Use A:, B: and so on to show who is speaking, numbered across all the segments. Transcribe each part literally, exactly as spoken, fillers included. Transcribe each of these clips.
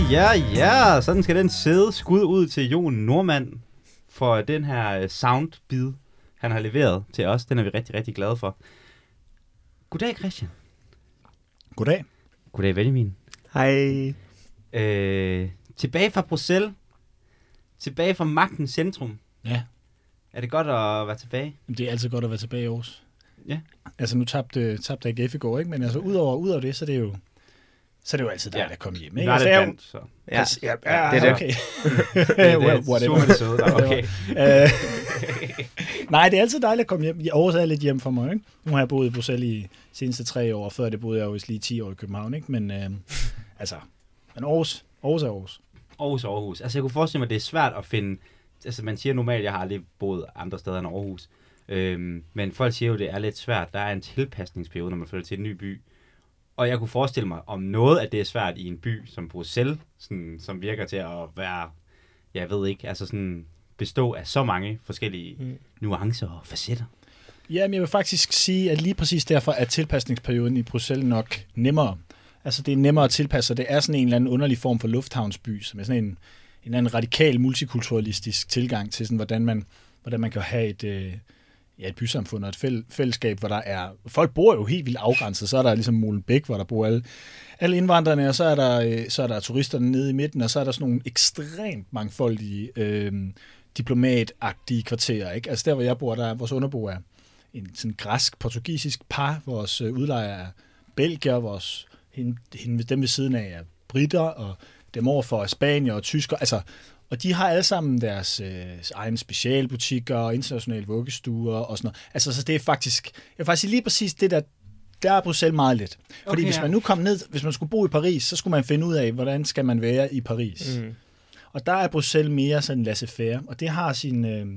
A: ja, ja. Sådan skal den sidde. Skud ud til Jon Nordmand for den her soundbid, han har leveret til os. Den er vi rigtig, rigtig glade for. Goddag, Christian.
B: Goddag.
A: Goddag, Benjamin.
C: Hej.
A: Øh, tilbage fra Bruxelles. Tilbage fra magtens centrum.
B: Ja.
A: Er det godt at være tilbage?
B: Det er altid godt at være tilbage i Aarhus.
A: Ja.
B: Altså nu tabte, tabte jeg A G F i går, ikke? Men altså udover, udover det, så er det jo, så er det jo altid dejligt
A: Ja.
B: at komme hjem.
A: Nu
B: Ikke?
A: er
B: Altså,
A: det
B: jeg er jo-
A: dansk, så.
C: Ja,
B: Altså, ja, ja,
C: det er det.
B: okay.
A: Det er
B: Well,
A: det.
B: whatever.
A: Super det søde, der. Okay.
B: Øh, Nej, det er altid dejligt at komme hjem. Aarhus er lidt hjem for mig, ikke? Nu har jeg boet i Bruxelles i de seneste tre år, og før det boede jeg jo lige ti år i København, ikke? Men øh, altså, men Aarhus, Aarhus er Aarhus.
A: Aarhus, Aarhus. Altså, jeg kunne forestille mig, at det er svært at finde... Altså, man siger normalt, at jeg har aldrig boet andre steder end Aarhus. Øhm, men folk siger jo, at det er lidt svært. Der er en tilpasningsperiode, når man flytter til en ny by. Og jeg kunne forestille mig, om noget af det er svært i en by som Bruxelles, sådan, som virker til at være, jeg ved ikke, altså sådan bestå af så mange forskellige mm. nuancer og facetter.
B: Ja, men jeg vil faktisk sige, at lige præcis derfor er tilpasningsperioden i Bruxelles nok nemmere. Altså, det er nemmere at tilpasse sig. Det er sådan en eller anden underlig form for lufthavnsby, som er sådan en, en eller anden radikal multikulturalistisk tilgang til, sådan, hvordan, man, hvordan man kan have et, øh, ja, et bysamfund og et fæll- fællesskab, hvor der er... Folk bor jo helt vildt afgrænset. Så er der ligesom Molenbeek, hvor der bor alle, alle indvandrerne, og så er, der, øh, så er der turisterne nede i midten, og så er der sådan nogle ekstremt mangfoldige, øh, diplomatagtige kvarterer. Ikke? Altså der, hvor jeg bor, der er vores underbo er en sådan græsk-portugisisk par. Vores øh, udlejer er belgier, vores, hende, hende, dem ved siden af er britter, og dem overfor er spanier og tysker. Altså, og de har alle sammen deres øh, egne specialbutikker, internationale vuggestuer og sådan noget. Altså, så det er faktisk, jeg vil faktisk sige lige præcis det der, der er Bruxelles meget let. Fordi
A: Okay,
B: hvis
A: ja.
B: man nu kom ned, hvis man skulle bo i Paris, så skulle man finde ud af, hvordan skal man være i Paris.
C: Mm.
B: Og der er Bruxelles mere sådan laissez-faire, og det har sine øh,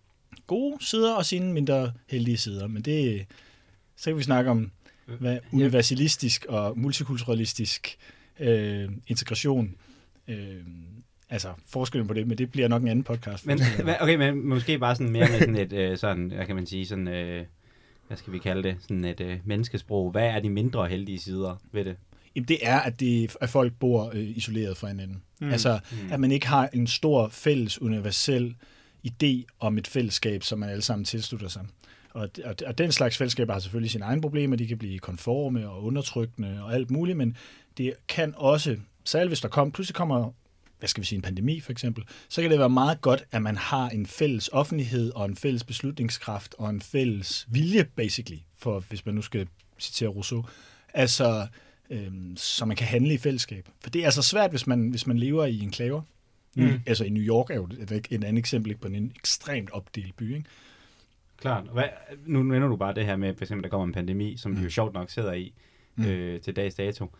B: gode sider og sine mindre heldige sider. Men det, så kan vi snakke om hvad universalistisk og multikulturalistisk øh, integration. Øh, altså forskellen på det, men det bliver nok en anden podcast.
A: Men, okay, men måske bare sådan mere med sådan et, øh, sådan, hvad kan man sige, sådan, øh, hvad skal vi kalde det, sådan et øh, menneskesprog. Hvad er de mindre heldige sider ved det?
B: Jamen, det er, at, det, at folk bor øh, isoleret fra hinanden. Mm. Altså, mm. at man ikke har en stor fælles universel idé om et fællesskab, som man alle sammen tilslutter sig. Og, og, og den slags fællesskaber har selvfølgelig sine egne problemer. De kan blive konforme og undertrykkende og alt muligt, men det kan også, særligt hvis der kom, pludselig kommer, hvad skal vi sige, en pandemi for eksempel, så kan det være meget godt, at man har en fælles offentlighed og en fælles beslutningskraft og en fælles vilje, basically, for hvis man nu skal citere Rousseau. Altså, øhm, så man kan handle i fællesskab. For det er altså svært, hvis man, hvis man lever i enklaver. Mm. Altså i New York er jo et, et andet eksempel, ikke, på en ekstremt opdelt by, ikke?
A: Klart. Hvad, nu nævner du bare det her med, for eksempel, der kommer en pandemi, som mm. vi jo sjovt nok sidder i mm. øh, til dags dato.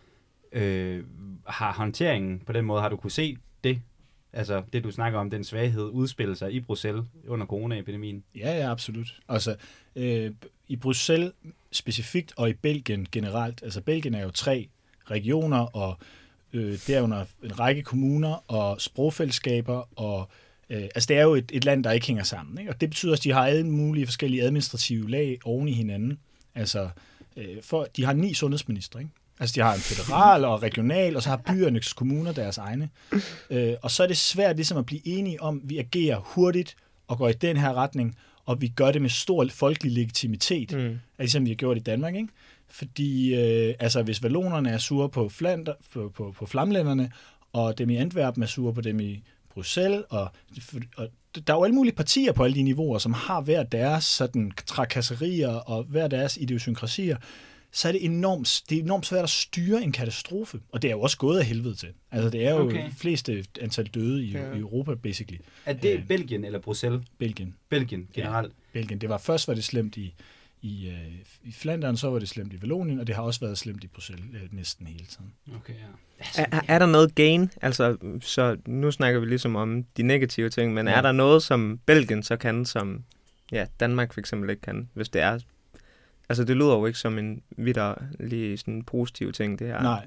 A: Øh, har håndteringen på den måde, har du kunne se det? Altså det, du snakker om, den svaghed, udspille sig i Bruxelles under coronaepidemien?
B: Ja, ja, absolut. Altså, øh, i Bruxelles specifikt, og i Belgien generelt. Altså, Belgien er jo tre regioner, og øh, derunder en række kommuner, og sprogfællesskaber, og øh, altså, det er jo et, et land, der ikke hænger sammen, ikke? Og det betyder, at de har alle mulige forskellige administrative lag oven i hinanden. Altså, øh, for, de har ni sundhedsministre, ikke? Altså, de har en federal og regional, og så har byernes kommuner deres egne. Øh, og så er det svært ligesom at blive enige om, at vi agerer hurtigt og går i den her retning, og vi gør det med stor folkelig legitimitet, mm. ligesom vi har gjort i Danmark, ikke? Fordi øh, altså, hvis vallonerne er sure på, Flander, på, på, på flamlænderne, og dem i Antwerpen er sure på dem i Bruxelles, og, og der er jo alle mulige partier på alle de niveauer, som har hver deres sådan trakasserier og hver deres idiosynkrasier, så er det enormt, det er enormt svært at styre en katastrofe. Og det er jo også gået af helvede til. Altså, det er jo okay. De fleste antal døde i, ja. i Europa, basically.
A: Er det øh, Belgien eller Bruxelles?
B: Belgien.
A: Belgien, generelt?
B: Ja, Belgien. Det var først var det slemt i, i, øh, i Flandern, så var det slemt i Vallonien, og det har også været slemt i Bruxelles øh, næsten hele tiden.
A: Okay, ja.
C: Er, er, er der noget gain? Altså, så nu snakker vi ligesom om de negative ting, men ja. Er der noget, som Belgien så kan, som ja, Danmark for eksempel ikke kan, hvis det er... Altså, det lyder jo ikke som en vitterlig sådan positiv ting, det her.
B: Nej.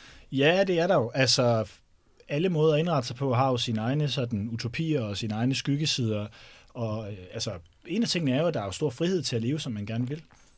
B: Ja, det er der jo. Altså, alle måder at indrette sig på har jo sine egne sådan, utopier og sine egne skyggesider. Og øh, altså, en af tingene er jo, at der er jo stor frihed til at leve, som man gerne vil.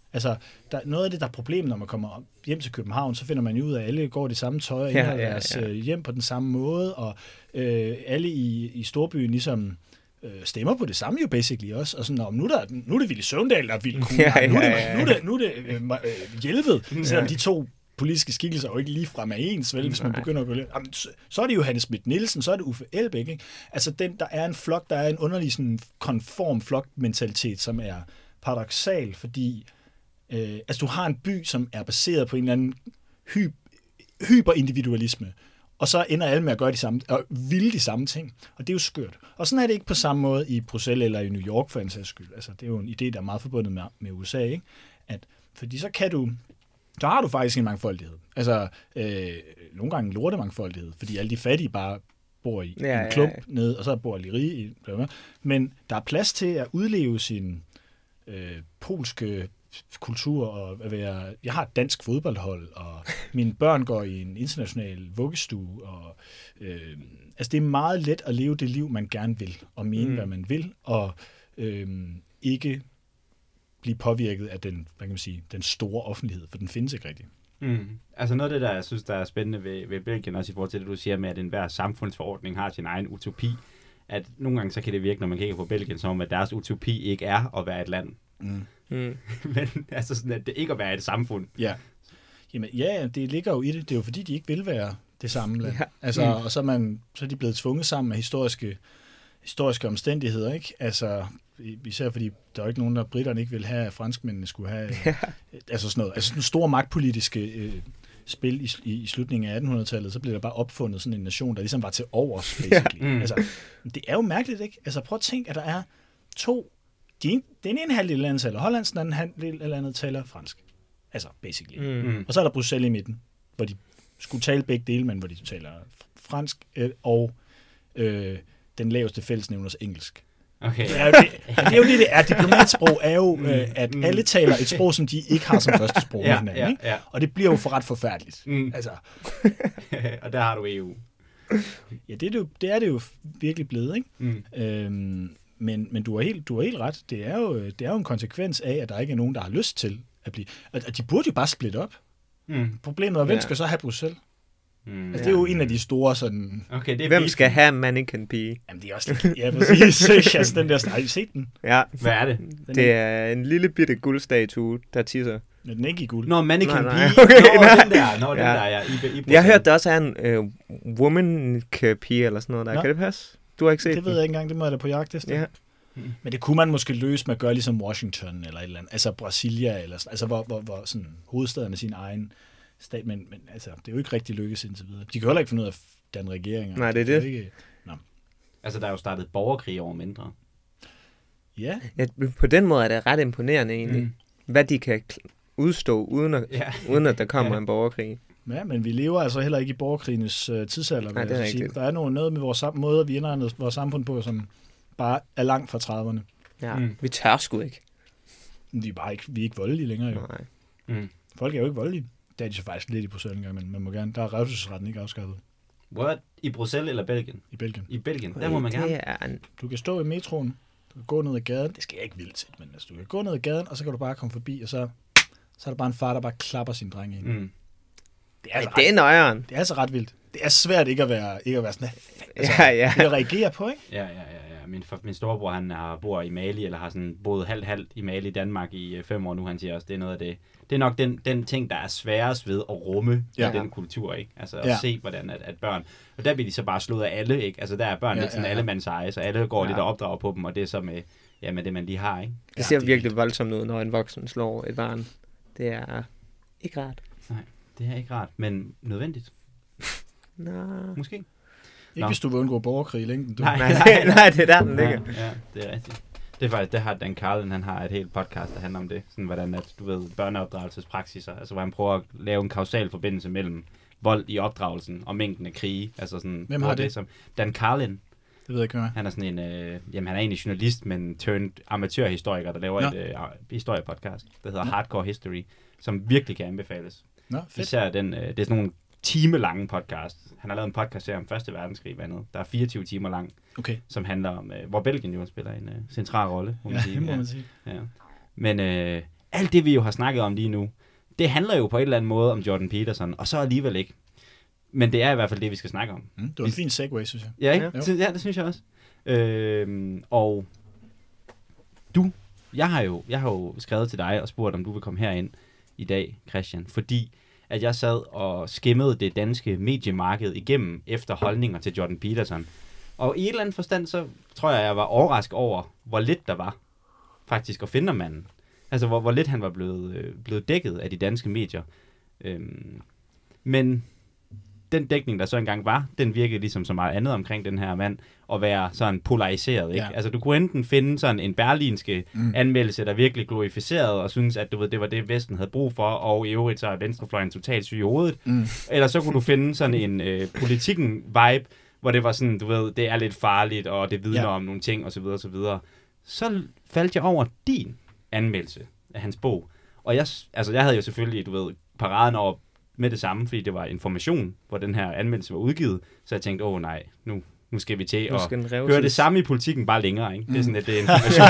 B: Altså, der, noget af det, der er problemet, når man kommer hjem til København, så finder man jo ud af, at alle går i det samme tøj, og
C: Ja,
B: ja,
C: ja,
B: deres
C: ja.
B: øh, hjem på den samme måde, og øh, alle i, i storbyen ligesom øh, stemmer på det samme jo basically også, og sådan, nu er, der, nu er det Villy Søvndal, der er vildt cool,
C: Ja, ja,
B: nu er det,
C: ja, ja.
B: nu er det, nu er det øh, øh, Hjelved, selvom de to politiske skikkelser jo ikke ligefrem er ens, vel, hvis man
C: Nej.
B: begynder at gå lidt. Jamen, så, så er det Johannes Schmidt Nielsen, så er det Uffe Elbæk, ikke? Altså, den, der er en flok, der er en underlig sådan, konform flokmentalitet, som er paradoksal, fordi øh, altså, du har en by, som er baseret på en eller anden hy, hyperindividualisme, og så ender alle med at gøre de samme, og ville de samme ting, og det er jo skørt. Og sådan er det ikke på samme måde i Bruxelles eller i New York, for en sags skyld. Altså, det er jo en idé, der er meget forbundet med, med U S A, ikke? At, fordi så kan du så har du faktisk en mangfoldighed. Altså, øh, nogle gange lorte mangfoldighed, fordi alle de fattige bare bor i
C: Ja,
B: en klump
C: ja, ja.
B: ned, og så bor de rige i. Men der er plads til at udleve sin øh, polske kultur og at være. Jeg har et dansk fodboldhold, og mine børn går i en international vuggestue, og øh, altså det er meget let at leve det liv, man gerne vil, og mene, mm. hvad man vil, og øh, ikke blive påvirket af den, hvad kan man sige, den store offentlighed, for den findes ikke rigtig.
A: Mm. Altså noget af det, der jeg synes, der er spændende ved, ved Belgien, også i forhold til det, du siger med, at enhver samfundsforordning har sin egen utopi, at nogle gange så kan det virke, når man kigger på Belgien, som om, at deres utopi ikke er at være et land.
B: Mm.
C: Mm.
A: Men altså sådan, at det ikke at være et samfund.
B: Ja. Jamen, ja, det ligger jo i det. Det er jo fordi, de ikke vil være det samme land.
C: Ja.
B: Altså,
A: Mm.
B: og så er, man, så er de blevet tvunget sammen af historiske, historiske omstændigheder, ikke? Altså, især fordi der er jo ikke nogen, der britterne ikke vil have, at franskmændene skulle have,
C: Ja.
B: altså sådan noget, altså sådan store magtpolitiske øh, spil i, i, i slutningen af attenhundredetallet, så blev der bare opfundet sådan en nation, der ligesom var til overs, basically.
A: Ja. Mm.
B: Altså, det er jo mærkeligt, ikke? Altså, prøv at tænke, at der er to, de, den ene halvdel af landet taler hollandsk, den anden halvdel af landet taler fransk. Altså, basically.
C: Mm.
A: Mm.
B: Og så er der Bruxelles i midten, hvor de skulle tale begge dele, men hvor de taler fransk øh, og øh, den laveste fællesnævners engelsk.
A: Okay.
B: Det er, jo det, det er jo det, det er. Diplomatsprog er jo, øh, at
A: Mm.
B: alle taler et sprog, som de ikke har som første sprog.
A: Ja,
B: med hinanden,
A: ja,
B: ikke?
A: ja.
B: Og det bliver jo for ret forfærdeligt.
A: Mm.
B: Altså,
A: Og der har du E U.
B: ja, det er det, jo, det er det jo virkelig blevet, ikke?
A: Mm.
B: Øhm, men men du, har helt, du har helt ret. Det er, jo, det er jo en konsekvens af, at der ikke er nogen, der har lyst til at blive. At, at de burde jo bare splitte op.
A: Mm.
B: Problemet er, hvem
C: Ja.
B: skal så have Bruxelles?
A: Mm.
B: Altså, det er jo en af de store sådan.
A: Okay, det er
C: Hvem
A: beef.
C: skal have Mannequin Pige?
B: Jamen, det er også lidt. Ja, præcis. Ikke? Altså, den der. Har I set den?
C: Ja,
A: Hvad er det?
B: Den
C: det er en lille bitte guldstatue, der tisser.
B: er, den er ikke i guld.
A: Nå, Mannequin
C: Nej, nej.
A: Pige.
C: Okay,
A: Nå,
C: nej.
A: den der. Nå, den
C: Ja.
A: der, ja. I, i
C: Jeg har hørt, der også er en øh, woman pige eller sådan noget der.
B: Nå.
C: Kan det passe? Du har ikke set
B: Det ved
C: den?
B: jeg ikke engang. Det må jeg da på jagt efter.
C: Ja.
B: Men det kunne man måske løse med at gøre ligesom Washington eller et eller andet. Altså Brasilia, eller sådan, altså hvor, hvor, hvor sådan, hovedstaden er sin egen stat. Men, men altså, det er jo ikke rigtig lykkes indtil videre. De kan heller ikke finde ud af den regering.
C: Nej, det er
B: kan
C: det.
B: jo Ikke,
A: Altså, der er jo startet borgerkrig over mindre.
B: ja,
C: Ja, på den måde er det ret imponerende egentlig,
A: Mm.
C: mm. hvad de kan kl- udstå, uden at,
A: Ja.
C: uden at der kommer
A: Ja.
C: en borgerkrig.
B: ja, men vi lever altså heller ikke i borgerkrigens uh, tidsalder. vil
C: Nej, det er
B: jeg så sige.
C: rigtigt.
B: Der er noget, noget med vores sam- måde, vi indregner vores samfund på, som bare er langt fra trediverne.
C: Ja,
A: Mm.
C: mm. vi tør sgu ikke.
B: Vi er bare ikke, vi er ikke voldelige længere. Jo.
C: Nej.
A: Mm.
B: Folk er jo ikke voldelige. Det er de så faktisk lidt i Bruxelles, men man må gerne. Der er revselsesretten ikke afskaffet
A: What? I Bruxelles eller Belgien?
B: i Belgien.
A: I Belgien, der må man gerne.
C: Det er en,
B: Du kan stå i metroen, du kan gå ned ad gaden, det skal jeg ikke vildt til, men altså, du kan gå ned ad gaden, og så kan du bare komme forbi, og så, så er der bare en far, der bare klapper sin dreng ind. Mm.
A: Mm.
B: Det, er altså
C: det er
B: ret,
C: nøjeren.
B: det er altså ret vildt. Det er svært ikke at være, ikke at være sådan, altså,
C: Ja, ja.
B: det at reagere på, ikke?
A: Ja, ja, ja, ja. Min, for, min storebror, han har, bor i Mali, eller har sådan boet halvt-halvt i Mali i Danmark i øh, fem år nu. Han siger også, det er noget af det. Det er nok den, den ting, der er sværest ved at rumme
B: Ja.
A: ja. den kultur, ikke? Altså at
B: Ja.
A: se, hvordan at, at børn... Og der bliver de så bare slået af alle, ikke? Altså der er børn
B: Ja,
A: ja, lidt sådan
B: ja, ja.
A: alle mands eje, så alle går
C: Ja.
A: lidt og opdrager på dem, og det er så med, ja, med det, man lige har, ikke?
C: Det ser
B: Ja, det er
C: virkelig voldsomt ud, når en voksen slår et barn. Det er ikke rart.
A: Det er ikke rart, men nødvendigt,
C: Nå.
A: måske.
B: Ikke
A: Nå.
B: hvis du vil undgå borgerkrig i længden. Du.
A: Nej.
C: Nej, nej, nej, det er der, den ligger.
A: Ja, ja, det er rigtigt. Det er faktisk, det har Dan Carlin, han har et helt podcast, der handler om det. Sådan hvordan, at du ved, børneopdragelsespraksiser, altså hvor han prøver at lave en kausal forbindelse mellem vold i opdragelsen og mængden af krige. Altså sådan,
B: Hvem har
A: hvor
B: det?
A: Som Dan Carlin,
B: Det ved jeg ikke, hvad
A: han er sådan en, øh, jamen han er egentlig journalist, men turned amatørhistoriker, der laver
B: Nå.
A: et øh, historiepodcast, der hedder
B: Nå.
A: Hardcore History, som virkelig kan anbefales.
B: Nå, fedt.
A: Især den, øh, det er sådan nogle timelange podcast. Han har lavet en podcast her om første verdenskrig, blandt andet. Der er fireogtyve timer lang,
B: Okay.
A: som handler om, øh, hvor Belgien jo spiller en øh, central rolle, må man
B: Ja,
A: sige.
B: det må
A: Ja.
B: man sige.
A: Ja. Men øh, alt det, vi jo har snakket om lige nu, det handler jo på en eller anden måde om Jordan Peterson, og så alligevel ikke. Men det er i hvert fald det, vi skal snakke om.
B: Mm, det var en fin segue, synes jeg.
A: Ja, ikke? Ja. ja, det synes jeg også. Øhm, og du, jeg har, jo, jeg har jo skrevet til dig og spurgt, om du vil komme herind i dag, Christian, fordi at jeg sad og skimmede det danske mediemarked igennem efter holdninger til Jordan Peterson. Og i et eller andet forstand, så tror jeg, jeg var overrasket over, hvor lidt der var faktisk at finde om manden. Altså, hvor, hvor lidt han var blevet, øh, blevet dækket af de danske medier. Øhm, men den dækning, der så engang var, den virkede ligesom så meget andet omkring den her mand, at være sådan polariseret, ikke? Ja. Altså, du kunne enten finde sådan en berlinske mm. anmeldelse, der virkelig glorificerede, og synes, at du ved, det var det, Vesten havde brug for, og i øvrigt så er venstrefløjen totalt syg i hovedet. Mm. Eller så kunne du finde sådan en øh, politikken-vibe, hvor det var sådan, du ved, det er lidt farligt, og det vidner ja. om nogle ting, osv., osv. Så faldt jeg over din anmeldelse af hans bog. Og jeg, altså, jeg havde jo selvfølgelig, du ved, paraden over med det samme, fordi det var Information, hvor den her anmeldelse var udgivet. Så jeg tænkte, åh nej, nu, nu skal vi til at høre det samme i politikken, bare længere. Ikke? Mm. Det er sådan lidt det Information.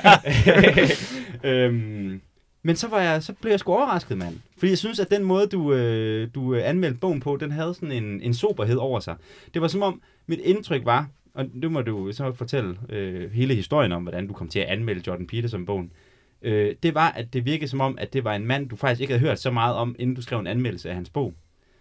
A: øhm, men så, var jeg, så blev jeg sgu overrasket, mand. Fordi jeg synes, at den måde, du, øh, du anmeldte bogen på, den havde sådan en, en soberhed over sig. Det var som om, mit indtryk var, og nu må du så fortælle øh, hele historien om, hvordan du kom til at anmelde Jordan Peterson-bogen. Øh, det var, at det virkede som om, at det var en mand, du faktisk ikke havde hørt så meget om, inden du skrev en anmeldelse af hans bog.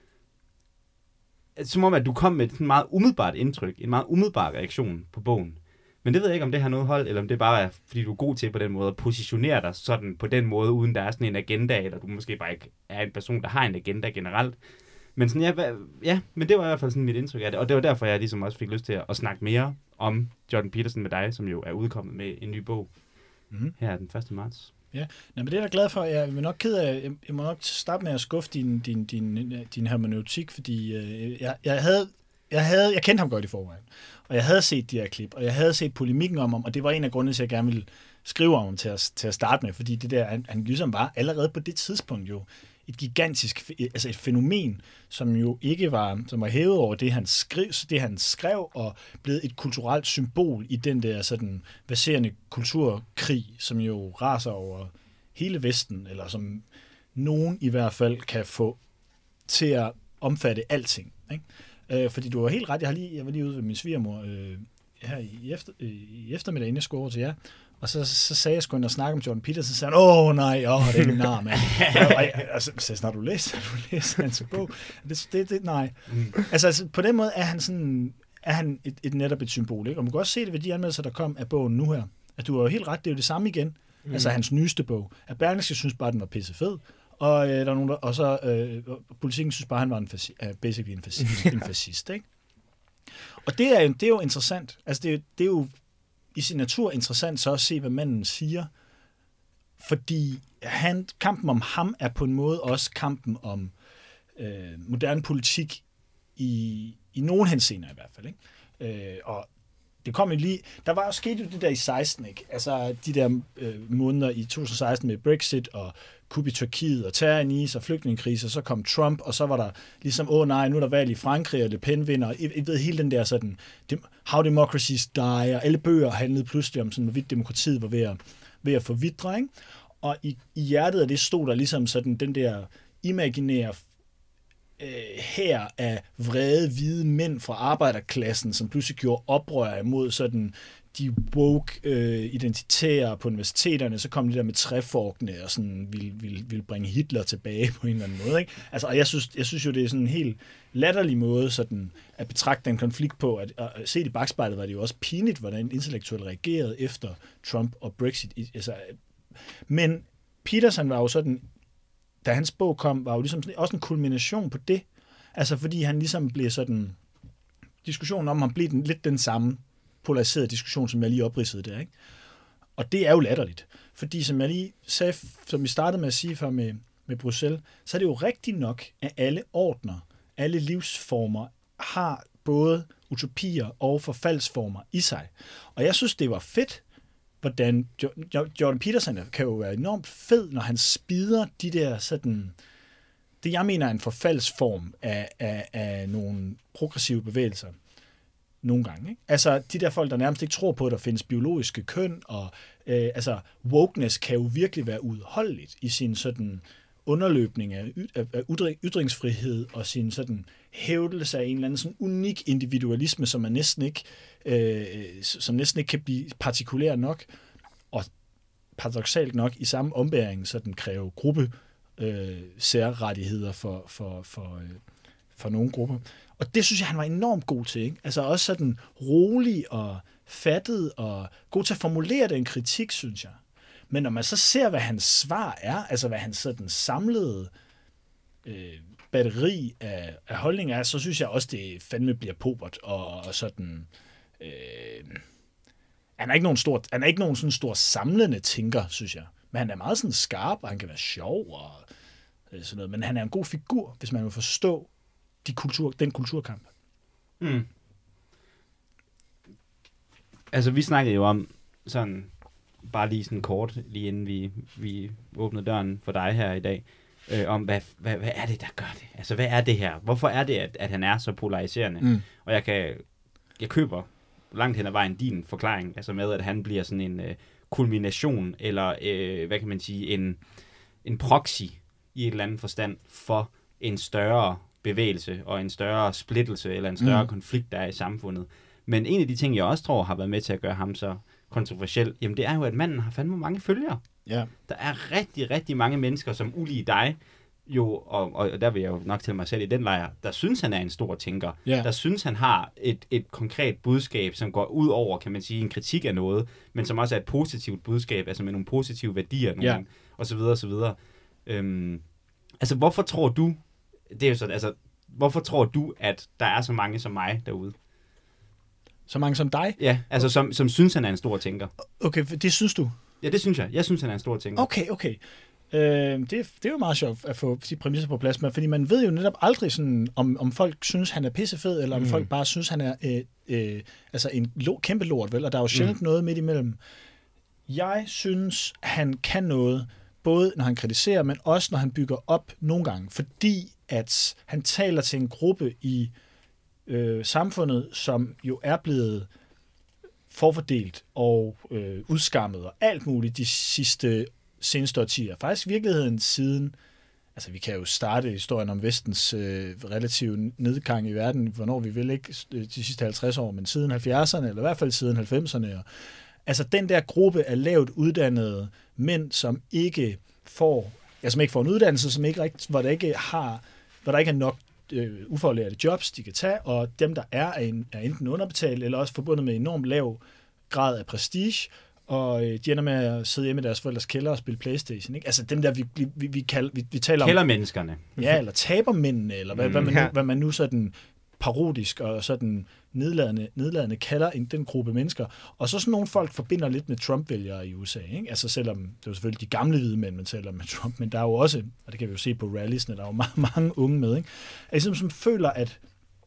A: Som om, at du kom med et meget umiddelbart indtryk, en meget umiddelbar reaktion på bogen. Men det ved jeg ikke, om det har noget hold, eller om det bare er, fordi du er god til på den måde at positionere dig sådan på den måde, uden der er sådan en agenda, eller du måske bare ikke er en person, der har en agenda generelt. Men sådan, ja, ja, men det var i hvert fald sådan mit indtryk af det, og det var derfor, jeg ligesom også fik lyst til at, at snakke mere om Jordan Peterson med dig, som jo er udkommet med en ny bog mm-hmm. her den første marts.
B: Ja, Nå, men det er jeg glad for. Jeg er nok ked af, jeg, jeg må nok starte med at skuffe din, din, din, din hermeneutik, fordi øh, jeg, jeg havde Jeg, havde, jeg kendte ham godt i forvejen, og jeg havde set de her klip, og jeg havde set polemikken om ham, og det var en af grundene til, at jeg gerne ville skrive om ham til at, til at starte med, fordi det der, han, han ligesom var allerede på det tidspunkt jo et gigantisk, altså et fænomen, som jo ikke var, som var hævet over det, han skrev, det han skrev, og blevet et kulturelt symbol i den der sådan verserende kulturkrig, som jo raser over hele Vesten, eller som nogen i hvert fald kan få til at omfatte alting, ikke? Øh, fordi du var helt ret, jeg, har lige, jeg var lige ude ved min svigermor øh, her i, efter, øh, i eftermiddag, inden jeg skulle over til jer, og så, så sagde jeg sgu ind og snakke om Jordan Peterson, så sagde han, åh nej, åh, det er ikke en nar, mand. Og jeg, altså, så jeg, har du læst, har du læst hans bog? Det, det, det, nej. Mm. Altså, altså, på den måde er han sådan, er han et, et netop et symbol, ikke? Og man kan også se det ved de anmeldelser, der kom af bogen nu her, at du har jo helt ret, det er jo det samme igen, mm. altså hans nyeste bog, at Berlingske synes bare, den var pisse fed, og, øh, der er nogen, der, og så øh, politikken synes bare, han var en faci, uh, basically en fascist, en fascist, ikke? Og det er, jo, det er jo interessant. Altså, det er, det er jo i sin natur interessant så at se, hvad manden siger. Fordi han, kampen om ham er på en måde også kampen om øh, moderne politik i, i nogen henseender i hvert fald, ikke? Øh, og det kom jo lige, der var jo sket jo det der i seksten, ikke? Altså de der øh, måneder i to tusind og seksten med Brexit og kup i Tyrkiet og terror i Nice og flygtningekrise, og så kom Trump, og så var der ligesom, åh nej, nu er der valg i Frankrig, og Le Pen vinder, og I, I ved hele den der sådan, how democracies die, og alle bøger handlede pludselig om sådan, hvorvidt demokratiet var ved at, ved at forvidre, ikke? Og i, i hjertet af det stod der ligesom sådan den der imaginære øh, hær af vrede hvide mænd fra arbejderklassen, som pludselig gjorde oprør imod sådan de woke øh, identitære på universiteterne, så kom de der med træforkene og sådan ville, ville, ville bringe Hitler tilbage på en eller anden måde, ikke? Altså, og jeg synes, jeg synes jo, det er sådan en helt latterlig måde sådan at betragte en konflikt på, at, at se i bagspejlet var det jo også pinligt, hvordan intellektuelt reagerede efter Trump og Brexit. Altså, men Peterson var jo sådan, da hans bog kom, var jo ligesom sådan, også en kulmination på det. Altså, fordi han ligesom blev sådan, diskussionen om ham blev den, lidt den samme polariseret diskussion, som jeg lige opridsede der, ikke? Og det er jo latterligt. Fordi som jeg lige sagde, som vi startede med at sige før med, med Bruxelles, så er det jo rigtigt nok, at alle ordner, alle livsformer har både utopier og forfaldsformer i sig. Og jeg synes, det var fedt, hvordan Jordan Peterson kan jo være enormt fed, når han spider de der sådan, det jeg mener er en forfaldsform af, af, af nogle progressive bevægelser. nogle gange. Ikke? Altså, de der folk, der nærmest ikke tror på, at der findes biologiske køn, og øh, altså, wokeness kan jo virkelig være udholdeligt i sin sådan underløbning af, af, af ytringsfrihed og sin sådan hævdelse af en eller anden sådan unik individualisme, som man næsten ikke, øh, som næsten ikke kan blive partikulær nok, og paradoksalt nok i samme ombæring, så den kræver gruppe øh, særrettigheder for, for, for, øh, for nogle grupper. Og det synes jeg, han var enormt god til. Ikke? Altså også sådan rolig og fattet og god til at formulere den kritik, synes jeg. Men når man så ser, hvad hans svar er, altså hvad hans sådan samlede øh, batteri af, af holdninger er, så synes jeg også, det fandme bliver pobert og, og sådan... Øh, han er ikke nogen stor, han er ikke nogen sådan stor samlende tænker, synes jeg. Men han er meget sådan skarp, og han kan være sjov og øh, sådan noget. Men han er en god figur, hvis man vil forstå de kultur, den kulturkamp.
A: Mm. Altså, vi snakkede jo om sådan... bare lige sådan kort, lige inden vi, vi åbnede døren for dig her i dag, øh, om hvad, hvad, hvad er det, der gør det? Altså, hvad er det her? Hvorfor er det, at, at han er så polariserende? Mm. Og jeg kan, jeg køber langt hen ad vejen din forklaring, altså med, at han bliver sådan en øh, kulmination, eller øh, hvad kan man sige, en, en proxy i et eller andet forstand for en større bevægelse, og en større splittelse, eller en større mm. konflikt, der er i samfundet. Men en af de ting, jeg også tror, har været med til at gøre ham så kontroversiel, jamen det er jo, at manden har fandme mange følgere.
B: Ja.
A: Der er rigtig, rigtig mange mennesker, som ulige dig, jo, og, og der vil jeg jo nok til mig selv i den lejr, der synes, han er en stor tænker.
B: Ja.
A: Der synes, han har et, et konkret budskab, som går ud over, kan man sige, en kritik af noget, men som også er et positivt budskab, altså med nogle positive værdier, nogle,
B: ja.
A: og så videre, og så videre. Øhm, altså, hvorfor tror du, det er jo sådan, altså, hvorfor tror du, at der er så mange som mig derude?
B: Så mange som dig?
A: Ja, altså som, som synes, han er en stor tænker.
B: Okay, det synes du?
A: Ja, det synes jeg. Jeg synes, han er en stor tænker.
B: Okay, okay. Øh, det, det er jo meget sjovt at få de præmisser på plads med, fordi man ved jo netop aldrig, sådan, om, om folk synes, han er pissefed, eller om mm. folk bare synes, han er øh, øh, altså en lo- kæmpe lort, vel? Og der er jo sjældent mm. noget midt imellem. Jeg synes, han kan noget, både når han kritiserer, men også når han bygger op nogle gange, fordi at han taler til en gruppe i Øh, samfundet, som jo er blevet forfordelt og øh, udskammet og alt muligt de sidste seneste årtier. Faktisk i virkeligheden siden, altså vi kan jo starte historien om vestens øh, relative nedgang i verden, hvornår vi vil ikke de sidste halvtreds år, men siden halvfjerdserne, eller i hvert fald siden halvfemserne. Og, altså den der gruppe af lavt uddannede mænd, som ikke får, altså som ikke får en uddannelse, som ikke rigtig, hvor der ikke har, hvor der ikke er nok Øh, ufaglærte jobs, de kan tage, og dem, der er, er, en, er enten underbetalt, eller også forbundet med enormt lav grad af prestige, og øh, de ender med at sidde hjemme i deres forældres kælder og spille PlayStation. Ikke? Altså dem der, vi, vi, vi, kalder, vi, vi taler om...
A: Kældermenneskerne.
B: Ja, eller tabermændene, eller hvad, mm, hvad, man nu, hvad man nu sådan parodisk og sådan nedladende, nedladende kalder en, den gruppe mennesker. Og så sådan nogle folk forbinder lidt med Trump-vælgere i U S A. Ikke? Altså selvom, det er jo selvfølgelig de gamle hvide mænd, man taler med Trump, men der er jo også, og det kan vi jo se på ralliesne, der er jo mange, mange unge med, ikke? Altså som føler, at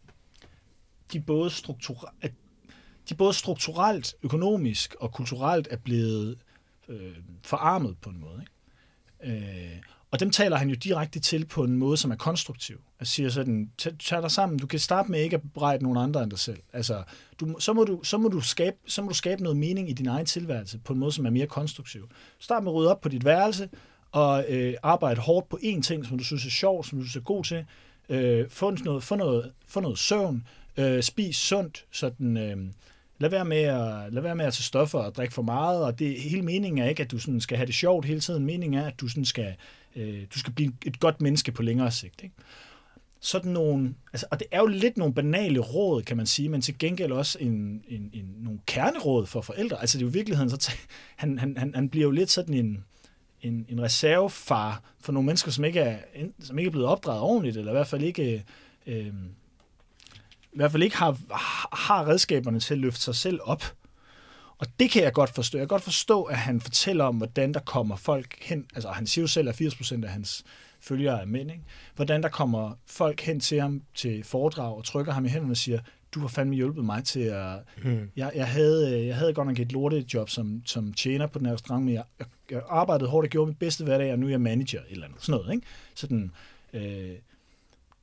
B: de både, strukturelt, at de både strukturelt, økonomisk og kulturelt er blevet øh, forarmet på en måde. Ikke? Øh, Og dem taler han jo direkte til på en måde, som er konstruktiv. Jeg siger sådan, tag dig sammen, du kan starte med ikke at bebrejde nogen andre end dig selv. Altså, du, så, må du, så, må du skabe, så må du skabe noget mening i din egen tilværelse på en måde, som er mere konstruktiv. Start med at rydde op på dit værelse, og øh, arbejde hårdt på én ting, som du synes er sjov, som du synes er god til. Øh, få, noget, få, noget, få noget søvn, øh, spis sundt, sådan... Øh, Lad være, med at, lad være med at tage stoffer og drikke for meget, og det, hele meningen er ikke, at du sådan skal have det sjovt hele tiden. Meningen er, at du, sådan skal, øh, du skal blive et godt menneske på længere sigt. Ikke? Sådan nogle, altså, og det er jo lidt nogle banale råd, kan man sige, men til gengæld også en, en, en, nogle kerneråd for forældre. Altså det er jo i virkeligheden, så t- han, han, han, han bliver jo lidt sådan en, en, en reservefar for nogle mennesker, som ikke, er, som ikke er blevet opdraget ordentligt, eller i hvert fald ikke... Øh, i hvert fald ikke har, har redskaberne til at løfte sig selv op. Og det kan jeg godt forstå. Jeg kan godt forstå, at han fortæller om, hvordan der kommer folk hen. Altså, han siger jo selv, at firs procent af hans følgere er mænd. Ikke? Hvordan der kommer folk hen til ham til foredrag og trykker ham i hænderne og siger, du har fandme hjulpet mig til at... Hmm. Jeg, jeg, havde, jeg havde godt nok et lortejob som, som tjener på den her restaurant, men jeg, jeg, jeg arbejdede hårdt og gjorde mit bedste hver dag, og nu er jeg manager et eller andet. Sådan noget, ikke? Sådan... Øh,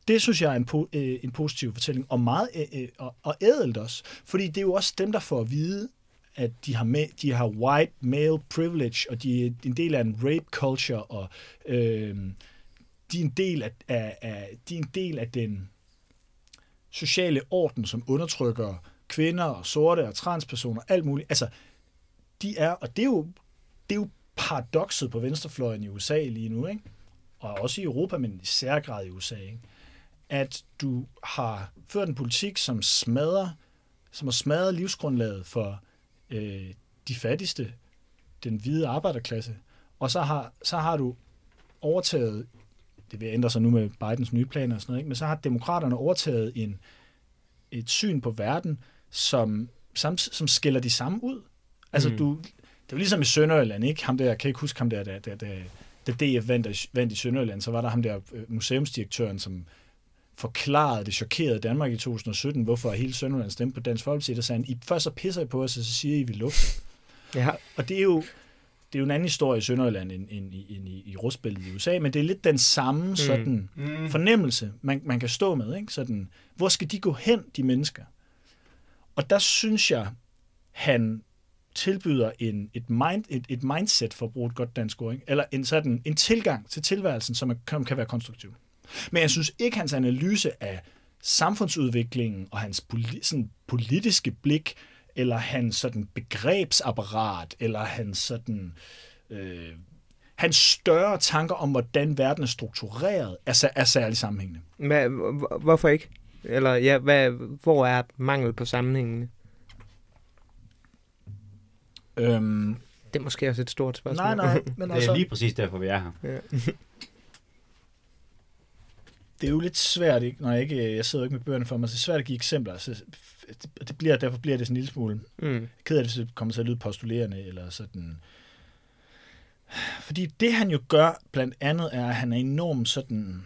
B: det synes jeg er en, po- øh, en positiv fortælling, og meget øh, og, og ædelt også. Fordi det er jo også dem, der får at vide, at de har, med, de har white male privilege, og de er en del af en rape culture, og øh, de er en del af, af, af, de er en del af den sociale orden, som undertrykker kvinder og sorte og transpersoner, alt muligt. Altså, de er, og det er jo, det er jo paradokset på venstrefløjen i U S A lige nu, ikke? Og også i Europa, men i særlig grad i U S A, ikke? At du har ført en politik, som smadrer, som har smadret livsgrundlaget for øh, de fattigste, den hvide arbejderklasse, og så har, så har du overtaget, det vil ændre sig nu med Bidens nye planer og sådan noget, ikke? Men så har demokraterne overtaget en, et syn på verden, som, som, som skiller de samme ud. Altså, mm. du, det er jo ligesom i Sønderjylland, ikke? Ham der, jeg kan ikke huske ham der, da, da, da, da D F vandt, vandt i Sønderjylland, så var der ham der museumsdirektøren, som forklarede det chokerede Danmark i to tusind og sytten, hvorfor hele Sønderjylland stemte på Dansk Folkeparti, der sagde, I først så pisser I på os, og så siger I, vi lugter. Ja. Og det er jo det er jo en anden historie i Sønderjylland end, end, end, end i, i rustbæltet i U S A, men det er lidt den samme sådan mm. Mm. fornemmelse, man, man kan stå med. Ikke? Sådan, hvor skal de gå hen, de mennesker? Og der synes jeg, han tilbyder en, et, mind, et, et mindset, for at bruge et godt dansk ord, ikke? Eller en, sådan, en tilgang til tilværelsen, som er, kan være konstruktiv. Men jeg synes ikke, hans analyse af samfundsudviklingen og hans poli, sådan, politiske blik, eller hans sådan begrebsapparat, eller hans sådan øh, hans større tanker om, hvordan verden er struktureret, er, er særlig sammenhængende.
C: Hvad, hvorfor ikke? Eller ja, hvad, hvor er mangel på sammenhængende?
B: Øhm,
C: det er måske også et stort spørgsmål.
B: Nej, nej. Men
A: det
B: altså,
A: er lige præcis derfor, vi er her.
C: Ja.
B: Det er jo lidt svært, ikke? Når jeg, ikke, jeg sidder jo ikke med bøgerne for mig, så det er svært at give eksempler. Så det bliver, derfor bliver det sådan en lille smule mm. ked af det, hvis det kommer til at lyde postulerende, eller sådan. Fordi det, han jo gør, blandt andet, er, at han er enormt sådan.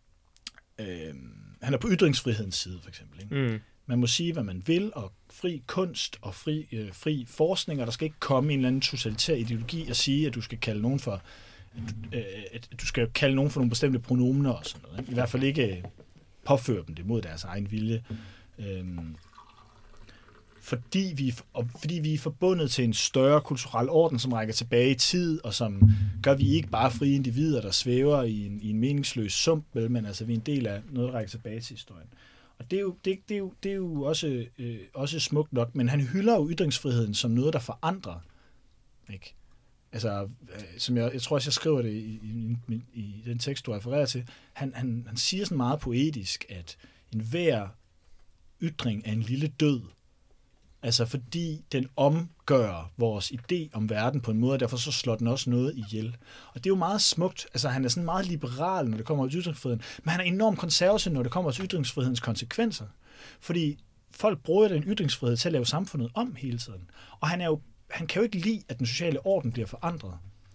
B: Øh, han er på ytringsfrihedens side, for eksempel. Ikke? Mm. Man må sige, hvad man vil, og fri kunst og fri, øh, fri forskning, og der skal ikke komme en eller anden totalitær ideologi og sige, at du skal kalde nogen for at, at du skal kalde nogen for nogle bestemte pronomener og sådan noget. Ikke? I hvert fald ikke påføre dem det mod deres egen vilje. Øhm, fordi, vi, og fordi vi er forbundet til en større kulturel orden, som rækker tilbage i tid, og som gør, vi ikke bare frie individer, der svæver i en, i en meningsløs sump, vel, men altså vi er en del af noget, der rækker tilbage til historien. Og det er jo, det, det er jo, det er jo også, øh, også smukt nok, men han hylder jo ytringsfriheden som noget, der forandrer. Ikke? Altså, øh, som jeg, jeg tror også, jeg skriver det i, i, i, i den tekst, du refererer til. Han, han, han siger sådan meget poetisk, at enhver ytring er en lille død. Altså, fordi den omgør vores idé om verden på en måde, og derfor så slår den også noget ihjel. Og det er jo meget smukt. Altså, han er sådan meget liberal, når det kommer til ytringsfriheden, men han er enormt konservativ, når det kommer til ytringsfrihedens konsekvenser. Fordi folk bruger den ytringsfrihed til at lave samfundet om hele tiden. Og han er jo han kan jo ikke lide, at den sociale orden bliver forandret.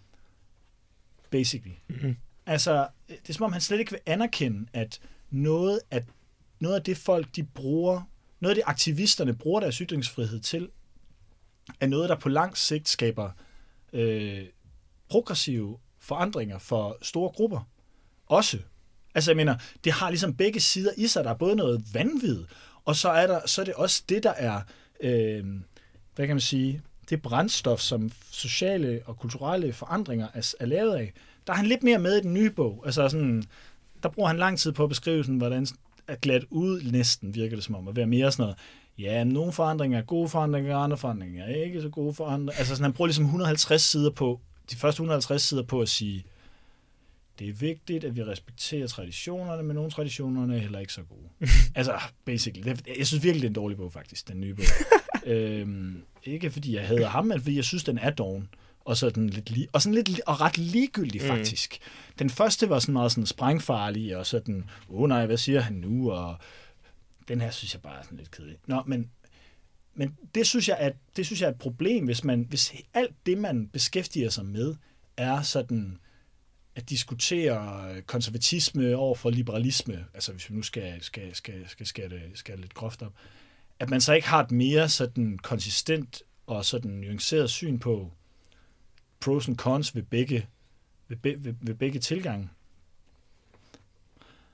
B: Basically. Mm-hmm. Altså, det er som om, han slet ikke vil anerkende, at noget af, noget af det folk, de bruger, noget af det aktivisterne bruger deres ytringsfrihed til, er noget, der på lang sigt skaber øh, progressive forandringer for store grupper. Også. Altså, jeg mener, det har ligesom begge sider i sig. Der er både noget vanvid, og så er, der, så er det også det, der er, øh, hvad kan man sige, det brændstof, som sociale og kulturelle forandringer er, er lavet af. Der er han lidt mere med i den nye bog. Altså sådan, der bruger han lang tid på at beskrive, sådan, hvordan er glat ud næsten, virker det som om, at være mere sådan noget. Ja, nogle forandringer er gode forandringer, andre forandringer er ikke så gode forandringer. Altså sådan, han bruger ligesom et hundrede og halvtreds sider på, de første et hundrede og halvtreds sider på at sige, det er vigtigt, at vi respekterer traditionerne, men nogle traditionerne er heller ikke så gode. Altså, basically. Det, jeg synes virkelig, det er en dårlig bog, faktisk, den nye bog. øhm, ikke fordi jeg hader ham, men fordi jeg synes, den er doven. Og sådan lidt, li- og sådan lidt og ret ligegyldig, faktisk. Mm. Den første var sådan meget sådan sprængfarlig, og sådan, åh oh, nej, hvad siger han nu? Og den her synes jeg bare er sådan lidt kedelig. Nå, men, men det, synes jeg er, det synes jeg er et problem, hvis, man, hvis alt det, man beskæftiger sig med, er sådan at diskutere konservatisme over for liberalisme, altså hvis vi nu skal, skal, skal, skal, skal, det, skal lidt groft op, at man så ikke har et mere sådan konsistent og sådan nuanceret syn på pros and cons ved begge, ved, be, ved, ved begge tilgange.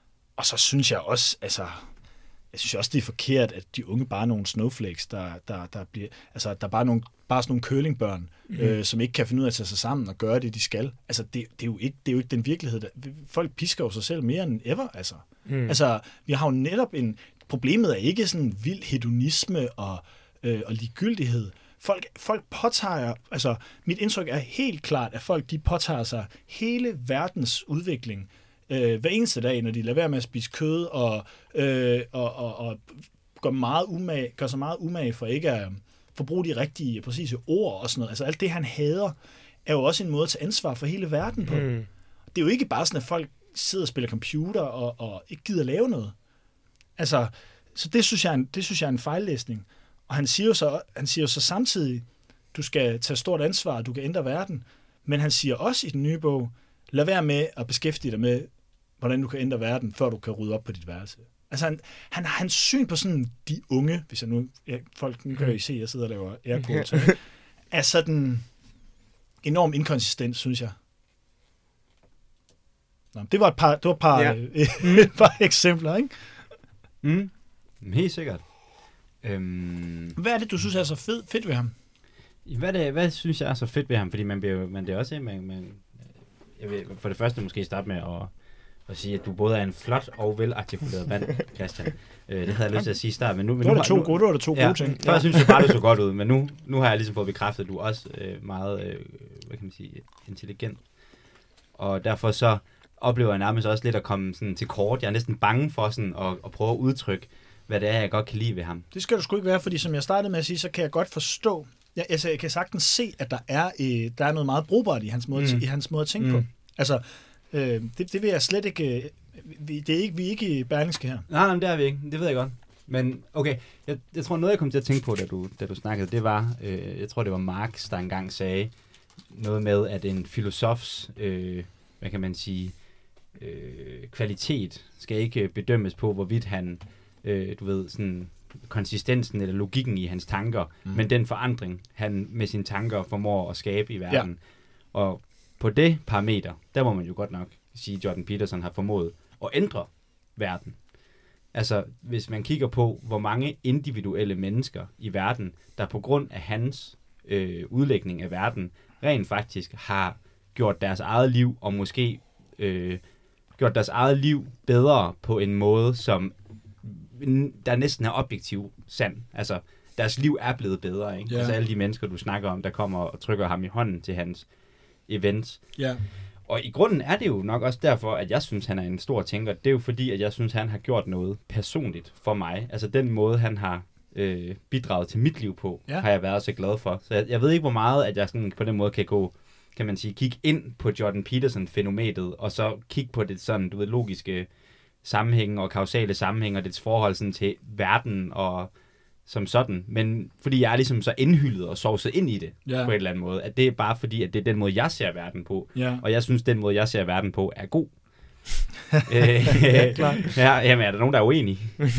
B: og så synes jeg også, altså, jeg synes også, det er forkert, at de unge bare er nogle snowflakes, der, der, der bliver, altså, der er bare, nogle, bare sådan nogle curlingbørn, mm. øh, som ikke kan finde ud af at tage sig sammen og gøre det, de skal. Altså, det, det, er, jo ikke, det er jo ikke den virkelighed. Der, folk pisker jo sig selv mere end ever, altså. Mm. Altså, vi har jo netop en, problemet er ikke sådan vild hedonisme og, øh, og ligegyldighed. Folk, folk påtager, altså, mit indtryk er helt klart, at folk, de påtager sig hele verdens udvikling, Øh, hver eneste dag, når de lader være med at spise kød og, øh, og, og, og gør, meget umage, gør sig meget umage for ikke at forbruge de rigtige, præcise ord og sådan noget. Altså alt det, han hader, er jo også en måde at tage ansvar for hele verden på. Mm. Det er jo ikke bare sådan, at folk sidder og spiller computer og, og ikke gider lave noget. Altså, så det synes jeg er en, det synes jeg er en fejllæsning. Og han siger jo så, han siger jo så samtidig, du skal tage stort ansvar, du kan ændre verden. Men han siger også i den nye bog, lad være med at beskæftige dig med, hvordan du kan ændre verden, før du kan rydde op på dit værelse. Altså, han, han har hans syn på sådan de unge, hvis jeg nu, ja, folk nu kan jo I se, at jeg sidder og laver airquotes, er sådan enormt inkonsistent, synes jeg. Nå, det var et par, det var et par, ja. øh, et par eksempler, ikke?
A: Mm. Helt sikkert. Øhm...
B: Hvad er det, du synes er så fed, fedt ved ham?
A: Hvad, det, hvad synes jeg er så fedt ved ham? Fordi man bliver man det er også, man, man, jeg vil for det første måske starte med at at sige, at du både er en flot og velartikuleret mand, Christian. Øh, det havde jeg lyst til at sige i starten, men nu... Men
B: det var
A: nu,
B: det to,
A: nu,
B: gode, det var det to
A: ja,
B: gode ting.
A: Før ja. synes jeg bare, det så godt ud, men nu, nu har jeg ligesom fået bekræftet, at du er også øh, meget, øh, hvad kan man sige, intelligent. Og derfor så oplever jeg nærmest også lidt at komme sådan til kort. Jeg er næsten bange for sådan at, at prøve at udtrykke, hvad det er, jeg godt kan lide ved ham.
B: Det skal du sgu ikke være, fordi som jeg startede med at sige, så kan jeg godt forstå, jeg, altså, jeg kan sagtens se, at der er, øh, der er noget meget brugbart i hans måde, mm. i hans måde at tænke mm. på. Altså, øh, det, det vil jeg slet ikke... Øh, vi, det er ikke, vi er ikke i Berlingske her.
A: Nej, nej, det er vi ikke. Det ved jeg godt. Men okay, jeg, jeg tror noget, jeg kom til at tænke på, da du, da du snakkede, det var, øh, jeg tror, det var Marx, der engang sagde noget med, at en filosofs, øh, hvad kan man sige, øh, kvalitet skal ikke bedømmes på, hvorvidt han, øh, du ved, sådan konsistensen eller logikken i hans tanker, mm. men den forandring, han med sine tanker formår at skabe i verden. Ja. Og på det parameter, der må man jo godt nok sige, at Jordan Peterson har formået at ændre verden. Altså, hvis man kigger på, hvor mange individuelle mennesker i verden, der på grund af hans øh, udlægning af verden, rent faktisk har gjort deres eget liv, og måske øh, gjort deres eget liv bedre på en måde, som der næsten er objektiv sand. Altså, deres liv er blevet bedre, ikke? Yeah. Altså alle de mennesker, du snakker om, der kommer og trykker ham i hånden til hans events. Ja. Yeah. Og i grunden er det jo nok også derfor, at jeg synes, han er en stor tænker. Det er jo fordi, at jeg synes, han har gjort noget personligt for mig. Altså den måde, han har øh, bidraget til mit liv på, ja. har jeg været så glad for. Så jeg, jeg ved ikke, hvor meget, at jeg sådan på den måde kan gå, kan man sige, kigge ind på Jordan Peterson-fænomenet, og så kigge på det sådan, du ved, logiske sammenhæng og kausale sammenhæng og dets forhold sådan til verden og som sådan. Men fordi jeg er ligesom så indhyldet og sovset ind i det ja. på en eller anden måde, at det er bare fordi, at det er den måde, jeg ser verden på. Ja. Og jeg synes, den måde, jeg ser verden på, er god.
B: ja, klart.
A: Ja, jamen, er der nogen, der er uenige?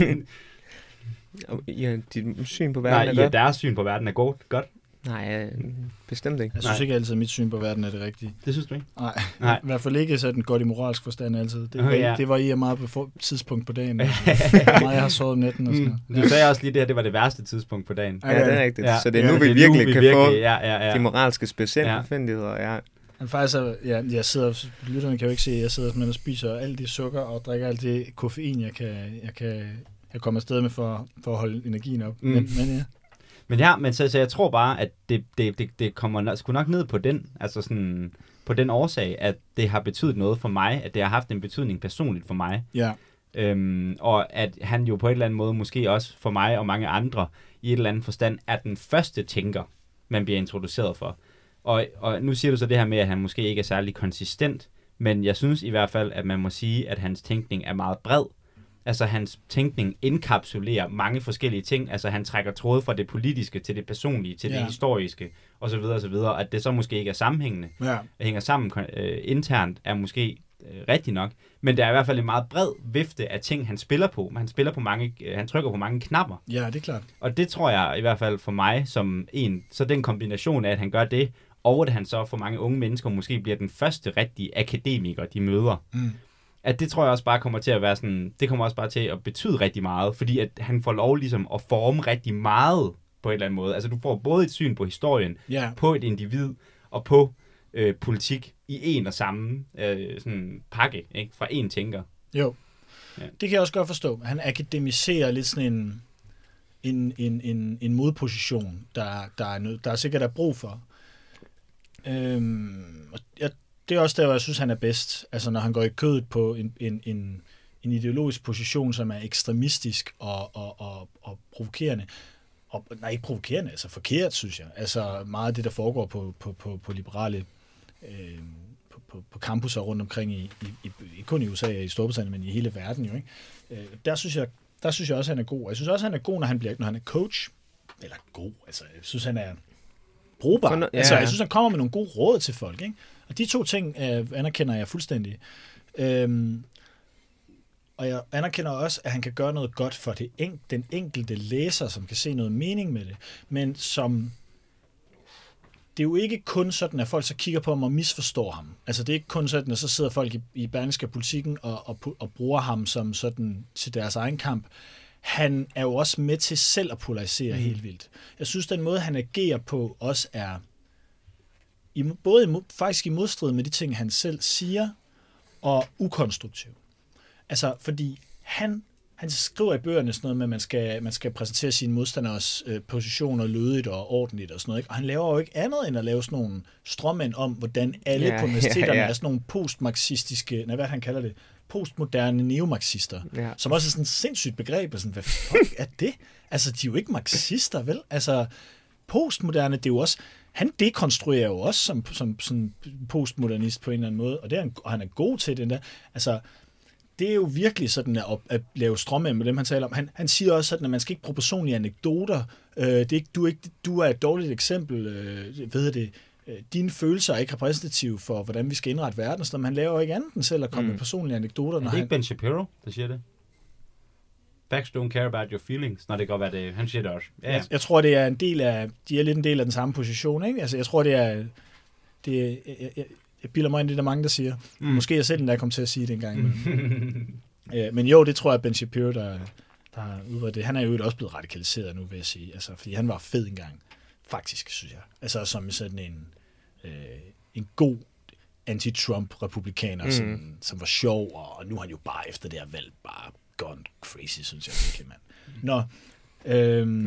C: Ja, dit syn på verden
A: Nej,
C: er
A: ja,
C: godt.
A: deres syn på verden er godt. godt.
C: Nej, bestemt ikke.
B: Jeg synes
A: Nej.
B: ikke altid, at mit syn på verden er det rigtige.
A: Det synes du ikke?
B: Nej, Nej. I hvert fald ikke sådan godt i moralsk forstand altid. Det,
A: Oh,
B: var,
A: ja.
B: det var i og meget på for, tidspunkt på dagen. Hvor meget jeg har sovet om natten og sådan
A: mm. Du sagde også lige det her, det var det værste tidspunkt på dagen.
C: Ja, det er rigtigt. Ja. Så det er
A: ja,
C: nu, vi
A: det er
C: virkelig
A: nu, vi
C: kan
A: virkelig,
C: få
A: ja, ja, ja.
C: de moralske specielle
A: ja.
C: befindigheder. Ja.
B: Men faktisk, er, ja, jeg sidder, lytterne kan jo ikke se, jeg sidder og spiser alt det sukker og drikker alt det koffein, jeg kan, jeg kan jeg kommer afsted med for, for at holde energien op. Mm. Men, men ja.
A: Men ja, men så, så jeg tror bare, at det, det, det, det kommer sgu nok ned på den, altså sådan, på den årsag, at det har betydet noget for mig, at det har haft en betydning personligt for mig.
B: Ja.
A: Øhm, og at han jo på en eller anden måde, måske også for mig og mange andre, i et eller andet forstand, er den første tænker, man bliver introduceret for. Og, og nu siger du så det her med, at han måske ikke er særlig konsistent, men jeg synes i hvert fald, at man må sige, at hans tænkning er meget bred. Altså hans tænkning indkapsulerer mange forskellige ting. Altså han trækker tråde fra det politiske til det personlige, til ja. det historiske, osv. osv. At det så måske ikke er sammenhængende, ja. hænger sammen øh, internt, er måske øh, rigtigt nok. Men der er i hvert fald en meget bred vifte af ting, han spiller på. Han spiller på mange, øh, han trykker på mange knapper.
B: Ja, det er klart.
A: Og det tror jeg i hvert fald for mig som en, så den kombination af, at han gør det, og at han så for mange unge mennesker måske bliver den første rigtige akademiker, de møder. Mm. at det tror jeg også bare kommer til at være sådan, det kommer også bare til at betyde rigtig meget, fordi at han får lov ligesom at forme rigtig meget på en eller anden måde. Altså du får både et syn på historien,
B: Ja.
A: på et individ og på øh, politik i en og samme øh, sådan pakke, ikke? Fra en tænker.
B: Jo,
A: Ja.
B: det kan jeg også godt forstå. Han akademiserer lidt sådan en, en, en, en, en modposition, der, der, er nød, der er sikkert er brug for. Øhm, og jeg, det er også der, hvor jeg synes, han er bedst. Altså når han går i kødet på en, en, en, en ideologisk position, som er ekstremistisk og, og, og, og provokerende. Og, nej, ikke provokerende, altså forkert, synes jeg. Altså meget af det, der foregår på, på, på, på liberale øh, på, på, på campusser rundt omkring, i, i, i, ikke kun i U S A og i Storbritannien, men i hele verden jo, ikke? Øh, der, synes jeg, der synes jeg også, at han er god. Jeg synes også, at han er god, når han, bliver, når han er coach. Eller god, altså jeg synes, han er brugbar.
C: No- ja,
B: altså,
C: ja.
B: jeg synes, han kommer med nogle gode råd til folk, ikke? Og de to ting øh, anerkender jeg fuldstændig. Øhm, og jeg anerkender også, at han kan gøre noget godt for det en, den enkelte læser, som kan se noget mening med det, men som det er jo ikke kun sådan, at folk så kigger på ham og misforstår ham. Altså det er ikke kun sådan, at så sidder folk i, i Berlingske Politikken og, og, og bruger ham som sådan til deres egen kamp. Han er jo også med til selv at polarisere mm. helt vildt. Jeg synes, den måde, han agerer på, også er i, både i, faktisk i modstrid med de ting, han selv siger, og ukonstruktiv. Altså, fordi han, han skriver i bøgerne sådan noget med, at man skal, man skal præsentere sine modstanders øh, positioner lødigt og ordentligt og sådan noget, ikke? Og han laver jo ikke andet end at lave sådan nogle stråmænd om, hvordan alle
C: Ja,
B: på universiteterne
C: ja, ja.
B: er sådan nogle postmarxistiske, nej, hvad han kalder det, postmoderne neomarxister,
C: Ja.
B: som også er sådan et sindssygt begreb, og sådan, hvad fuck er det? Altså, de er jo ikke marxister, vel? Altså, postmoderne, det er jo også, han dekonstruerer jo også som, som, som postmodernist på en eller anden måde, og, det er han, og han er god til den der. Altså, det er jo virkelig sådan at, at lave stråmænd med dem, han taler om. Han, han siger også sådan, at man skal ikke bruge personlige anekdoter. Øh, det er ikke, du, er ikke, du er et dårligt eksempel. Øh, ved det, øh, dine følelser er ikke repræsentative for, hvordan vi skal indrette verden. Så han laver jo ikke andet end selv at komme mm. med personlige anekdoter.
A: Er
B: Når
A: det ikke
B: han,
A: Ben Shapiro, der siger det? Facts don't care about your feelings. Nå, det kan godt være det. Han siger det også. Ja, ja.
B: jeg, jeg tror, det er en del af, de er lidt en del af den samme position, ikke? Altså, jeg tror, det er, det er jeg, jeg, jeg bilder mig ind, det er der mange, der siger. Mm. Måske jeg selv den der kom til at sige det engang. Men, øh, men jo, det tror jeg, Ben Shapiro, der, der har udvredt det. Han er jo også blevet radikaliseret nu, vil jeg sige. Altså, fordi han var fed engang. Faktisk, synes jeg. Altså, som sådan en, øh, en god anti-Trump-republikaner, mm. som, som var sjov, og nu er han jo bare efter det her valg bare gone crazy, synes jeg virkelig, mand. Nå, øhm,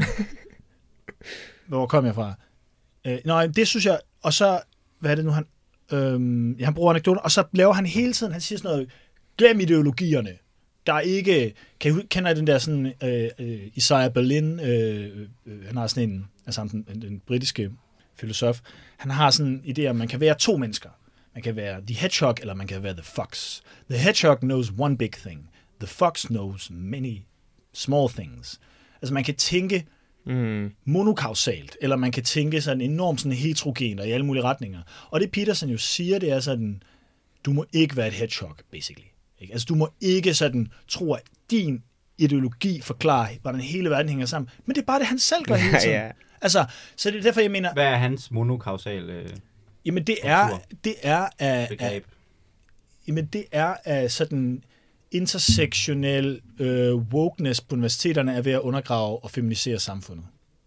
B: hvor kom jeg fra? Øh, nej, det synes jeg, og så, hvad er det nu, han, øhm, ja, han bruger anekdoter, og så laver han hele tiden, han siger sådan noget, glem ideologierne. Der er ikke, kan I kender den der sådan, øh, øh, Isaiah Berlin, øh, øh, han har sådan en, altså den, den, den britiske filosof, han har sådan en idé om, man kan være to mennesker. Man kan være the hedgehog, eller man kan være the fox. The hedgehog knows one big thing. The fox knows many small things. Altså man kan tænke mm. monokausalt, eller man kan tænke sådan enormt sådan heterogen og i alle mulige retninger. Og det Peterson jo siger, det er sådan, du må ikke være et hedgehog, basically. Ikke? Altså du må ikke sådan tro, at din ideologi forklarer, hvordan hele verden hænger sammen. Men det er bare det, han selv gør hele tiden. Ja, ja. Altså, så det er derfor, jeg mener...
A: Hvad er hans monokausale øh,
B: Jamen det er, det er af, af, jamen det er af sådan intersektionel øh, wokeness på universiteterne er ved at undergrave og feminisere samfundet.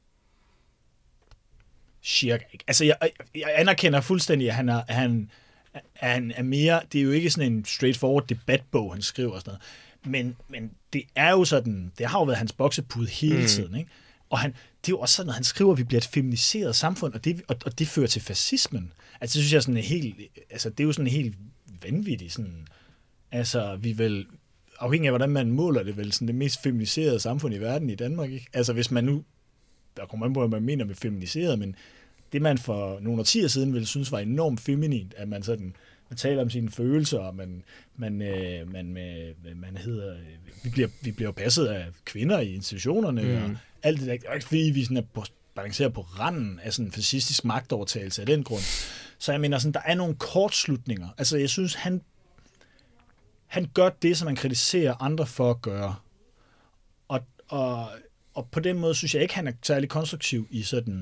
B: Cirka ikke. Altså jeg, jeg anerkender fuldstændig, at han er, han, han er mere, det er jo ikke sådan en straightforward debatbog, han skriver og sådan noget, men, men det er jo sådan, det har jo været hans boksepude hele tiden, ikke? Og han, det er jo også sådan, når han skriver, at vi bliver et feminiseret samfund, og det, og, og det fører til fascismen. Altså, det synes jeg sådan er helt, altså, det er jo sådan helt vanvittigt, sådan, altså, vi vel, afhængig af, hvordan man måler det, vel sådan det mest feminiserede samfund i verden i Danmark, ikke? Altså, hvis man nu, der kommer man på, hvad man mener med feminiseret, men det man for nogle årtier siden ville synes var enormt feminint, at man sådan, man taler om sine følelser, og man, man, øh, man, man, man hedder, vi bliver, vi bliver passet af kvinder i institutionerne, mm. og alt det der. Det er ikke fordi, vi sådan er på, balanceret på randen af sådan en fascistisk magtovertagelse af den grund. Så jeg mener, sådan, der er nogle kortslutninger. Altså, jeg synes, han, han gør det, som man kritiserer andre for at gøre. Og, og, og på den måde synes jeg ikke, han er særlig konstruktiv i sådan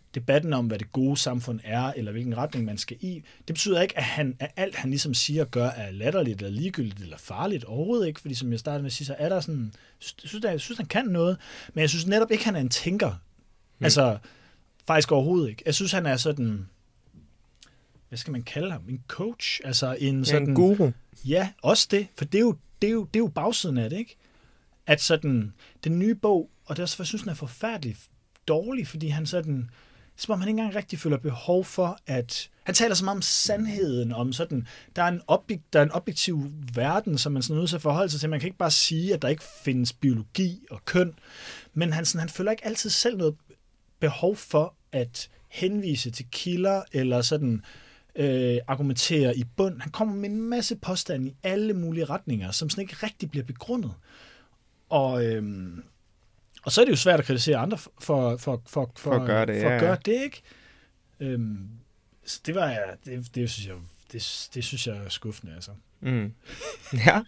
B: debatten om, hvad det gode samfund er, eller hvilken retning man skal i, det betyder ikke, at, han, at alt, han ligesom siger og gør, er latterligt, eller ligegyldigt, eller farligt. Overhovedet ikke, fordi som jeg startede med at sige, så er der sådan, jeg synes, jeg synes han kan noget, men jeg synes netop ikke, han er en tænker. Mm. Altså, faktisk overhovedet ikke. Jeg synes, han er sådan, hvad skal man kalde ham? En coach? Altså en sådan...
C: Ja, en guru.
B: Ja, også det, for det er jo, det er jo, det er jo bagsiden af det, ikke? At sådan, den nye bog, og det er også, jeg synes, den er forfærdelig dårlig, fordi han sådan, som om han ikke engang rigtig føler behov for, at han taler så meget om sandheden, om sådan, der er en, objek, der er en objektiv verden, som man sådan er nødt til at forholde sig til. Man kan ikke bare sige, at der ikke findes biologi og køn, men han, sådan, han føler ikke altid selv noget behov for at henvise til kilder, eller sådan øh, argumentere i bund. Han kommer med en masse påstande i alle mulige retninger, som sådan ikke rigtig bliver begrundet. Og, øhm, og så er det jo svært at kritisere andre for, for, for, for,
C: for at gøre det,
B: for
C: ja.
B: at gøre det, ikke? Øhm, så det var jeg, det, det synes jeg, det, det synes jeg er skuffende, altså.
C: Mm. Ja.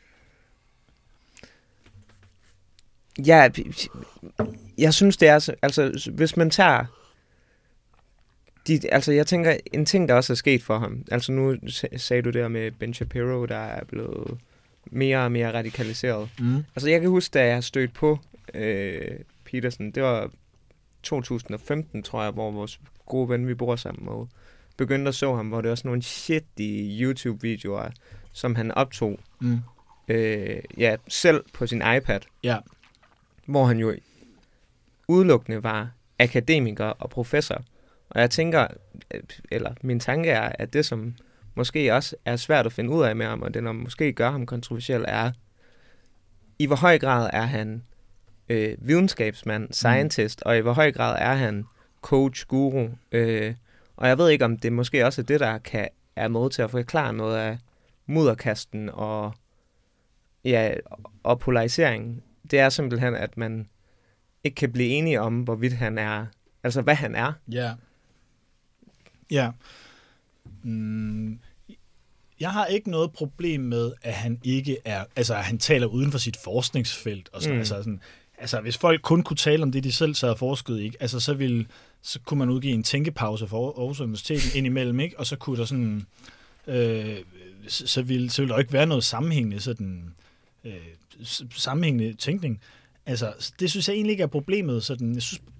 C: Ja, jeg synes det er, altså hvis man tager, de, altså jeg tænker, en ting der også er sket for ham, altså nu sagde du der med Ben Shapiro, der er blevet mere og mere radikaliseret. Mm. Altså jeg kan huske, da jeg stødte på øh, Peterson, det var to tusind og femten, tror jeg, hvor vores gode ven, vi bor sammen med, begyndte at så ham, hvor det var sådan nogle shitty YouTube-videoer, som han optog, mm. øh, ja, selv på sin iPad.
B: Ja.
C: Hvor han jo udelukkende var akademiker og professor. Og jeg tænker, eller min tanke er, at det som måske også er svært at finde ud af med ham, og det der måske gør ham kontroversiel, er, i hvor høj grad er han øh, videnskabsmand, scientist, mm. og i hvor høj grad er han coach, guru. Øh, og jeg ved ikke, om det måske også er det, der kan, er med til at forklare noget af mudderkasten og, ja, og polariseringen. Det er simpelthen, at man ikke kan blive enige om, hvorvidt han er, altså hvad han er.
B: Ja. Ja. Mm, jeg har ikke noget problem med, at han ikke er, altså at han taler uden for sit forskningsfelt. Og sådan, mm. altså, sådan, altså hvis folk kun kunne tale om det, de selv så har forsket i, altså så ville, så kunne man udgive en tænkepause for Aarhus Universitet indimellem, ikke? Og så kunne der sådan, øh, så, ville, så ville der ikke være noget sammenhængende sådan, øh, sammenhængende tænkning. Altså, det synes jeg egentlig ikke er problemet. Sådan, jeg synes,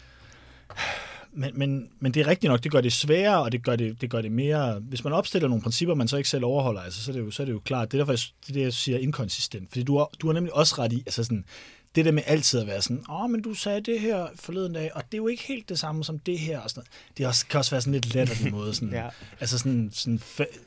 B: men, men, men det er rigtigt nok, det gør det sværere, og det gør det, det gør det mere... Hvis man opstiller nogle principper, man så ikke selv overholder, altså, så, er det jo, så er det jo klart. Det er derfor, jeg, det er det, jeg siger inkonsistent. Fordi du har, du har nemlig også ret i, altså sådan, det der med altid at være sådan, åh, oh, men du sagde det her forleden dag, og det er jo ikke helt det samme som det her. Og sådan noget. Det også, kan også være sådan lidt latterlig måde. Sådan, ja. Altså sådan... sådan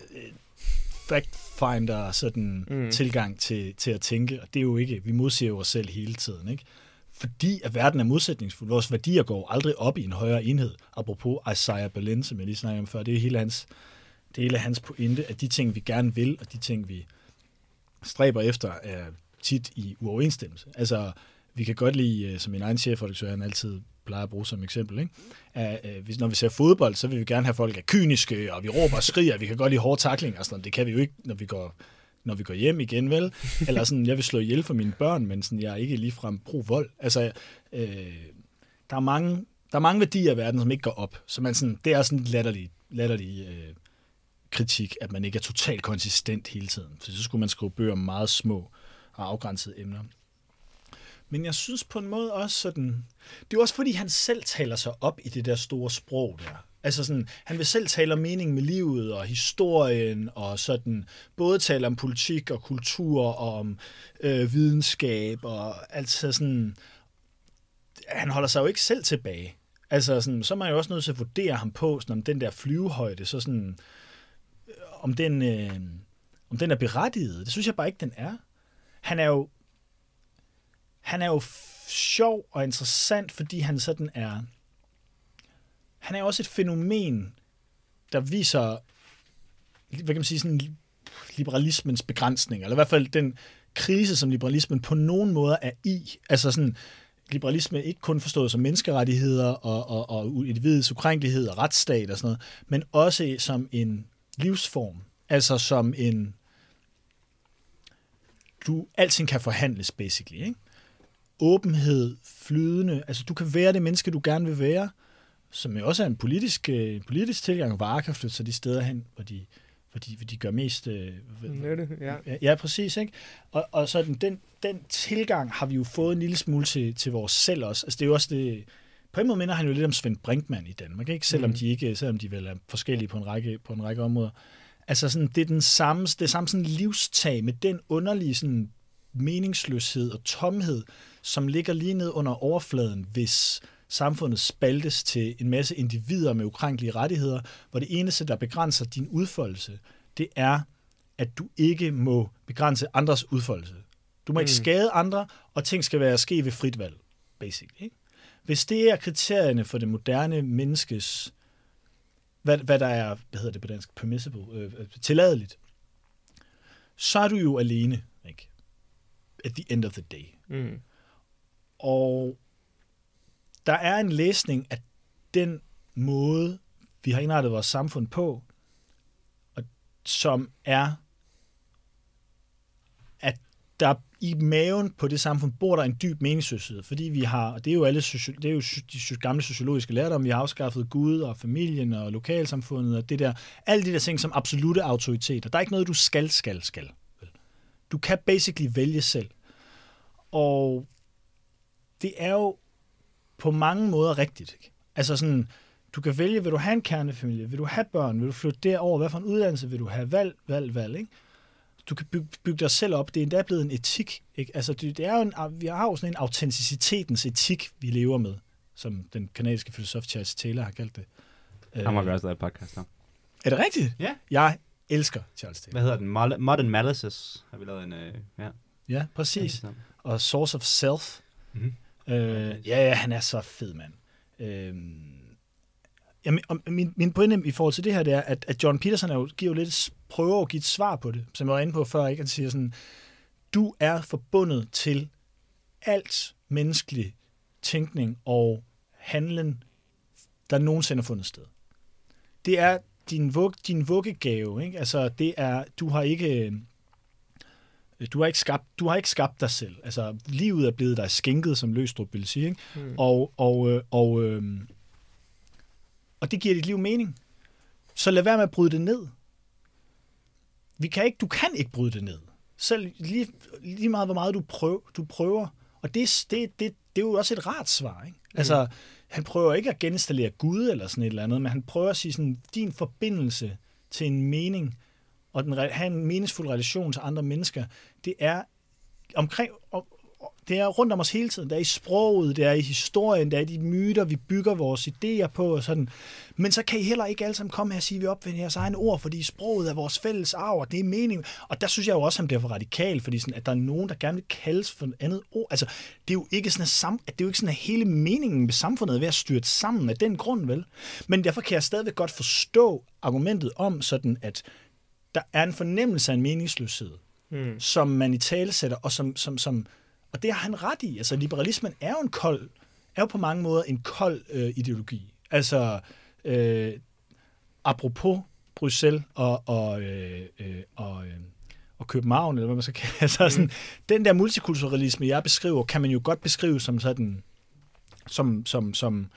B: fact-finder sådan mm. tilgang til, til at tænke, og det er jo ikke, vi modsiger jo os selv hele tiden, ikke? Fordi at verden er modsætningsfuld. Vores værdier går aldrig op i en højere enhed. Apropos Isaiah Berlin, som jeg lige snakkede om før, det er hele hans, det er hele hans pointe, at de ting, vi gerne vil, og de ting, vi stræber efter, er tit i uoverensstemmelse. Altså, vi kan godt lide, som min egen chefredaktør, han altid plejer at bruge som eksempel, ikke? At, øh, hvis, når vi ser fodbold, så vil vi gerne have folk er kyniske, og vi råber og skriger, vi kan godt lide hårde tackling og sådan noget. Det kan vi jo ikke, når vi går, når vi går hjem igen, vel? Eller sådan, jeg vil slå ihjel for mine børn, men sådan, jeg er ikke ligefrem brug vold. Altså, øh, der, er mange, der er mange værdier i verden, som ikke går op. Så man sådan, det er sådan en latterlig, latterlig øh, kritik, at man ikke er totalt konsistent hele tiden. For så skulle man skrive bøger om meget små og afgrænsede emner. Men jeg synes på en måde også sådan... Det er jo også fordi, han selv taler sig op i det der store sprog der. Altså sådan, han vil selv tale om mening med livet og historien og sådan... Både tale om politik og kultur og om øh, videnskab og alt sådan... Han holder sig jo ikke selv tilbage. Altså sådan, så er man jo også nødt til at vurdere ham på, sådan, om den der flyvehøjde, så sådan... Om den, øh, om den er berettiget. Det synes jeg bare ikke, den er. Han er jo... Han er jo sjov og interessant, fordi han sådan er... Han er også et fænomen, der viser, hvad kan man sige, sådan liberalismens begrænsning, eller i hvert fald den krise, som liberalismen på nogen måder er i. Altså sådan, liberalisme er ikke kun forstået som menneskerettigheder og, og, og individets ukrænkelighed og retsstat og sådan noget, men også som en livsform. Altså som en... Du, alting kan forhandles, basically, ikke? Åbenhed, flydende, altså du kan være det menneske, du gerne vil være, som jo også er en politisk, øh, politisk tilgang. Varer kan flytte sig de steder hen, hvor de, hvor de, hvor de gør mest... Øh,
C: Nytte, ja.
B: ja. Ja, præcis. Ikke? Og, og så den, den, den tilgang har vi jo fået en lille smule til, til vores selv også. Altså det er jo også det... På en måde minder han jo lidt om Svend Brinkmann i Danmark, ikke? Selvom, mm. de ikke, selvom de vel er forskellige på en række, på en række områder. Altså sådan, det er den samme, det er samme sådan livstag med den underlige sådan, meningsløshed og tomhed, som ligger lige ned under overfladen, hvis samfundet spaltes til en masse individer med ukrænkelige rettigheder, hvor det eneste, der begrænser din udfoldelse, det er, at du ikke må begrænse andres udfoldelse. Du må mm. ikke skade andre, og ting skal være ske ved frit valg, basically. Ikke? Hvis det er kriterierne for det moderne menneskes, hvad, hvad der er, hvad hedder det på dansk, permissible, øh, tilladeligt, så er du jo alene, ikke? At the end of the day. Mm. Og der er en læsning af den måde, vi har indrettet vores samfund på, og som er, at der i maven på det samfund bor der en dyb meningsløshed, fordi vi har, og det er jo alle det er jo de gamle sociologiske lærdomme, vi har afskaffet Gud og familien og lokalsamfundet og det der, alle de der ting som absolute autoriteter. Der er ikke noget, du skal, skal, skal. Du kan basically vælge selv. Og det er jo på mange måder rigtigt. Ikke? Altså sådan, du kan vælge, vil du have en kernefamilie, vil du have børn, vil du flytte derover, hvad for en uddannelse vil du have, valg, valg, valg, ikke? Du kan bygge, bygge dig selv op. Det er endda blevet en etik. Ikke? Altså, det, det er jo en, vi har jo sådan en autenticitetens etik, vi lever med, som den kanadiske filosof Charles Taylor har kaldt det.
A: Han må gøre sådan et podcast her.
B: Er det rigtigt?
A: Ja.
B: Jeg elsker Charles Taylor.
A: Hvad hedder den? Modern Malices har vi lavet en... Øh, ja.
B: ja, præcis. Og Source of Self. Mm-hmm. Øh, ja, ja, han er så fed, mand. Øh, Jamen, min, min pointe i forhold til det her, det er, at, at John Peterson er jo, giver jo lidt prøver at give et svar på det, som jeg var inde på før, ikke? Han siger sådan, du er forbundet til alt menneskelig tænkning og handlen, der nogensinde har fundet sted. Det er din, vug, din vuggegave, ikke? Altså, det er, du har ikke... Du har, ikke skabt, du har ikke skabt dig selv. Altså, livet er blevet dig skænket, som Løgstrup ville sige, ikke? Mm. Og, og, og, øh, og det giver dit liv mening. Så lad være med at bryde det ned. Vi kan ikke, du kan ikke bryde det ned. Selv lige, lige meget, hvor meget du prøver. Du prøver. Og det, det, det, det er jo også et rart svar, ikke? Mm. Altså, han prøver ikke at geninstallere Gud eller sådan et eller andet, men han prøver at sige sådan, din forbindelse til en mening, og den, have en meningsfuld relation til andre mennesker, det er omkring, det er rundt om os hele tiden. Det er i sproget, det er i historien, det er i de myter, vi bygger vores idéer på og sådan. Men så kan I heller ikke alle sammen komme her og sige, at vi opfinder jeres egne ord, fordi sproget er vores fælles arv, og det er meningen. Og der synes jeg jo også, at han bliver for radikal, fordi sådan, at der er nogen, der gerne vil kaldes for et andet ord. Altså, det er jo ikke sådan, at, sam- at, det er jo ikke sådan, at hele meningen med samfundet er ved at styrte sammen af den grund, vel? Men derfor kan jeg stadigvæk godt forstå argumentet om sådan, at der er en fornemmelse af en meningsløshed, mm. som man i tale sætter, og som, som, som og det har han ret i. Altså, liberalismen er jo en kold, er jo på mange måder en kold øh, ideologi. Altså, øh, apropos Bruxelles og, og, øh, øh, og, øh, og København, eller hvad man skal kalde det. Altså, sådan, mm. den der multikulturalisme, jeg beskriver, kan man jo godt beskrive som sådan, som, som, som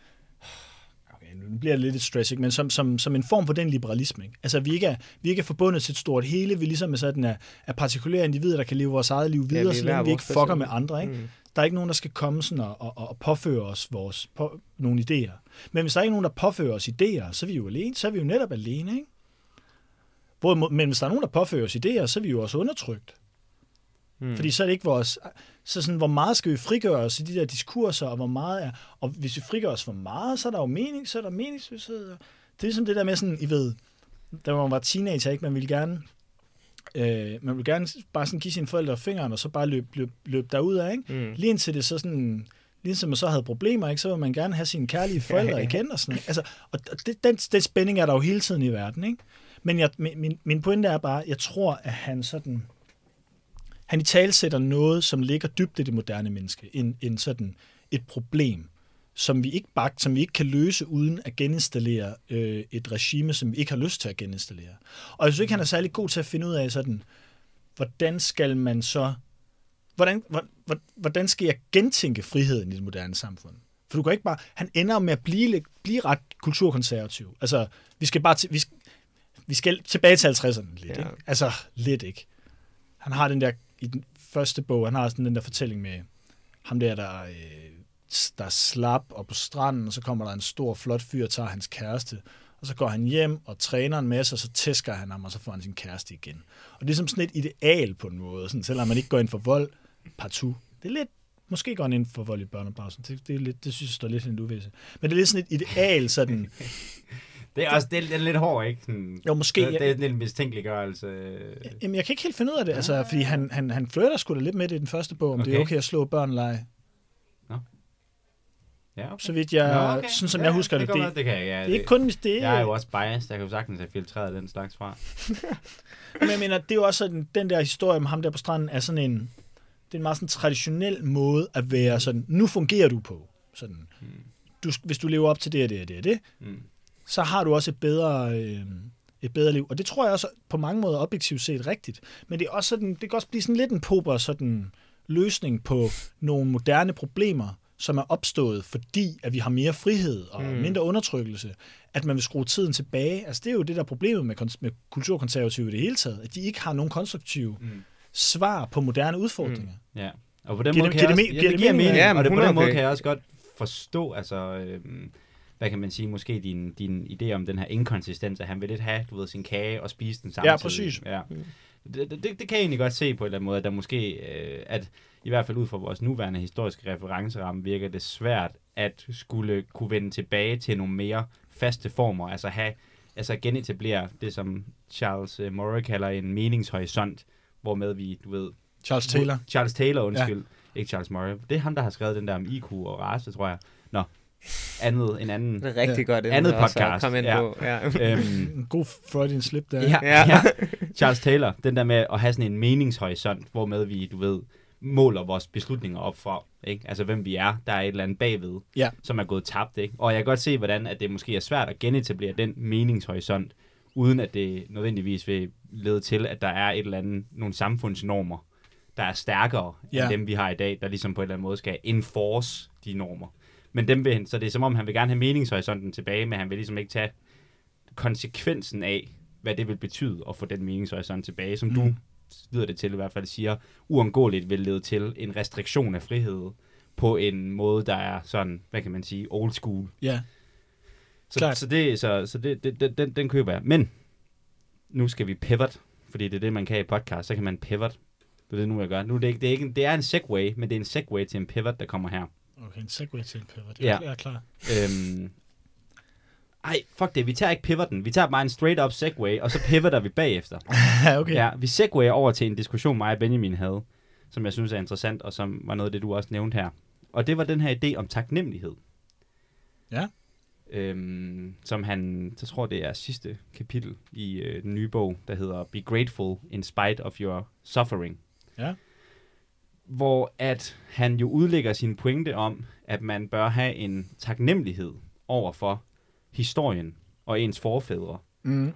B: nu bliver det lidt et stress, ikke? Men som, som, som en form for den liberalisme. Ikke? Altså, vi ikke, er, vi ikke er forbundet til et stort hele, vi ligesom er sådan er, er partikulære individer, der kan leve vores eget liv videre, ja, så længe vi ikke fucker med andre. Ikke? Mm. Der er ikke nogen, der skal komme sådan og, og, og påføre os vores, på, nogle idéer. Men hvis der er ikke nogen, der påfører os idéer, så er vi jo alene, så er vi jo netop alene. Ikke? Både, men hvis der er nogen, der påfører os idéer, så er vi jo også undertrykt. Mm. Fordi så er det ikke vores... Så sådan, hvor meget skal vi frigøre os i de der diskurser, og hvor meget er... Og hvis vi frigør os for meget, så er der jo mening, så er der meningsløshed. Det er ligesom det der med sådan, I ved, da man var teenager, ikke? Man ville gerne... Øh, man ville gerne bare sådan give sine forældre fingeren, og så bare løbe løb, løb derudad, ikke? Mm. Lige indtil det så sådan... Lige indtil man så havde problemer, ikke? Så vil man gerne have sine kærlige forældre ja, ja. igen og sådan. Altså, og det, den, den spænding er der jo hele tiden i verden, ikke? Men jeg, min, min pointe er bare, jeg tror, at han sådan... Han i tale sætter noget, som ligger dybt i det moderne menneske, en, en sådan et problem, som vi ikke bare, som vi ikke kan løse uden at geninstallere øh, et regime, som vi ikke har lyst til at geninstallere. Og jeg synes ikke, han er særlig god til at finde ud af sådan, hvordan skal man så, hvordan, hvordan skal jeg gentænke friheden i det moderne samfund? For du kan ikke bare... Han ender med at blive, blive ret kulturkonservativ. Altså, vi skal bare... Til, vi, skal, vi skal tilbage til halvtredserne lidt, ja. Ikke? Altså, lidt ikke. Han har den der... I den første bog, han har sådan den der fortælling med ham der, der, øh, der er slap og på stranden, og så kommer der en stor, flot fyr og tager hans kæreste. Og så går han hjem og træner en masse, og så tæsker han ham, og så får han sin kæreste igen. Og det er som sådan et ideal på en måde, sådan, selvom man ikke går ind for vold partout. Det er lidt... Måske går han ind for vold i børnepausen. Det, det, er lidt, det synes jeg står lidt en uvisse. Men det er lidt sådan et ideal, sådan...
A: det er også det er, det er lidt hårdt, ikke? Sådan,
B: jo, måske...
A: Det, det er lidt en mistænkeliggørelse.
B: Jamen, jeg kan ikke helt finde ud af det, ja. Altså, fordi han, han, han flirter sgu da lidt med det i den første bog, om okay. Det er okay at slå børnelege.
A: Nå. Ja, okay.
B: Så vidt jeg... Nå, okay. Sådan som ja, jeg husker det. Det, det,
A: det, kan jeg, ja,
B: det er ikke kun... Det,
A: jeg er jo også biased. Jeg kan jo sagtens have filtreret den slags fra.
B: Men jeg mener, det er jo også sådan, den der historie om ham der på stranden er sådan en... Det er en meget sådan traditionel måde at være sådan, nu fungerer du på. Sådan, mm. du, hvis du lever op til det og det og det og det, mm. så har du også et bedre, øh, et bedre liv. Og det tror jeg også på mange måder objektivt set rigtigt. Men det, er også sådan, det kan også blive sådan lidt en pober sådan, løsning på nogle moderne problemer, som er opstået, fordi at vi har mere frihed og mm. mindre undertrykkelse, at man vil skrue tiden tilbage. Altså det er jo det der problemet med, med kulturkonservative i det hele taget, at de ikke har nogen konstruktive mm. svar på moderne udfordringer.
A: Mm. Ja, og på den måde kan jeg også, ja, det giver mening, ja, og det, på den måde kan jeg også godt forstå, altså, øhm, hvad kan man sige, måske din, din idé om den her inkonsistens, at han vil lidt have, du ved, sin kage og spise den samtidig.
B: Ja, præcis. Ja.
A: Mm. Det, det, det kan jeg egentlig godt se på en eller anden måde, at der måske, øh, at i hvert fald ud fra vores nuværende historiske referenceramme, virker det svært at skulle kunne vende tilbage til nogle mere faste former, altså have, altså genetablere det, som Charles øh, Murray kalder en meningshorisont, hvormed vi, du ved...
B: Charles Taylor.
A: Charles Taylor, undskyld. Ja. Ikke Charles Murray. Det er ham, der har skrevet den der om I Q og race, tror jeg. Nå, andet, en anden...
C: Det er rigtig ja. godt.
A: Andet podcast.
C: Kom ind
A: ja.
C: på. Ja.
B: øhm, en god Freudian slip der.
A: Ja, ja. ja. Charles Taylor, den der med at have sådan en meningshorisont, hvormed vi, du ved, måler vores beslutninger op fra, ikke? Altså, hvem vi er. Der er et eller andet bagved, ja. som er gået tabt, ikke? Og jeg kan godt se, hvordan at det måske er svært at genetablere den meningshorisont, uden at det nødvendigvis vil lede til, at der er et eller andet, nogle samfundsnormer, der er stærkere ja. end dem, vi har i dag, der ligesom på en eller anden måde skal enforce de normer. Men dem vil han, så det er som om, han vil gerne have meningshorisonten tilbage, men han vil ligesom ikke tage konsekvensen af, hvad det vil betyde at få den meningshorisont tilbage, som mm. du lyder det til i hvert fald siger, uundgåeligt vil lede til en restriktion af frihed på en måde, der er sådan, hvad kan man sige, old school.
B: Ja.
A: Så, så, det, så, så det, det, det, den, den køber jeg. Men nu skal vi pivot, fordi det er det, man kan i podcast. Så kan man pivot. Det er det nu, jeg gør. Nu er det, ikke, det, er ikke, det er en segway, men det er en segway til en pivot, der kommer her.
B: Okay, en segway til en pivot. Jeg
A: ja.
B: er klar.
A: Øhm, ej, fuck det. Vi tager ikke pivoten. Vi tager bare en straight-up segway, og så pivoter vi bagefter.
B: Okay.
A: Ja, vi segwayer over til en diskussion, mig og Benjamin havde, som jeg synes er interessant, og som var noget af det, du også nævnte her. Og det var den her idé om taknemmelighed.
B: Ja.
A: Øhm, som han, så tror det er sidste kapitel i øh, den nye bog, der hedder Be Grateful in Spite of Your Suffering.
B: Ja.
A: Hvor at han jo udlægger sin pointe om, at man bør have en taknemmelighed over for historien og ens forfædre.
B: Mm.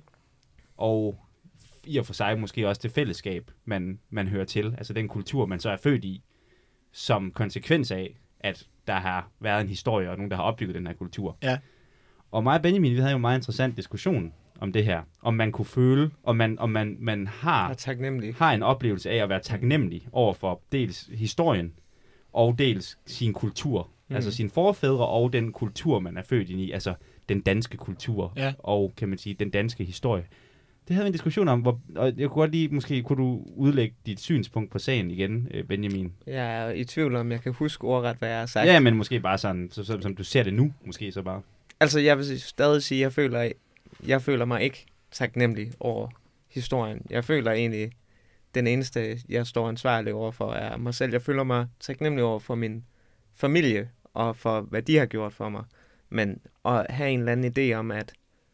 A: Og i og for sig måske også det fællesskab, man, man hører til, altså den kultur, man så er født i, som konsekvens af, at der har været en historie, og nogen, der har opbygget den her kultur.
B: Ja.
A: Og mig og Benjamin, vi havde jo en meget interessant diskussion om det her. Om man kunne føle, om man, om man, man har, har en oplevelse af at være taknemmelig over for dels historien, og dels sin kultur. Mm. Altså sine forfædre og den kultur, man er født ind i. Altså den danske kultur,
B: ja.
A: og kan man sige, den danske historie. Det havde vi en diskussion om, hvor, og jeg kunne godt lige, måske kunne du udlægge dit synspunkt på sagen igen, Benjamin?
C: Jeg er i tvivl om, jeg kan huske ordret, hvad jeg har sagt.
A: Ja, men måske bare sådan, så, så, som du ser det nu, måske så bare.
C: Altså, jeg vil stadig sige, at jeg føler, jeg føler mig ikke taknemmelig over historien. Jeg føler egentlig, den eneste, jeg står ansvarlig over for, er mig selv. Jeg føler mig taknemmelig over for min familie, og for, hvad de har gjort for mig. Men at have en eller anden idé om, at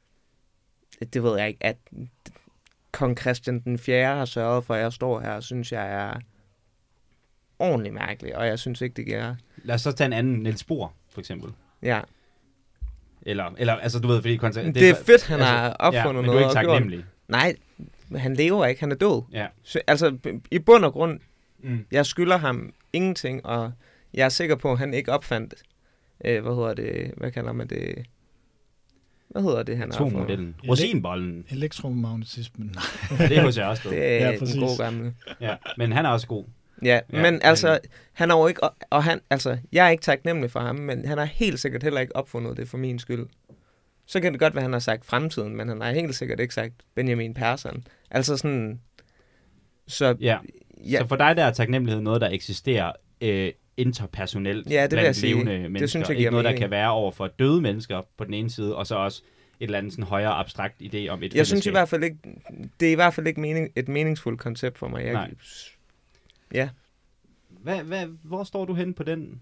C: det ved jeg ikke, at kong Christian den fjerde har sørget for, at jeg står her, synes jeg er ordentligt mærkeligt, og jeg synes ikke, det giver...
A: Lad os så tage en anden, Niels Bohr, for eksempel.
C: Ja.
A: Eller, eller altså, du ved, fordi... Kontra-
C: det, det er fedt, han altså, har opfundet ja,
A: men
C: noget.
A: du er ikke taknemmelig.
C: Nej, han lever ikke, han er død.
A: Ja.
C: Så, altså, i bund og grund,
A: mm.
C: jeg skylder ham ingenting, og jeg er sikker på, at han ikke opfandt øh, hvad hedder det, hvad kalder man det, hvad hedder det, han har for?
A: Atom-modellen. Rosinbollen.
B: Elektromagnetismen.
A: Det er hos jeg også stået.
C: Det er
B: Ja,
C: ja,
B: præcis.
C: en god gamle.
A: Ja, men han er også god.
C: Ja,
A: Ja,
C: men altså,
A: men-
C: han er jo ikke, og, og han, altså, jeg er ikke taknemmelig for ham, men han har helt sikkert heller ikke opfundet det for min skyld. Så kan det godt være, han har sagt fremtiden, men han har helt sikkert ikke sagt Benjamin Persson. Altså sådan, så
A: Ja.
C: ja,
A: Så for dig der er taknemmelighed noget, der eksisterer øh, interpersonelt
C: Ja, det vil jeg
A: blandt
C: sige.
A: levende
C: Det
A: mennesker.
C: synes jeg
A: Ikke
C: giver
A: noget, der
C: mening.
A: kan være over for døde mennesker på den ene side, og så også et eller andet sådan højere abstrakt idé om et
C: jeg synes i
A: fællesskab.
C: hvert fald ikke, det er i hvert fald ikke mening, et meningsfuldt koncept for mig. Jeg,
A: Nej.
C: Ja,
A: Hvad, hvad, hvor står du hen på den?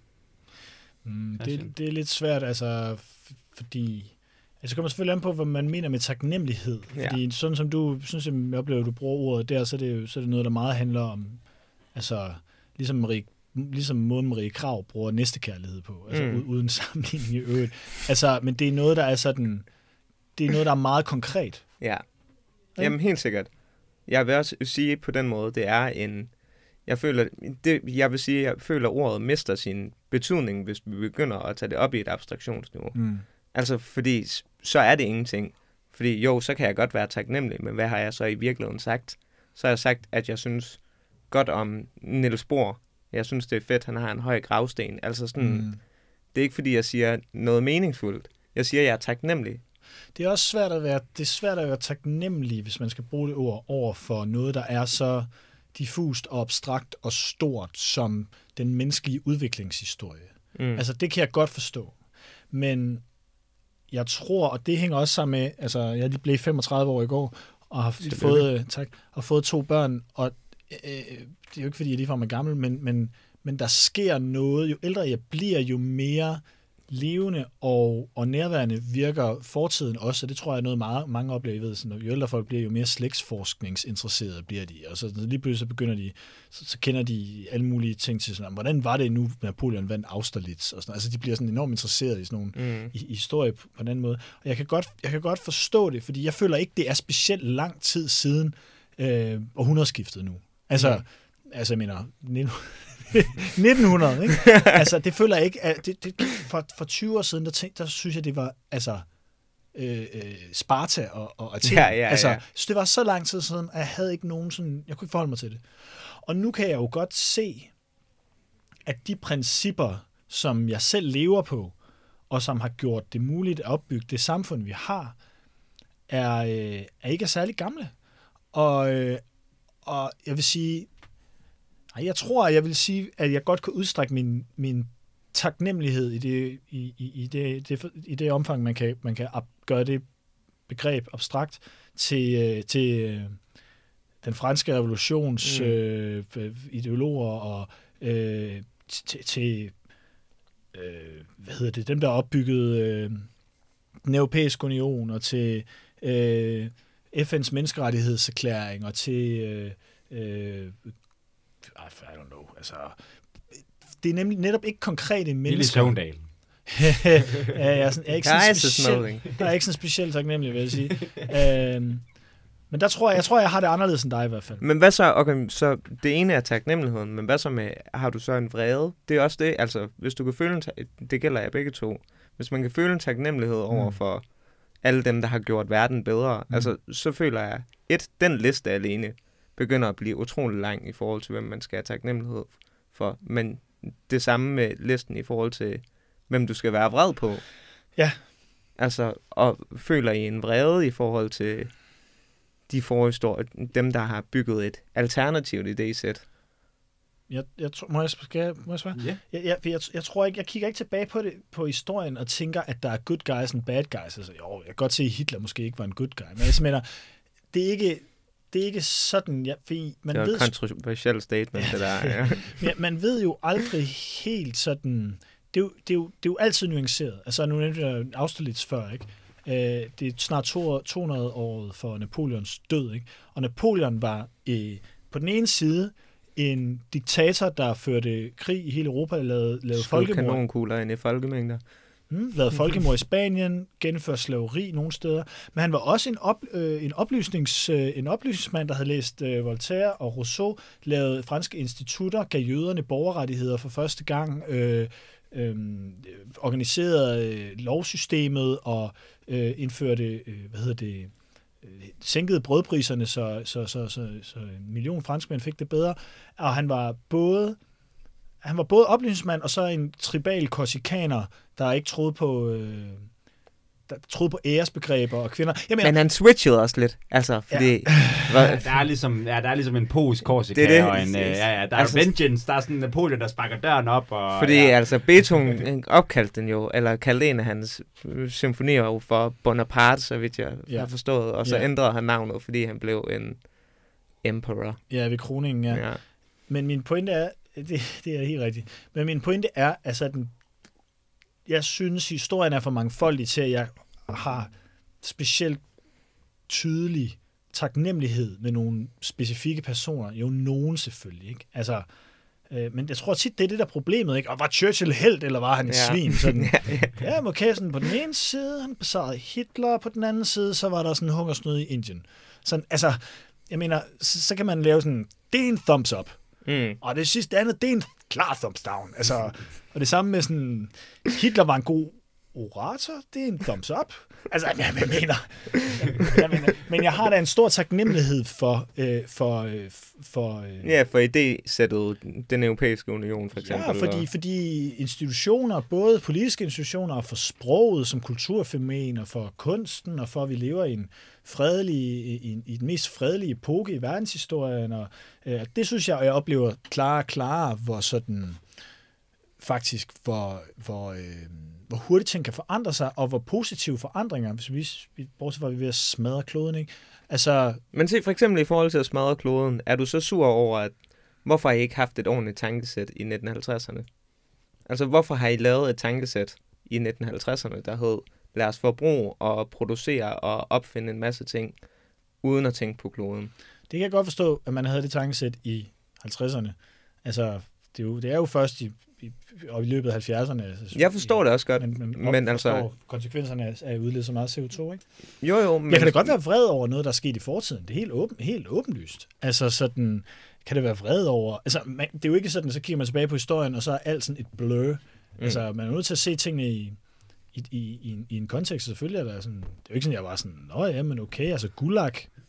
B: Mm,
A: Altså-
B: det, det er lidt svært, altså, f- fordi... Altså, det kommer selvfølgelig an på, hvad man mener med taknemmelighed.
C: Ja.
B: Fordi sådan som du, sådan som jeg oplever, at du bruger ordet der, så er det jo så er det noget, der meget handler om, altså, ligesom, Marie, ligesom måden Marie Krav bruger næstekærlighed på, altså
C: Mm.
B: mm. uden sammenligning i øvrigt. Altså, men det er noget, der er sådan, det er noget, der er meget konkret.
C: ja. Jamen helt sikkert. Jeg vil også sige på den måde, det er en, jeg føler, det, jeg vil sige, jeg føler, at ordet mister sin betydning, hvis vi begynder at tage det op i et abstraktionsniveau.
B: Mm.
C: Altså, fordi s- så er det ingenting. Fordi jo, så kan jeg godt være taknemmelig, men hvad har jeg så i virkeligheden sagt? Så har jeg sagt, at jeg synes godt om Niels Bohr. Jeg synes, det er fedt, han har en høj gravsten. Altså sådan, mm.
B: Mm.
C: det er ikke fordi, jeg siger noget meningsfuldt. Jeg siger, at jeg er taknemmelig.
B: Det er også svært at være, det er svært at være taknemmelig, hvis man skal bruge det ord over for noget, der er så diffust og abstrakt og stort som den menneskelige udviklingshistorie.
C: Mm.
B: Altså, det kan jeg godt forstå. Men jeg tror, og det hænger også sammen med, altså, jeg lige blev femogtredive år i går, og har
C: Tillykke.
B: fået, øh, tak, og fået to børn, og øh, det er jo ikke, fordi jeg ligefrem er gammel, men, men, men der sker noget. Jo ældre jeg bliver, jo mere levende og, og nærværende virker fortiden også, og det tror jeg er noget, meget, mange oplever. I ved, sådan, jo ældre folk bliver, jo mere slægtsforskningsinteresserede bliver de, og så lige pludselig så begynder de, så, så kender de alle mulige ting til sådan, hvordan var det nu, Napoleon vandt Austerlitz, og sådan, altså de bliver sådan enormt interesserede i sådan nogle
C: Mm.
B: i, i historie på en anden måde. Og jeg kan, godt, jeg kan godt forstå det, fordi jeg føler ikke, det er specielt lang tid siden øh, århundredeskiftet nu. Altså,
C: Mm.
B: altså jeg mener, nitten hundrede, ikke? Altså, det føler jeg ikke, at det, det, for, for tyve år siden, der, tænkte, der synes jeg, det var, altså, øh, øh, Sparta og, og Athen.
C: Ja, ja,
B: altså,
C: ja.
B: så det var så lang tid siden, at jeg havde ikke nogen sådan, jeg kunne ikke forholde mig til det. Og nu kan jeg jo godt se, at de principper, som jeg selv lever på, og som har gjort det muligt at opbygge det samfund, vi har, er, øh, er ikke særlig gamle. Og, øh, og jeg vil sige, nej, jeg tror, jeg vil sige, at jeg godt kan udstrække min, min taknemmelighed i det, i, i, i det, det, i det omfang, man kan, man kan op, gøre det begreb abstrakt til, øh, til øh, den franske revolutions
C: Mm.
B: øh, ideologer og øh, til, til øh, hvad hedder det, dem, der opbyggede øh, den europæiske union, og til øh, F N's menneskerettighedserklæring, og til øh, øh, I don't know, altså det er nemlig netop ikke konkrete
A: Lille
B: mennesker.
A: Søvndal.
B: ja, jeg er, sådan, jeg er ikke sådan
C: Kejser
B: specielt,
C: Smalling.
B: der er ikke sådan specielt taknemmelig, vil jeg sige. øhm, men der tror jeg, jeg tror, jeg har det anderledes end dig i hvert fald.
C: Men hvad så, okay, så det ene er taknemmeligheden, men hvad så med, har du så en vrede? Det er også det, altså, hvis du kan føle en, ta- det gælder jeg begge to, hvis man kan føle en taknemmelighed over
B: Mm.
C: for alle dem, der har gjort verden bedre,
B: Mm.
C: altså, så føler jeg, et, den liste alene begynder at blive utrolig lang i forhold til, hvem man skal have taknemmelighed for, men det samme med listen i forhold til, hvem du skal være vred på.
B: Ja.
C: Altså, og føler I en vrede i forhold til de forhistorier, dem, der har bygget et alternativt idésæt?
B: Jeg, jeg, tror- må, jeg, skal jeg, må jeg svare?
A: Ja.
B: Jeg, jeg, jeg, jeg tror ikke, jeg kigger ikke tilbage på det på historien og tænker, at der er good guys and bad guys. Altså, jo, jeg kan godt se, at Hitler måske ikke var en good guy, men jeg mener, det er ikke, det er ikke sådan, ja, fordi man
C: Det var
B: ved,
C: et kontroversielt statement, det der. Ja.
B: ja, man ved jo aldrig helt sådan, det er jo, det er jo, det er jo altid nuanceret. Altså, nu nævnte jeg Austerlitz før, ikke? Øh, det er snart to hundrede året for Napoleons død, ikke? Og Napoleon var øh, på den ene side en diktator, der førte krig i hele Europa, lavede, lavede
C: Skød
B: folkemord.
C: kanonkugler ind i folkemængder.
B: Hmm, lavede folkemord i Spanien, gennemførte slaveri nogle steder. Men han var også en, op, øh, en, oplysnings, øh, en oplysningsmand, der havde læst øh, Voltaire og Rousseau, lavede franske institutter, gav jøderne borgerrettigheder for første gang, øh, øh, organiserede øh, lovsystemet og øh, indførte, øh, hvad hedder det, øh, sænkede brødpriserne, så, så, så, så, så en million franskmænd fik det bedre. Og han var både han var både oplysningsmand og så en tribal korsikaner, der ikke troede på... Øh, der troede på æresbegreber og kvinder. Jeg mener,
C: men han switchede også lidt, altså, fordi...
A: Ja. Ja, der, er ligesom, ja, der er ligesom en polsk Korsika, det det. Og en, ja, ja, der er altså, vengeance, der er sådan en Napoleon, der sparker døren op. Og,
C: fordi
A: ja.
C: altså, Beethoven opkaldte den jo, eller kaldte en af hans symfonier jo for Bonaparte, så vidt jeg ja. har forstået, og så ja. ændrede han navnet, fordi han blev en emperor.
B: Ja, ved kroningen, ja. ja. Men min pointe er, det, det er helt rigtigt, men min pointe er, altså, den jeg synes, historien er for mangfoldig til, at jeg har specielt tydelig taknemmelighed med nogle specifikke personer. Jo, nogen selvfølgelig, ikke? Altså, øh, men jeg tror tit, det er det der problemet, ikke? Og var Churchill helt, eller var han et ja. svin? Sådan, ja, ja. ja, okay, sådan på den ene side, han besejrede Hitler, på den anden side, så var der sådan en hungersnød i Indien. Sådan, altså, jeg mener, så, så kan man lave sådan, det er en thumbs up. Mm. Og det sidste andet, det er en klar thumbs down. Altså, og det samme med sådan, Hitler var en god orator, det er en thumbs up. Altså, jeg, jeg mener, jeg, jeg mener, men jeg har da en stor taknemmelighed for, øh, for, øh, for øh,
C: ja, for idésættet den europæiske union, for eksempel.
B: Ja, fordi, fordi institutioner, både politiske institutioner, og for sproget som kulturfænomen, og for kunsten, og for at vi lever i en fredelig, i, i den mest fredelige epoke i verdenshistorien, og øh, det synes jeg, og jeg oplever klarere og klarere, hvor sådan, faktisk, hvor, hvor, øh, hvor hurtigt ting kan forandre sig, og hvor positive forandringer, hvis vi, bortset fra, at vi er ved at smadre kloden, ikke? Altså,
C: men se, for eksempel i forhold til at smadre kloden, er du så sur over, at hvorfor har I ikke haft et ordentligt tankesæt i nitten halvtredserne? Altså, hvorfor har I lavet et tankesæt i nitten halvtredserne, der hed, lad os forbruge og producere og opfinde en masse ting, uden at tænke på kloden?
B: Det kan jeg godt forstå, at man havde det tankesæt i halvtredserne. Altså, det er jo, det er jo først i, i, og i løbet af halvfjerdserne. Altså,
C: jeg forstår i, det også godt,
B: men, men,
C: men altså...
B: konsekvenserne af at udlede så meget C O to, ikke?
C: Jo, jo, men...
B: Jeg kan da godt være vred over noget, der er sket i fortiden. Det er helt, åben, helt åbenlyst. Altså, sådan... Kan det være vred over... Altså, man, det er jo ikke sådan, så kigger man tilbage på historien, og så er alt sådan et blur. Mm. Altså, man er nødt til at se tingene i... I, i, i, en, i en kontekst, selvfølgelig er der sådan, det er jo ikke sådan, jeg var sådan, nå ja, men okay, altså Gulag,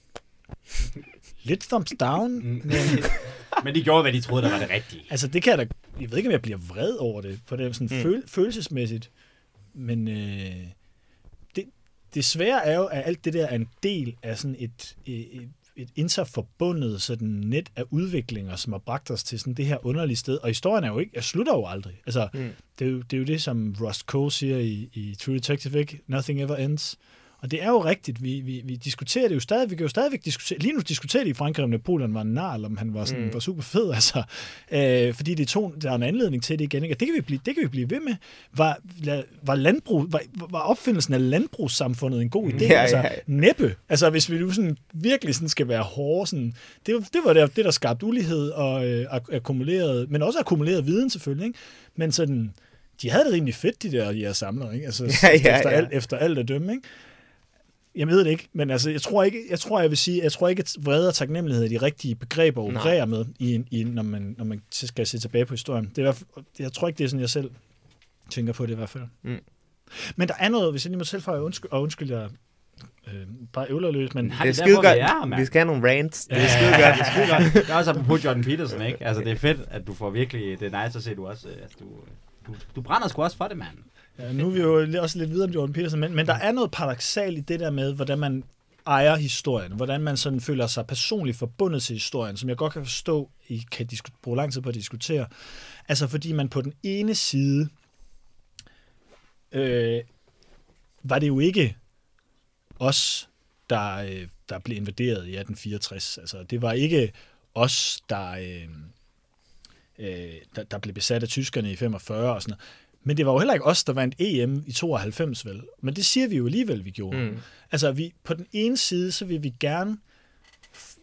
B: lidt thumbs down.
A: Mm. Men, men de gjorde, hvad de troede, der var det rigtige.
B: Altså det kan jeg da, jeg ved ikke, om jeg bliver vred over det, for det er sådan mm. føl, følelsesmæssigt, men øh, det, det svære er jo, at alt det der er en del af sådan et, et, et interforbundet sådan net af udviklinger, som har bragt os til sådan det her underlige sted. Og historien er jo ikke, jeg slutter jo aldrig. Altså, mm. det, er jo, det er jo det, som Rust Cohle siger i, i True Detective, ikke? Nothing ever ends. Og det er jo rigtigt. Vi, vi, vi diskuterer det jo stadig. Vi kan jo stadigvæk diskutere. Lige nu diskuterer de i Frankrig, om Napoleon var en nar, eller om han var, sådan, mm. var super fed. Altså, øh, fordi det tog, der er en anledning til det igen. Ikke? Og det kan vi blive, det kan vi blive ved med. Var, var, landbrug, var, var opfindelsen af landbrugssamfundet en god idé?
C: Ja,
B: altså,
C: ja.
B: Næppe. Altså, hvis vi nu sådan, virkelig sådan skal være hårde, sådan, det, det var det, det, der skabte ulighed og øh, akkumuleret, men også akkumuleret viden selvfølgelig. Ikke? Men sådan, de havde det rimelig fedt, de der, de her samlere. Ikke? Altså, ja, ja, efter, ja. Alt, efter alt at dømme, ikke? Jeg ved det ikke, men altså, jeg tror ikke, jeg tror, jeg vil sige, jeg tror ikke, at vrede og taknemmelighed er de rigtige begreber at operere med, i, i, når, man, når man skal se tilbage på historien. Det er, jeg tror ikke, det er sådan, jeg selv tænker på det i hvert fald. Mm. Men der er noget, hvis jeg lige må tilføje, undskyld, og undskyld, jeg øh, bare øvlerløs, men...
C: Det er skide godt. Vi skal have nogle rants.
A: Det er skide godt. Det er skide godt. Det er også apropos Jordan Peterson, ikke? Altså, det er fedt, at du får virkelig... Det er nice at se, du også... Altså, du, du, du brænder sgu også for det, mand.
B: Ja, nu er vi jo også lidt videre om Jordan Peterson, men, men der er noget paradoksalt i det der med, hvordan man ejer historien, hvordan man sådan føler sig personligt forbundet til historien, som jeg godt kan forstå, I kan disku- bruge lang tid på at diskutere. Altså fordi man på den ene side, øh, var det jo ikke os, der, øh, der blev invaderet i atten fireogtres. Altså det var ikke os, der, øh, øh, der, der blev besat af tyskerne i femogfyrre og sådan noget. Men det var jo heller ikke os, der vandt E M i tooghalvfems, vel? Men det siger vi jo alligevel, vi gjorde. Mm. Altså, vi, på den ene side, så vil vi gerne f-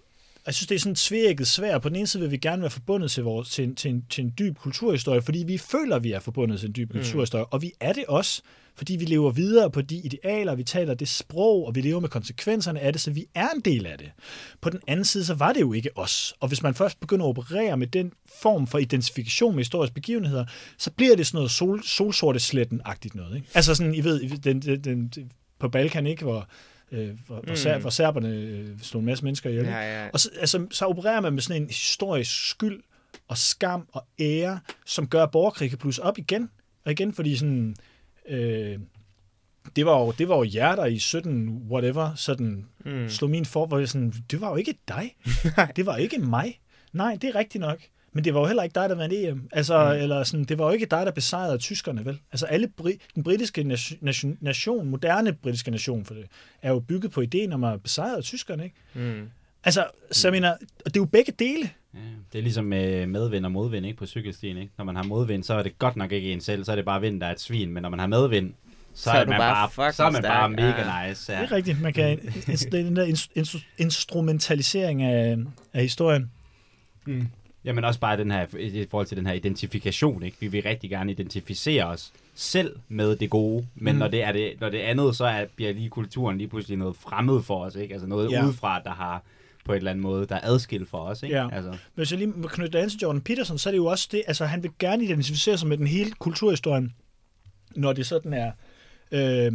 B: jeg synes, det er sådan tvækket svært. På den ene side vil vi gerne være forbundet til, vores, til, en, til, en, til en dyb kulturhistorie, fordi vi føler, at vi er forbundet til en dyb mm. kulturhistorie, og vi er det også, fordi vi lever videre på de idealer, vi taler det sprog, og vi lever med konsekvenserne af det, så vi er en del af det. På den anden side, så var det jo ikke os. Og hvis man først begynder at operere med den form for identifikation med historiske begivenheder, så bliver det sådan noget sol, solsortesletten-agtigt noget. Ikke? Altså sådan, I ved, den, den, den, på Balkan, ikke, hvor Øh, hvor, mm. hvor, ser, hvor serberne øh, slog en masse mennesker ihjel.
C: Ja, ja.
B: Og så, altså, så opererer man med sådan en historisk skyld og skam og ære, som gør, at borgerkrig kan blusse op igen og igen, fordi sådan, øh, det, var jo, det var jo jer, der i sytten whatever, sådan mm. slog min for, hvor jeg sådan, det var jo ikke dig. Det var ikke mig. Nej, det er rigtigt nok. Men det var jo heller ikke dig, der vandt E M. Altså, mm. eller sådan, det var jo ikke dig, der besejrede tyskerne, vel? Altså, alle bri- den britiske nation, nation, moderne britiske nation, for det, er jo bygget på ideen om at besejre tyskerne, ikke? Mm. Altså, så jeg mener, og det er jo begge dele.
A: Ja, det er ligesom med medvind og modvind, ikke, på cykelstien, ikke? Når man har modvind, så er det godt nok ikke en selv, så er det bare vind, der er et svin, men når man har medvind, så, så er, er man bare, bare så er man bare mega
C: ja.
A: nice. Ja.
B: Det er rigtigt. Man kan, det er den der instrumentalisering af, af historien.
A: Mm. Jamen også bare den her, i forhold til den her identifikation, ikke? Vi vil rigtig gerne identificere os selv med det gode, men mm. når det er det, når det andet, så er, bliver lige kulturen lige pludselig noget fremmed for os, ikke? Altså noget ja. udefra, der har på en eller anden måde, der er adskilt for os, ikke?
B: Ja.
A: Altså.
B: Hvis jeg lige knytter an til Jordan Peterson, så er det jo også det, altså han vil gerne identificere sig med den hele kulturhistorien, når det sådan er øh,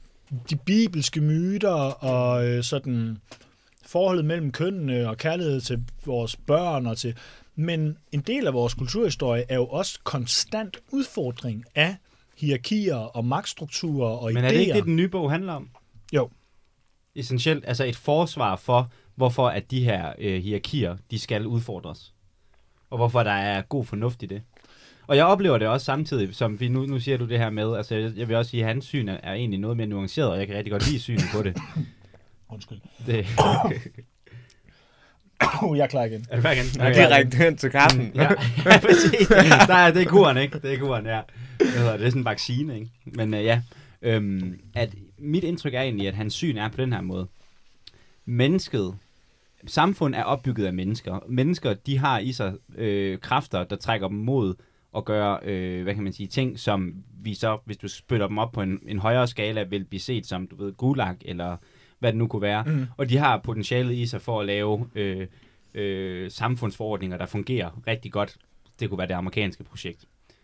B: de bibelske myter og øh, sådan forholdet mellem kønnene og kærlighed til vores børn og til. Men en del af vores kulturhistorie er jo også konstant udfordring af hierarkier og magtstrukturer og idéer.
A: Men er det ikke det, den nye bog handler om?
B: Jo.
A: Essentielt, altså et forsvar for, hvorfor at de her øh, hierarkier, de skal udfordres. Og hvorfor der er god fornuft i det. Og jeg oplever det også samtidig, som vi nu, nu siger du det her med, altså jeg, jeg vil også sige, at hans syn er, er egentlig noget mere nuanceret, og jeg kan rigtig godt lide synet på det.
B: Undskyld.
A: Det.
B: Uh, jeg er klar igen.
A: Er du klar igen?
C: Ja, direkte hen til kaffen.
A: Ja, ja, præcis. Der er, det er kuren, ikke? Det er kuren, ja. Det, hedder, det er sådan en vaccine, ikke? Men uh, ja, øhm, at mit indtryk er egentlig, at hans syn er på den her måde. Mennesket, samfund er opbygget af mennesker. Mennesker, de har i sig øh, kræfter, der trækker dem mod at gøre, øh, hvad kan man sige, ting, som vi så, hvis du spytter dem op på en, en højere skala, vil blive set som, du ved, gulag, eller hvad det nu kunne være. Mm. Og de har potentialet i sig for at lave øh, øh, samfundsforordninger, der fungerer rigtig godt. Det kunne være det amerikanske projekt.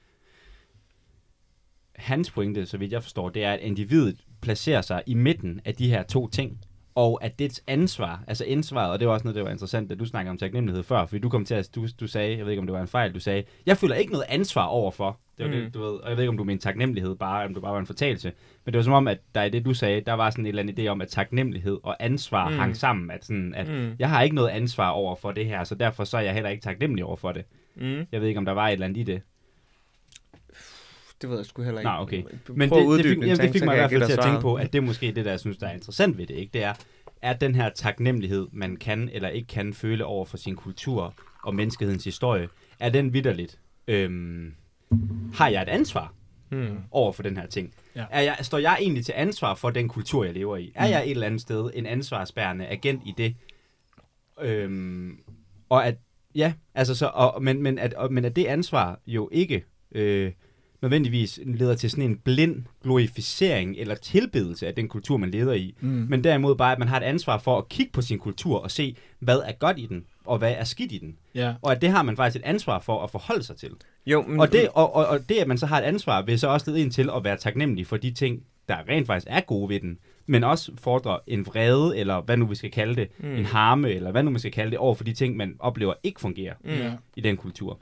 A: Hans pointe, så vidt jeg forstår, det er, at individet placerer sig i midten af de her to ting, og at dets ansvar, altså ansvaret, og det var også noget, der var interessant, da du snakkede om taknemmelighed før, fordi du kom til at, du, du sagde, jeg ved ikke, om det var en fejl, du sagde, jeg føler ikke noget ansvar overfor, det var mm. det, du ved, og jeg ved ikke, om du mente taknemmelighed, bare, om det bare var en fortalelse, men det var som om, at der i det, du sagde, der var sådan en eller anden idé om, at taknemmelighed og ansvar mm. hang sammen, at sådan, at mm. jeg har ikke noget ansvar over for det her, så derfor så er jeg heller ikke taknemmelig over for det. Mm. Jeg ved ikke, om der var et eller andet i det.
C: Det ved jeg sgu heller ikke.
A: Nå, okay. Men det, det, fik, jamen, det fik mig i hvert fald til at tænke på, at det er måske det, der jeg synes, der er interessant ved det, ikke? Det er, er den her taknemmelighed, man kan eller ikke kan føle over for sin kultur og menneskehedens historie, er den vitterligt? Øhm, har jeg et ansvar hmm. over for den her ting? Ja. Er jeg, står jeg egentlig til ansvar for den kultur, jeg lever i? Er hmm. jeg et eller andet sted en ansvarsbærende agent i det? Øhm, og at, ja, altså så, og, men, men, at, og, men at det ansvar jo ikke øh, nødvendigvis leder til sådan en blind glorificering eller tilbedelse af den kultur, man leder i. Mm. Men derimod bare, at man har et ansvar for at kigge på sin kultur og se, hvad er godt i den, og hvad er skidt i den. Yeah. Og at det har man faktisk et ansvar for at forholde sig til. Jo, men... og, det, og, og, og det, at man så har et ansvar, vil så også lede ind til at være taknemmelig for de ting, der rent faktisk er gode ved den, men også fordrer en vrede, eller hvad nu vi skal kalde det, mm. en harme, eller hvad nu man skal kalde det, over for de ting, man oplever ikke fungerer mm. i den kultur.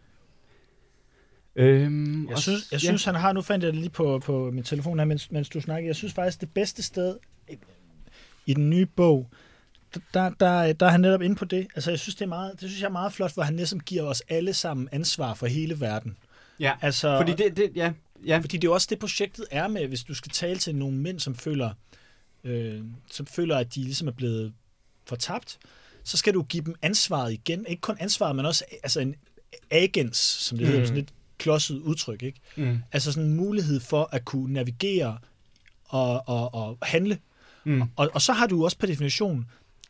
B: Øhm, jeg synes, jeg ja. synes han har, nu fandt jeg det lige på, på min telefon her, mens, mens du snakkede, jeg synes faktisk, det bedste sted i den nye bog, der, der, der er han netop inde på det. Altså, jeg synes, det er meget, det synes jeg er meget flot, hvor han næsten giver os alle sammen ansvar for hele verden.
A: Ja, altså, fordi det, det, ja, ja.
B: Fordi det er også det, projektet er med, hvis du skal tale til nogle mænd, som føler, øh, som føler, at de ligesom er blevet fortabt, så skal du give dem ansvaret igen. Ikke kun ansvaret, men også altså en agens, som det mm. hedder, sådan lidt klodset udtryk, ikke? Mm. Altså sådan en mulighed for at kunne navigere og, og, og handle. Mm. Og, og så har du også per definition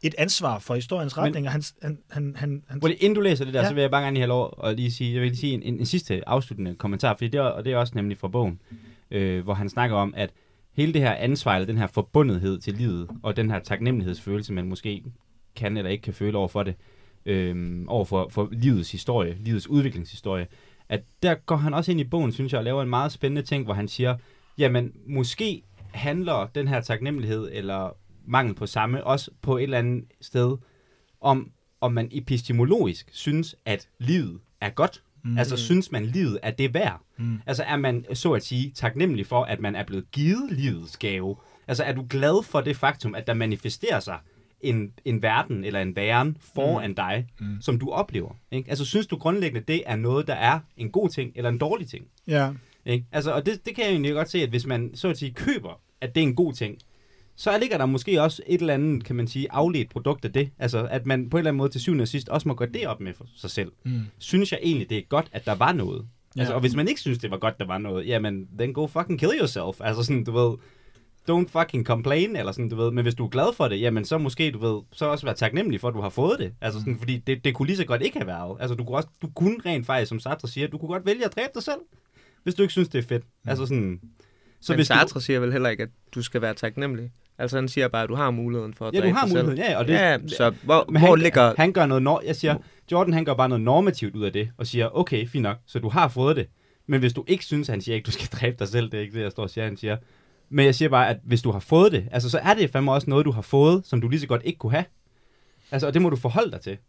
B: et ansvar for historiens retning, og han... han, han, han, han
A: Well, inden du læser det der,
B: ja.
A: så vil jeg bare gerne lige have lov at lige sige, jeg vil lige sige en, en, en sidste afsluttende kommentar, fordi det er, og det er også nemlig fra bogen, øh, hvor han snakker om, at hele det her ansvar, eller den her forbundethed til livet, og den her taknemmelighedsfølelse, man måske kan eller ikke kan føle over for det, øh, over for, for livets historie, livets udviklingshistorie, at der går han også ind i bogen, synes jeg, og laver en meget spændende ting, hvor han siger, jamen, måske handler den her taknemmelighed, eller mangel på samme, også på et eller andet sted, om, om man epistemologisk synes, at livet er godt. Mm. Altså, synes man, livet er det værd? Mm. Altså, er man, så at sige, taknemmelig for, at man er blevet givet livets gave? Altså, er du glad for det faktum, at der manifesterer sig en, en verden eller en væren foran mm. dig, mm. som du oplever? Ikke? Altså, synes du grundlæggende, det er noget, der er en god ting eller en dårlig ting?
B: Ja.
A: Ikke? Altså, og det, det kan jeg egentlig godt se, at hvis man, så at sige, køber, at det er en god ting, så ligger der måske også et eller andet, kan man sige, afledt produkt af det. Altså, at man på en eller anden måde til syvende og sidst også må gå det op med for sig selv. Mm. Synes jeg egentlig, det er godt, at der var noget? Ja. Altså, og hvis man ikke synes, det var godt, der var noget, jamen, then go fucking kill yourself. Altså sådan, du ved, don't fucking complain, eller sådan, du ved. Men hvis du er glad for det, jamen, så måske, du ved, så også være taknemmelig for, at du har fået det. Altså sådan, mm. fordi det, det kunne lige så godt ikke have været. Altså, du kunne også, du kunne rent faktisk, som Sartre siger, du kunne godt vælge at dræbe dig selv, hvis du ikke synes, det er fedt. Mm. Altså sådan...
C: Så Men hvis Sartre du... siger vel heller ikke, at du skal være taknemmelig. Altså han siger bare, at du har muligheden for at
A: ja,
C: dræbe
A: du har
C: dig
A: muligheden,
C: selv.
A: Ja, og det,
C: ja, så hvor,
A: men
C: hvor
A: han,
C: ligger...
A: Han gør noget, nor- jeg siger, Jordan han gør bare noget normativt ud af det, og siger, okay, fint nok, så du har fået det. Men hvis du ikke synes, han siger ikke, du skal dræbe dig selv, det er ikke det, jeg står og siger, han siger. Men jeg siger bare, at hvis du har fået det, altså så er det fandme også noget, du har fået, som du lige så godt ikke kunne have. Altså, og det må du forholde dig til.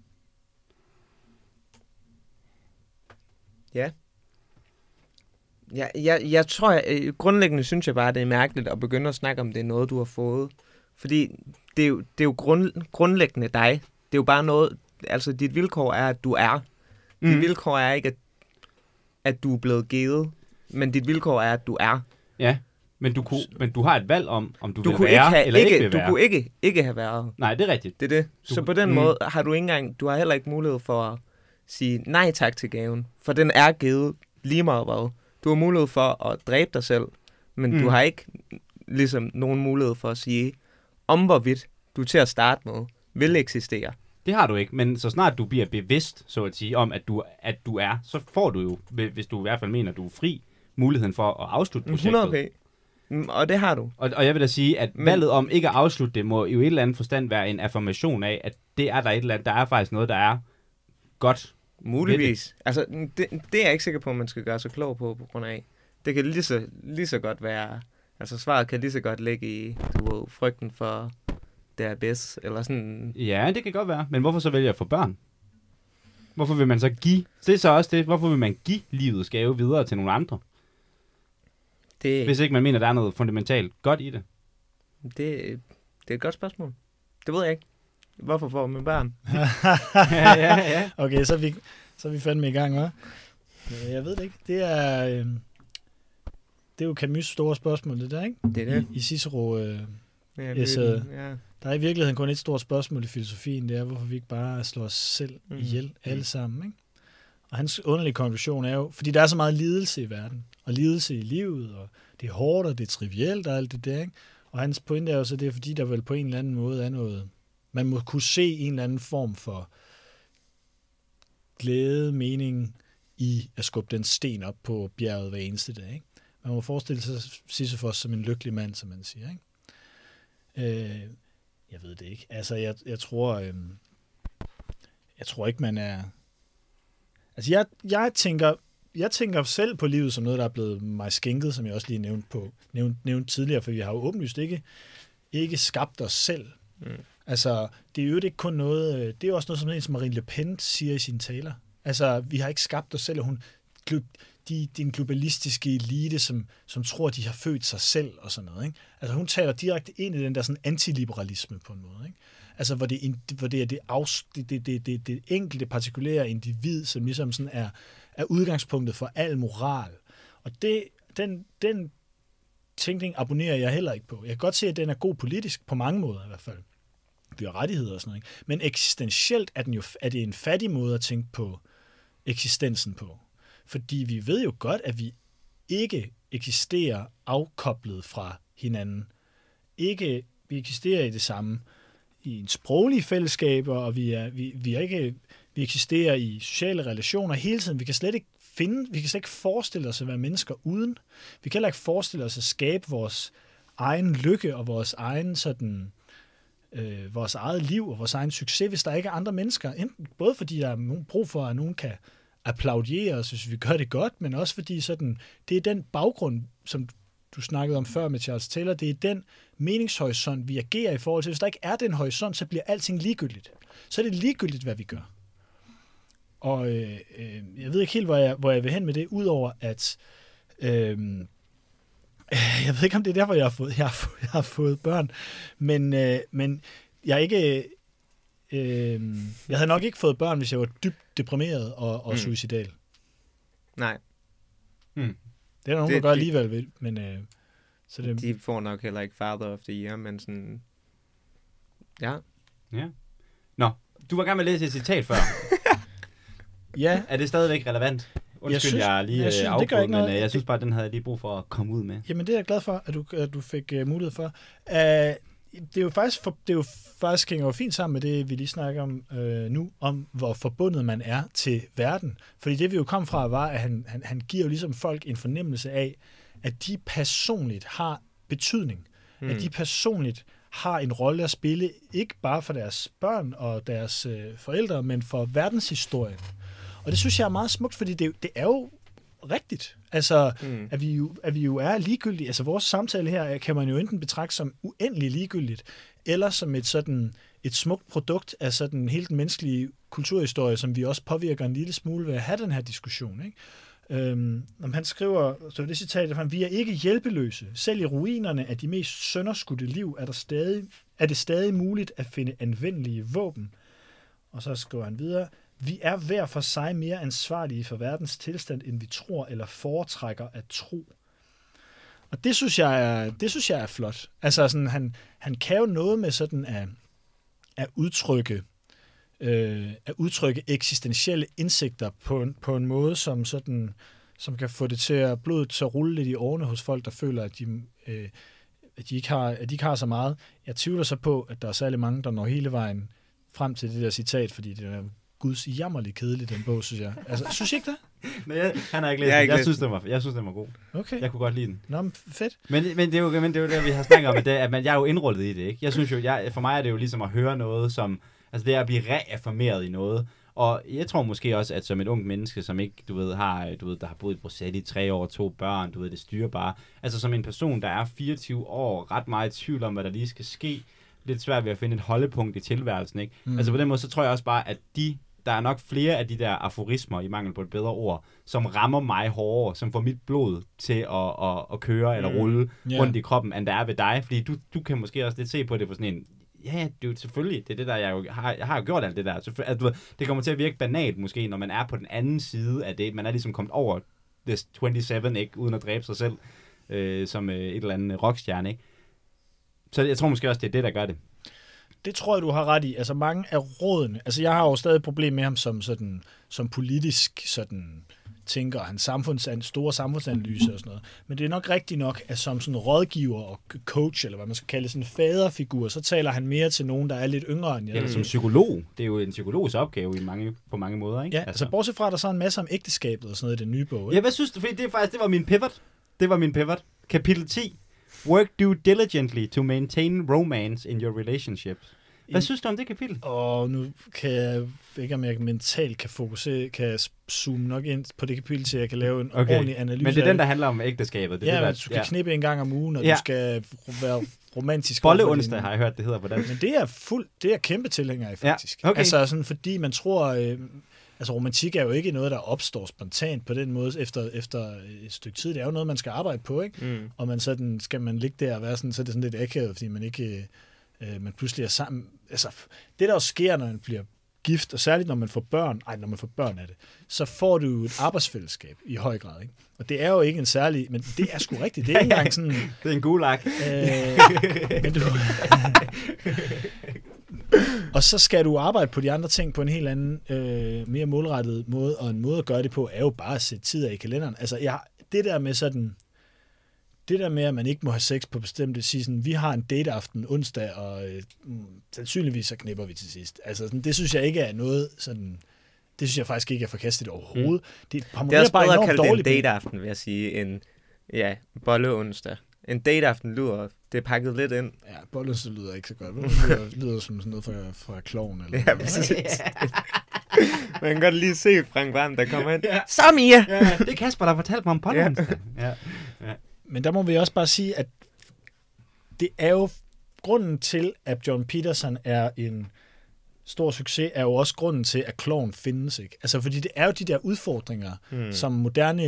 C: Ja. Ja, jeg, jeg tror, jeg, grundlæggende synes jeg bare, det er mærkeligt at begynde at snakke om, det er noget, du har fået. Fordi det er jo, det er jo grund, grundlæggende dig. Det er jo bare noget, altså dit vilkår er, at du er. Mm. Dit vilkår er ikke, at, at du er blevet givet, men dit vilkår er, at du er.
A: Ja, men du, kunne, men du har et valg om, om du,
C: du
A: vil
C: kunne
A: være
C: ikke have,
A: eller
C: ikke,
A: ikke vil
C: du
A: være.
C: Du kunne ikke, ikke have været.
A: Nej, det er rigtigt.
C: Det er det.
A: Du,
C: Så på den mm. måde har du ikke engang, du har heller ikke mulighed for at sige nej tak til gaven. For den er givet lige meget hvad. Du har mulighed for at dræbe dig selv, men mm. du har ikke ligesom nogen mulighed for at sige, om hvorvidt du til at starte med vil eksistere.
A: Det har du ikke, men så snart du bliver bevidst, så at sige, om at du, at du er, så får du jo, hvis du i hvert fald mener, at du er fri, muligheden for at afslutte projektet.
C: hundrede procent. Og det har du.
A: Og, og jeg vil da sige, at men... valget om ikke at afslutte det, må jo i et eller andet forstand være en affirmation af, at det er der et eller andet, der er faktisk noget, der er godt.
C: Muligvis. Altså, det, det er jeg ikke sikker på, at man skal gøre sig klog på, på grund af. Det kan lige så, lige så godt være, altså svaret kan lige så godt ligge i, du ved, frygten for det er bedst, eller sådan.
A: Ja, det kan godt være. Men hvorfor så vælger jeg at få børn? Hvorfor vil man så give, det er så også det, hvorfor vil man give livets gave videre til nogle andre? Det, Hvis ikke man mener, der er noget fundamentalt godt i det.
C: Det, det er et godt spørgsmål. Det ved jeg ikke. Hvorfor får man børn?
A: ja, ja, ja.
B: Okay, så er vi, så er vi fandme i gang, hva'? Jeg ved det ikke. Det er, øh, det er jo Camus' store spørgsmål, det der, ikke?
C: Det er det.
B: I, i Cicero øh,
C: ja,
B: essayet.
C: Ja.
B: Der er i virkeligheden kun et stort spørgsmål i filosofien, det er, hvorfor vi ikke bare slår os selv mm. ihjel alle sammen, ikke? Og hans underlige konklusion er jo, fordi der er så meget lidelse i verden, og lidelse i livet, og det er hårdt, og det er trivielt, og alt det der, ikke? Og hans pointe er jo så, det er fordi, der vel på en eller anden måde er noget, man må kunne se en eller anden form for glæde, mening i at skubbe den sten op på bjerget hver eneste dag, ikke? Man må forestille sig Sisyfos som en lykkelig mand, som man siger, ikke? Øh, jeg ved det ikke. Altså, jeg, jeg tror, øh, jeg tror ikke, man er... Altså, jeg, jeg tænker, jeg tænker selv på livet som noget, der er blevet mig skænket, som jeg også lige nævnte, på, nævnt, nævnt tidligere, for vi har jo åbenlyst ikke, ikke skabt os selv. Mm. Altså, det er jo ikke kun noget, det er også noget, som en som Marine Le Pen siger i sine taler. Altså, vi har ikke skabt os selv, og hun, de, de, den globalistiske elite, som, som tror, de har født sig selv og sådan noget, ikke? Altså, hun taler direkte ind i den der sådan antiliberalisme på en måde, ikke? Altså, hvor det, hvor det er det, afs, det, det, det, det, det enkelte partikulære individ, som ligesom sådan er, er udgangspunktet for al moral. Og det, den, den tænkning abonnerer jeg heller ikke på. Jeg kan godt se, at den er god politisk, på mange måder i hvert fald. Vi har rettigheder og sådan noget, ikke? Men eksistentielt er, den jo, er det en fattig måde at tænke på eksistensen på. Fordi vi ved jo godt, at vi ikke eksisterer afkoblet fra hinanden. Ikke, vi eksisterer i det samme i en sproglige fællesskaber, og vi, er, vi, vi, er ikke, vi eksisterer i sociale relationer hele tiden. Vi kan slet ikke finde, vi kan slet ikke forestille os at være mennesker uden. Vi kan heller ikke forestille os at skabe vores egen lykke og vores egen sådan, øh, vores eget liv og vores egen succes, hvis der ikke er andre mennesker. Enten, både fordi der er brug for, at nogen kan applaudere os, hvis vi gør det godt, men også fordi sådan, det er den baggrund, som du snakkede om før med Charles Taylor, det er den meningshorisont, vi agerer i forhold til. Hvis der ikke er den horisont, så bliver alting ligegyldigt. Så er det ligegyldigt, hvad vi gør. Og øh, øh, jeg ved ikke helt, hvor jeg, hvor jeg vil hen med det, udover at øh, jeg ved ikke, om det er derfor, jeg har fået, jeg har fået, jeg har fået børn, men, øh, men jeg er ikke øh, jeg havde nok ikke fået børn, hvis jeg var dybt deprimeret og, og mm. suicidal.
C: Nej.
A: Mm.
B: Det er der nogen, det, der gør alligevel, men øh, så det...
C: De får nok heller ikke Father of the Year, men sådan... Ja.
A: Ja. Nå, du var gerne med at læse et citat før.
B: Ja.
A: Er det stadigvæk relevant? Undskyld, jeg, synes, jeg lige jeg synes, afbrud, men jeg synes bare, at den havde jeg lige brug for at komme ud med.
B: Jamen, det er jeg glad for, at du, at du fik uh, mulighed for. Uh, det er jo faktisk, for, det er jo faktisk hænger jo fint sammen med det, vi lige snakker om uh, nu, om hvor forbundet man er til verden. Fordi det, vi jo kom fra, var, at han, han, han giver jo ligesom folk en fornemmelse af, at de personligt har betydning. Mm. At de personligt har en rolle at spille, ikke bare for deres børn og deres øh, forældre, men for verdenshistorien. Og det synes jeg er meget smukt, fordi det, det er jo rigtigt. Altså, mm. at, vi jo, at vi jo er ligegyldige. Altså, vores samtale her kan man jo enten betragte som uendelig ligegyldigt, eller som et sådan et smukt produkt af sådan hele den menneskelige kulturhistorie, som vi også påvirker en lille smule ved at have den her diskussion, ikke? Øhm, når han skriver, så det citat, at vi er ikke hjælpeløse. Selv i ruinerne af de mest sønderskudte liv er, der stadig, er det stadig muligt at finde anvendelige våben. Og så skriver han videre, vi er hver for sig mere ansvarlige for verdens tilstand, end vi tror eller foretrækker at tro. Og det synes jeg er, det synes jeg er flot. Altså sådan, han, han kan jo noget med sådan at, at udtrykke Øh, at udtrykke eksistentielle indsigter på en, på en måde, som, sådan, som kan få det til at blodet til at rulle lidt i årene hos folk, der føler, at de, øh, at, de ikke har, at de ikke har så meget. Jeg tvivler så på, at der er særlig mange, der når hele vejen frem til det der citat, fordi det er guds jammerligt kedeligt, den bog, synes jeg. Altså, synes I ikke det?
A: Nej, jeg, han har ikke læst den. Jeg, jeg, synes, den var, jeg synes, den var god.
B: Okay.
A: Jeg kunne godt lide den.
B: Nå, men fedt.
A: Men, men, det er jo, men det er jo det, vi har snakket om, at, det, at man, jeg er jo indrullet i det, ikke? Jeg synes jo, jeg, for mig er det jo ligesom at høre noget, som altså det er at blive reaffirmeret i noget. Og jeg tror måske også, at som et ungt menneske, som ikke, du ved, har, du ved, der har boet i Bruxelles i tre år, to børn, du ved, det styrer bare. Altså som en person, der er fireogtyve år, ret meget i tvivl om, hvad der lige skal ske. Lidt svært ved at finde et holdepunkt i tilværelsen, ikke? Mm. Altså på den måde, så tror jeg også bare, at de, der er nok flere af de der aforismer, i mangel på et bedre ord, som rammer mig hårdere, som får mit blod til at, at, at køre eller rulle mm. yeah. rundt i kroppen, end der er ved dig. Fordi du, du kan måske også lidt se på det på sådan en, ja, det er jo selvfølgelig, det er det der, jeg, jo har, jeg har jo gjort alt det der. Altså, det kommer til at virke banalt måske, når man er på den anden side af det. Man er ligesom kommet over this toogtyve, ikke, uden at dræbe sig selv, øh, som øh, et eller andet rockstjerne, ikke? Så jeg tror måske også, det er det, der gør det.
B: Det tror jeg, du har ret i. Altså mange af rådene, altså jeg har jo stadig et problem med ham som, sådan, som politisk sådan, tænker, hans samfunds, store samfundsanalyse og sådan noget. Men det er nok rigtigt nok, at som sådan rådgiver og coach, eller hvad man skal kalde sådan en faderfigur, så taler han mere til nogen, der er lidt yngre end jeg.
A: Eller som psykolog. Det er jo en psykologisk opgave i mange, på mange måder, ikke?
B: Ja, altså, altså bortset fra, at der så er en masse om ægteskabet og sådan noget i den nye bog, ikke?
A: Ja, hvad synes du? Fordi det, er faktisk, det var min pivot. Det var min pivot. Kapitel ti. Work due diligently to maintain romance in your relationships. Hvad synes du om det kapitel?
B: Og nu kan jeg ikke, om jeg mentalt kan fokusere, kan zoome nok ind på det kapitel, til jeg kan lave en okay. ordentlig analyse.
A: Men det er den, der handler om ægteskabet. Det
B: ja,
A: er det, der,
B: du skal ja. knippe en gang om ugen, og ja. du skal være romantisk.
A: Bolleonsdag har jeg hørt, det hedder på den.
B: Men det er fuld, det er kæmpe tilhænger af, faktisk.
A: Ja. Okay.
B: Altså sådan, fordi man tror, øh, altså romantik er jo ikke noget, der opstår spontant på den måde efter, efter et stykke tid. Det er jo noget, man skal arbejde på, ikke? Mm. Og man sådan, skal man ligge der og være sådan, så er det sådan lidt akavet, fordi man ikke... Øh, man pludselig er sammen. Altså, det der jo sker, når man bliver gift, og særligt når man får børn, ej, når man får børn af det, så får du et arbejdsfællesskab i høj grad, ikke? Og det er jo ikke en særlig, men det er sgu rigtigt. Det er ikke engang sådan...
A: det er en gulag.
B: Øh, men du... og så skal du arbejde på de andre ting på en helt anden, øh, mere målrettet måde, og en måde at gøre det på, er jo bare at sætte tid af i kalenderen. Altså, jeg, det der med sådan... det der med, at man ikke må have sex på bestemte season, vi har en dateaften onsdag, og øh, sandsynligvis så knipper vi til sidst. Altså, sådan, det synes jeg ikke er noget sådan... Det synes jeg faktisk ikke er forkastet overhovedet. Mm.
C: Det, det er også bedre at kalde det en dateaften, vil jeg sige, end ja, bolle onsdag. En dateaften lyder, det er pakket lidt ind.
B: Ja, bolle onsdag lyder ikke så godt. Det lyder, lyder som sådan noget fra, fra kloven. Eller
C: ja, præcis. Man kan godt lige se Frank Hvam, der kommer ind. Ja. Så Mia!
A: Ja, det er Kasper, der fortalte mig om bolle onsdag. Ja. Ja.
B: Men der må vi også bare sige, at det er jo grunden til, at Jordan Peterson er en stor succes, er jo også grunden til, at kloven findes, ikke? Altså, fordi det er jo de der udfordringer, hmm. som moderne,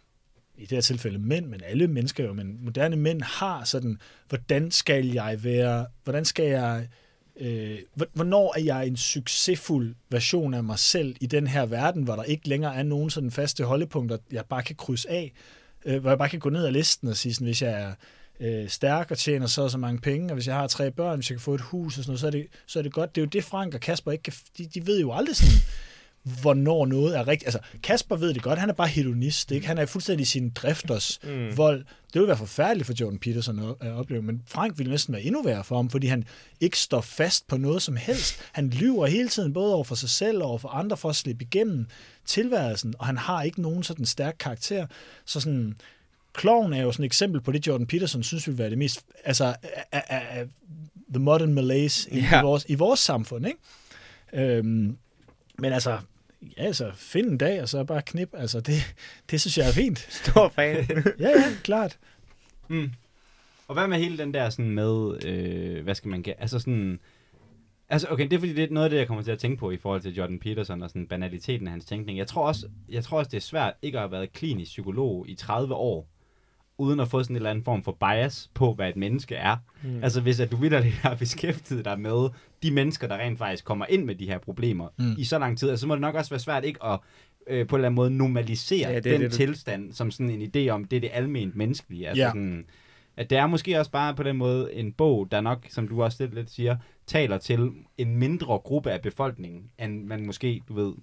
B: i det her tilfælde mænd, men alle mennesker jo, men moderne mænd har sådan, hvordan skal jeg være, hvordan skal jeg, øh, hvornår er jeg en succesfuld version af mig selv i den her verden, hvor der ikke længere er nogen sådan faste holdepunkter, jeg bare kan krydse af, øh, hvor jeg bare kan gå ned ad listen og sige sådan, hvis jeg er øh, stærk og tjener så og så mange penge, og hvis jeg har tre børn, hvis jeg kan få et hus og sådan noget, så er det, så er det godt. Det er jo det, Frank og Kasper ikke kan, de, de ved jo aldrig sådan, hvornår noget er rigtigt. Altså, Kasper ved det godt, han er bare hedonist, ikke? Han er fuldstændig sin drifters mm. vold. Det ville være forfærdeligt for Jordan Peterson at opleve, men Frank ville næsten være endnu værre for ham, fordi han ikke står fast på noget som helst. Han lyver hele tiden, både over for sig selv og over for andre, for at slippe igennem tilværelsen, og han har ikke nogen sådan stærk karakter. Så sådan, Klovn er jo sådan et eksempel på det, Jordan Peterson synes vil være det mest, altså, a, a, a, the modern malaise i, yeah. i, vores, i vores samfund, ikke? Øhm, men altså, ja, altså, find en dag, og så bare knip, altså, det, det synes jeg er fint.
C: Stor fan.
B: ja, ja, klart.
A: Mm. Og hvad med hele den der sådan med, øh, hvad skal man gøre, altså sådan, altså okay, det er fordi, det er noget af det, jeg kommer til at tænke på i forhold til Jordan Peterson og sådan banaliteten af hans tænkning. Jeg tror også, jeg tror også det er svært ikke at have været klinisk psykolog i tredive år, uden at få sådan en eller anden form for bias på, hvad et menneske er. Mm. Altså hvis at du vitterligt har beskæftiget dig med de mennesker, der rent faktisk kommer ind med de her problemer mm. i så lang tid, altså, så må det nok også være svært ikke at øh, på en eller anden måde normalisere ja, den det, tilstand, det. Som sådan en idé om, det er det alment menneskelige. Altså yeah. sådan, at det er måske også bare på den måde en bog, der nok, som du også lidt, lidt siger, taler til en mindre gruppe af befolkningen, end man måske, du ved,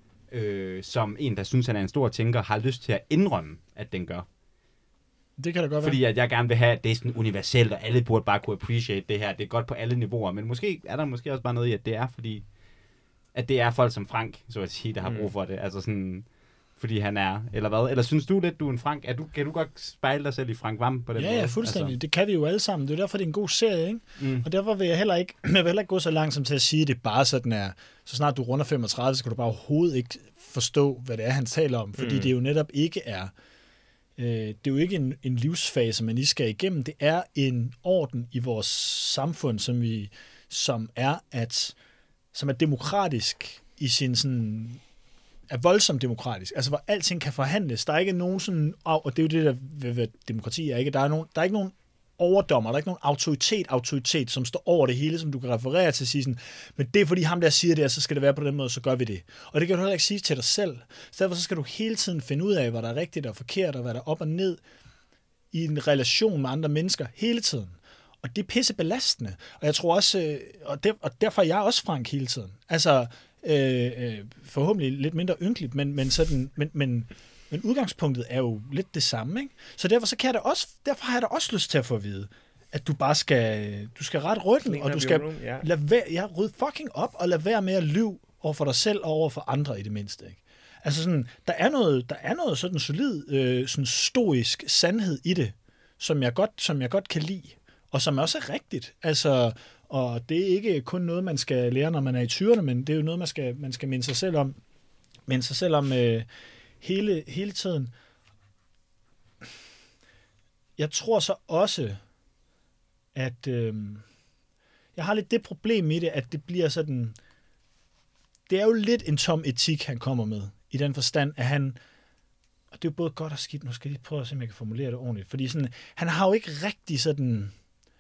A: øh, som en, der synes, han er en stor tænker, har lyst til at indrømme, at den gør.
B: Det kan da godt
A: Fordi
B: være.
A: at jeg gerne vil have, at det er sådan universelt, og alle burde bare kunne appreciate det her. Det er godt på alle niveauer, men måske er der måske også bare noget i, at det er fordi, at det er folk som Frank, så at sige, der har brug for det. Altså sådan, fordi han er, eller hvad? Eller synes du lidt, du er en Frank? Er du, kan du godt spejle dig selv i Frank Hvam på den
B: ja,
A: måde?
B: Ja, fuldstændig. Altså. Det kan vi jo alle sammen. Det er derfor, det er en god serie, ikke?
A: Mm.
B: Og derfor vil jeg heller ikke, jeg vil heller ikke gå så langt som til at sige, at det bare sådan er, så snart du runder femogtredive, så kan du bare overhovedet ikke forstå, hvad det er, han taler om. Fordi mm. det jo netop ikke er, øh, det er jo ikke en, en livsfase, man lige skal igennem. Det er en orden i vores samfund, som vi, som er at, som er demokratisk i sin sådan, er voldsomt demokratisk, altså hvor alting kan forhandles. Der er ikke nogen sådan, og det er jo det, der ved, ved demokrati er, ikke? Der er, nogen, der er ikke nogen overdommer, der er ikke nogen autoritet, autoritet, som står over det hele, som du kan referere til, sige sådan, men det er fordi ham der siger det, og så skal det være på den måde, så gør vi det. Og det kan du heller ikke sige til dig selv. Så derfor så skal du hele tiden finde ud af, hvad der er rigtigt og forkert, og hvad der er op og ned i en relation med andre mennesker, hele tiden. Og det er pisse belastende. Og jeg tror også, og, der, og derfor er jeg også Frank hele tiden. Altså, Øh, øh, forhåbentlig lidt mindre ynkeligt, men, men, sådan, men, men, men udgangspunktet er jo lidt det samme, ikke? Så derfor, så kan jeg da også, derfor har jeg da også lyst til at få at vide, at du bare skal, du skal rette ryggen, Clean og du skal room, yeah. lade være, ja, rydde fucking op, og lade være med at lyve over for dig selv, og over for andre i det mindste, ikke? Altså sådan, der er noget, der er noget sådan solid, øh, sådan stoisk sandhed i det, som jeg godt, som jeg godt kan lide, og som også er rigtigt, altså. Og det er ikke kun noget, man skal lære, når man er i tyverne, men det er jo noget, man skal, man skal minde sig selv om, minde sig selv om øh, hele, hele tiden. Jeg tror så også, at øh, jeg har lidt det problem i det, at det bliver sådan, det er jo lidt en tom etik, han kommer med, i den forstand, at han, og det er jo både godt og skidt, nu skal jeg lige prøve at se, om jeg kan formulere det ordentligt, fordi sådan, han har jo ikke rigtig sådan,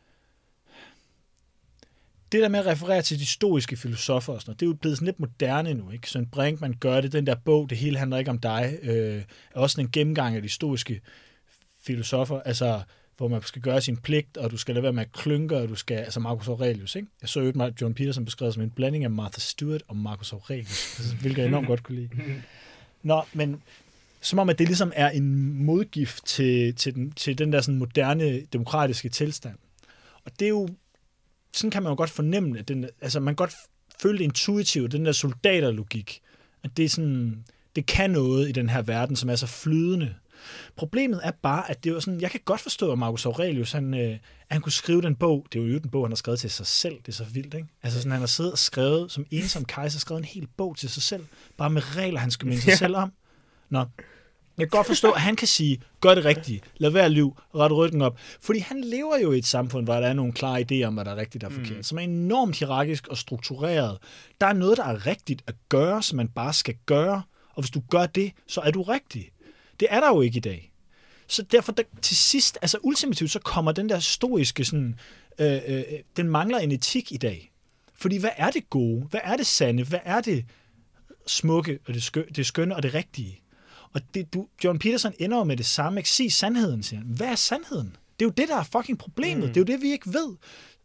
B: det der med at referere til de stoiske filosofer og sådan noget, det er jo blevet sådan lidt moderne nu, ikke? Søren Brinkmann gør det, den der bog, det hele handler ikke om dig, øh, er også en gennemgang af de stoiske filosofer, altså, hvor man skal gøre sin pligt, og du skal lade være med at klynke, og du skal, altså Marcus Aurelius, ikke? Jeg så jo John Peterson beskrevet som en blanding af Martha Stewart og Marcus Aurelius, hvilket jeg enormt godt kunne lide. Nå, men som om, at det ligesom er en modgift til, til, den, til den der sådan moderne demokratiske tilstand. Og det er jo, sådan kan man jo godt fornemme, at den, altså man kan godt føle det intuitivt, den der soldaterlogik, at det er sådan, det kan noget i den her verden, som er så flydende. Problemet er bare, at det var sådan, jeg kan godt forstå, at Marcus Aurelius, han, øh, at han kunne skrive den bog, det er jo den bog, han har skrevet til sig selv, det er så vildt, ikke? Altså sådan, han har siddet og skrevet, som ensom kejser, skrevet en hel bog til sig selv, bare med regler, han skal minde sig ja. selv om. Nå, jeg kan godt forstå, at han kan sige, gør det rigtigt, lad være liv, ret ryggen op, fordi han lever jo i et samfund, hvor der er nogle klare idéer om, hvad der er rigtigt og forkert, mm. som er enormt hierarkisk og struktureret. Der er noget, der er rigtigt at gøre, som man bare skal gøre, og hvis du gør det, så er du rigtig. Det er der jo ikke i dag. Så derfor der, til sidst, altså ultimativt, så kommer den der stoiske sådan, øh, øh, den mangler en etik i dag. Fordi hvad er det gode? Hvad er det sande? Hvad er det smukke, og det, skø, det skønne og det rigtige? Og det, du, John Peterson ender jo med det samme. Ikke? Sig sandheden, siger han. Hvad er sandheden? Det er jo det, der er fucking problemet. Mm. Det er jo det, vi ikke ved.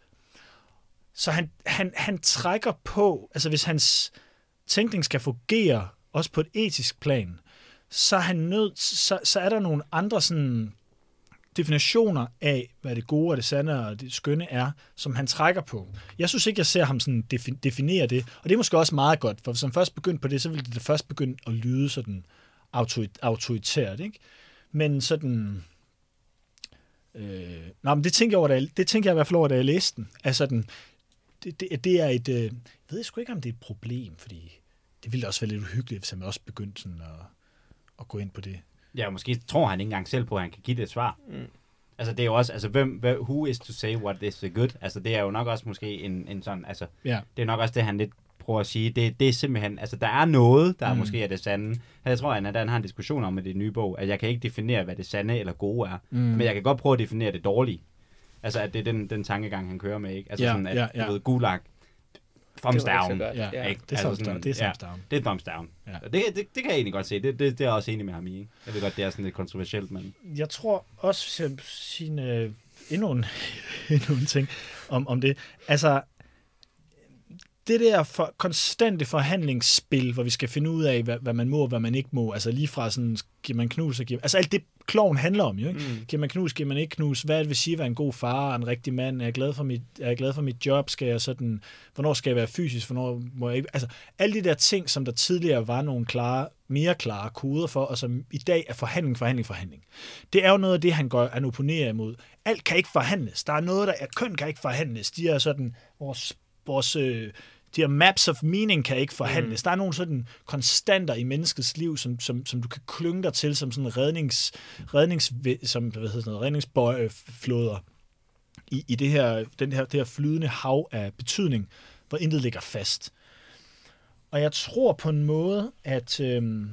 B: Så han, han, han trækker på, altså hvis hans tænkning skal fungere, også på et etisk plan, så er han nødt, så, så er der nogle andre sådan definitioner af, hvad det gode og det sande og det skønne er, som han trækker på. Jeg synes ikke, jeg ser ham sådan definere det, og det er måske også meget godt, for hvis han først begyndte på det, så ville det først begynde at lyde sådan autoritært, ikke? Men sådan øh, nej, men det tænker jeg over, da jeg, det tænker jeg i hvert fald over, da jeg læste den. Altså den, det, det, det er et, øh, jeg ved sgu ikke, om det er et problem, fordi det ville også være lidt uhyggeligt, hvis han også begyndte sådan at at gå ind på det.
A: Ja, måske tror han ikke engang selv på, at han kan give det et svar. Mm. Altså, det er jo også, altså, hvem, hvem, who is to say what is good? Altså, det er jo nok også måske en, en sådan, altså, yeah. det er nok også det, han lidt prøver at sige. Det, det er simpelthen, altså, der er noget, der mm. måske er det sande. Jeg tror, at han har en diskussion om med det nye bog, at jeg kan ikke definere, hvad det sande eller gode er, mm. men jeg kan godt prøve at definere det dårlige. Altså, at det er den, den tankegang, han kører med, ikke? Altså, yeah, sådan, at, yeah, yeah. du ved, Gulag, thumbs down.
B: Ja, ja. Det er thumbs down. Det er thumbs down.
A: Det er thumbs down. Ja. Det, det, det kan jeg egentlig godt se. Det, det, det er jeg også enig med ham i. Ikke? Jeg ved godt, det er sådan lidt kontroversielt, men...
B: Jeg tror også, at sige uh, endnu, en, endnu en ting om, om det. Altså, det der for, konstante forhandlingsspil, hvor vi skal finde ud af, hvad, hvad man må og hvad man ikke må, altså lige fra sådan, giver man knus og giver... Altså alt det, kloven handler om, jo, ikke? Mm. Giver man knus, giver man ikke knus, hvad det vil sige at være en god far, en rigtig mand, er jeg glad for mit, er jeg glad for mit job, skal jeg sådan, hvornår skal jeg være fysisk, hvornår må jeg ikke... Altså alle de der ting, som der tidligere var nogle klare, mere klare koder for, og som i dag er forhandling, forhandling, forhandling. Det er jo noget af det, han går an opponerer imod. Alt kan ikke forhandles. Der er noget, der er køn kan ikke forhandles. De er sådan, vores, vores øh, de her maps of meaning kan ikke forhandles. Mm. Der er nogle sådan konstanter i menneskets liv, som, som, som du kan klynge dig til som sådan rednings, rednings, som, hvad hedder det, redningsflåder i, i det her, den her, det her flydende hav af betydning, hvor intet ligger fast. Og jeg tror på en måde, at øhm,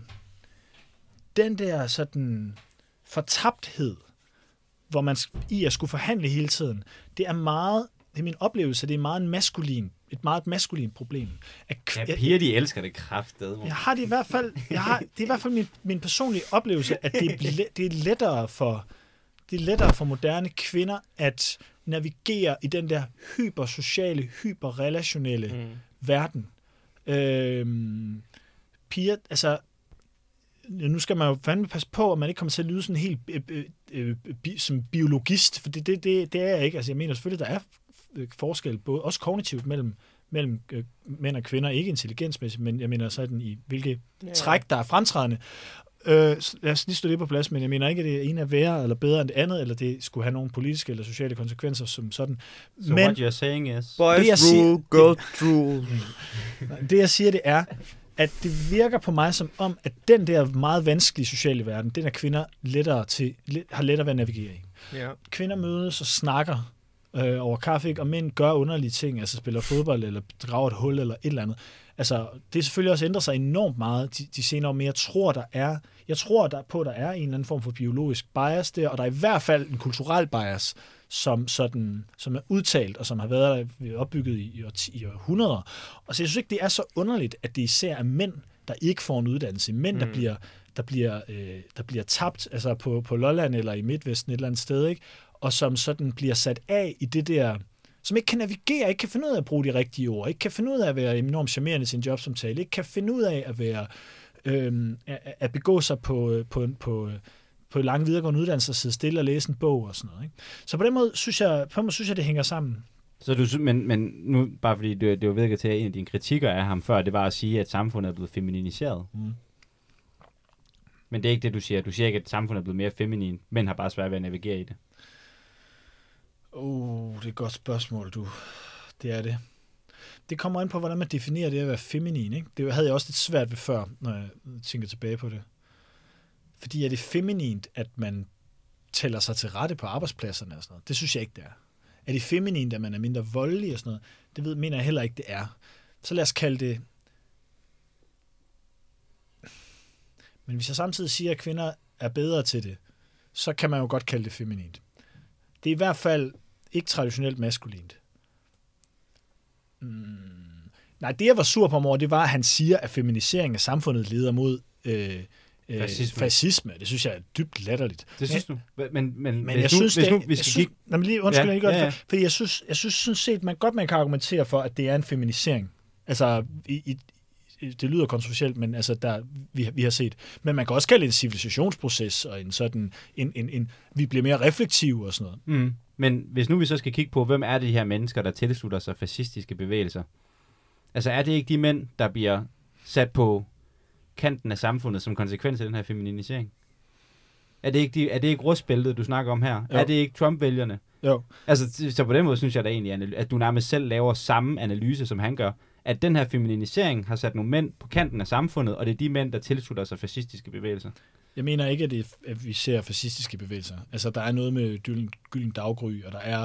B: den der sådan fortabthed, hvor man i at skulle forhandle hele tiden, det er meget, det er min oplevelse, det er meget en maskulin et meget maskulint problem.
A: At, ja, piger, de elsker det kraftedeme.
B: Jeg har det i hvert fald, jeg har, det er i hvert fald min, min personlige oplevelse, at det er, det er lettere for det er lettere for moderne kvinder at navigere i den der hypersociale, hyperrelationelle mm. verden. Øhm, piger, altså nu skal man jo fandme passe på, at man ikke kommer til at lyde sådan helt øh, øh, øh, bi, som biologist, for det, det, det, det er jeg ikke. Altså jeg mener selvfølgelig, der er forskel, både også kognitivt mellem, mellem øh, mænd og kvinder, ikke intelligensmæssigt, men jeg mener sådan i hvilke ja. træk, der er fremtrædende. Øh, lad os lige stå det på plads, men jeg mener ikke, at det ene er værre eller bedre end det andet, eller det skulle have nogle politiske eller sociale konsekvenser som sådan.
A: So men what you're saying is,
C: boys rule, siger, girls rule.
B: Det jeg siger, det er, at det virker på mig som om, at den der meget vanskelige sociale verden, den er kvinder lettere til, har lettere ved at navigere i.
C: Ja.
B: Kvinder mødes og snakker øh, over kaffe, ikke? Og mænd gør underlige ting, altså spiller fodbold, eller drager et hul, eller et eller andet. Altså, det er selvfølgelig også ændret sig enormt meget de, de senere år, men jeg tror, der er, jeg tror der på, der er en eller anden form for biologisk bias der, og der er i hvert fald en kulturel bias, som, sådan, som er udtalt, og som har været opbygget i, i, i århundreder. Og så jeg synes ikke, det er så underligt, at det især er mænd, der ikke får en uddannelse. Mænd, mm. der bliver, der bliver, øh, der bliver tabt, altså på, på Lolland eller i Midtvesten et eller andet sted, ikke? Og som sådan bliver sat af i det der, som ikke kan navigere, ikke kan finde ud af at bruge de rigtige ord, ikke kan finde ud af at være enormt charmerende til en jobsamtale, ikke kan finde ud af at være øh, at, at begå sig på, på, på, på lange videregående uddannelser, sidde stille og læse en bog og sådan noget. Ikke? Så på den måde synes jeg, på den måde synes jeg, det hænger sammen.
A: Så du, men, men nu, bare fordi det, det var ved at tage en af dine kritikker af ham før, det var at sige, at samfundet er blevet femininiseret. Mm. Men det er ikke det, du siger. Du siger ikke, at samfundet er blevet mere feminin, men har bare svært ved at navigere i det.
B: Uh, det er et godt spørgsmål, du. Det er det. Det kommer an på, hvordan man definerer det at være feminin. Ikke? Det havde jeg også lidt svært ved før, når jeg tænker tilbage på det. Fordi er det feminint, at man tæller sig til rette på arbejdspladserne og sådan noget? Det synes jeg ikke, det er. Er det feminint, at man er mindre voldelig og sådan noget? Det ved, mener jeg heller ikke, det er. Så lad os kalde det... Men hvis jeg samtidig siger, at kvinder er bedre til det, så kan man jo godt kalde det feminint. Det er i hvert fald ikke traditionelt maskulint. Mm. Nej, det jeg var sur på om over, det var, at han siger, at feminisering af samfundet leder mod øh, øh, fascisme. fascisme. Det synes jeg er dybt latterligt.
A: Det synes du? Men, men, men
B: jeg
A: hvis
B: synes,
A: nu, hvis nu,
B: det,
A: vi
B: jeg
A: skal
B: synes,
A: kigge...
B: Jamen lige, undskyld,
A: ja,
B: jeg ikke
A: ja, ja.
B: For, fordi jeg synes, jeg synes sådan set, man godt man kan argumentere for, at det er en feminisering. Altså, i, i, det lyder kontroversielt, men altså, der, vi, vi har set. Men man kan også kalde det en civilisationsproces, og en sådan, en, en, en, vi bliver mere reflektive og sådan noget.
A: Mm. Men hvis nu vi så skal kigge på, hvem er de her mennesker, der tilslutter sig fascistiske bevægelser? Altså er det ikke de mænd, der bliver sat på kanten af samfundet som konsekvens af den her feminisering? Er det ikke, de, er det ikke rustbæltet, du snakker om her? Jo. Er det ikke Trump-vælgerne?
B: Jo.
A: Altså, så på den måde synes jeg da egentlig, at du nærmest selv laver samme analyse, som han gør. At den her feminisering har sat nogle mænd på kanten af samfundet, og det er de mænd, der tilslutter sig fascistiske bevægelser.
B: Jeg mener ikke, at, det, at vi ser fascistiske bevægelser. Altså, der er noget med Gylden Daggry, og der er,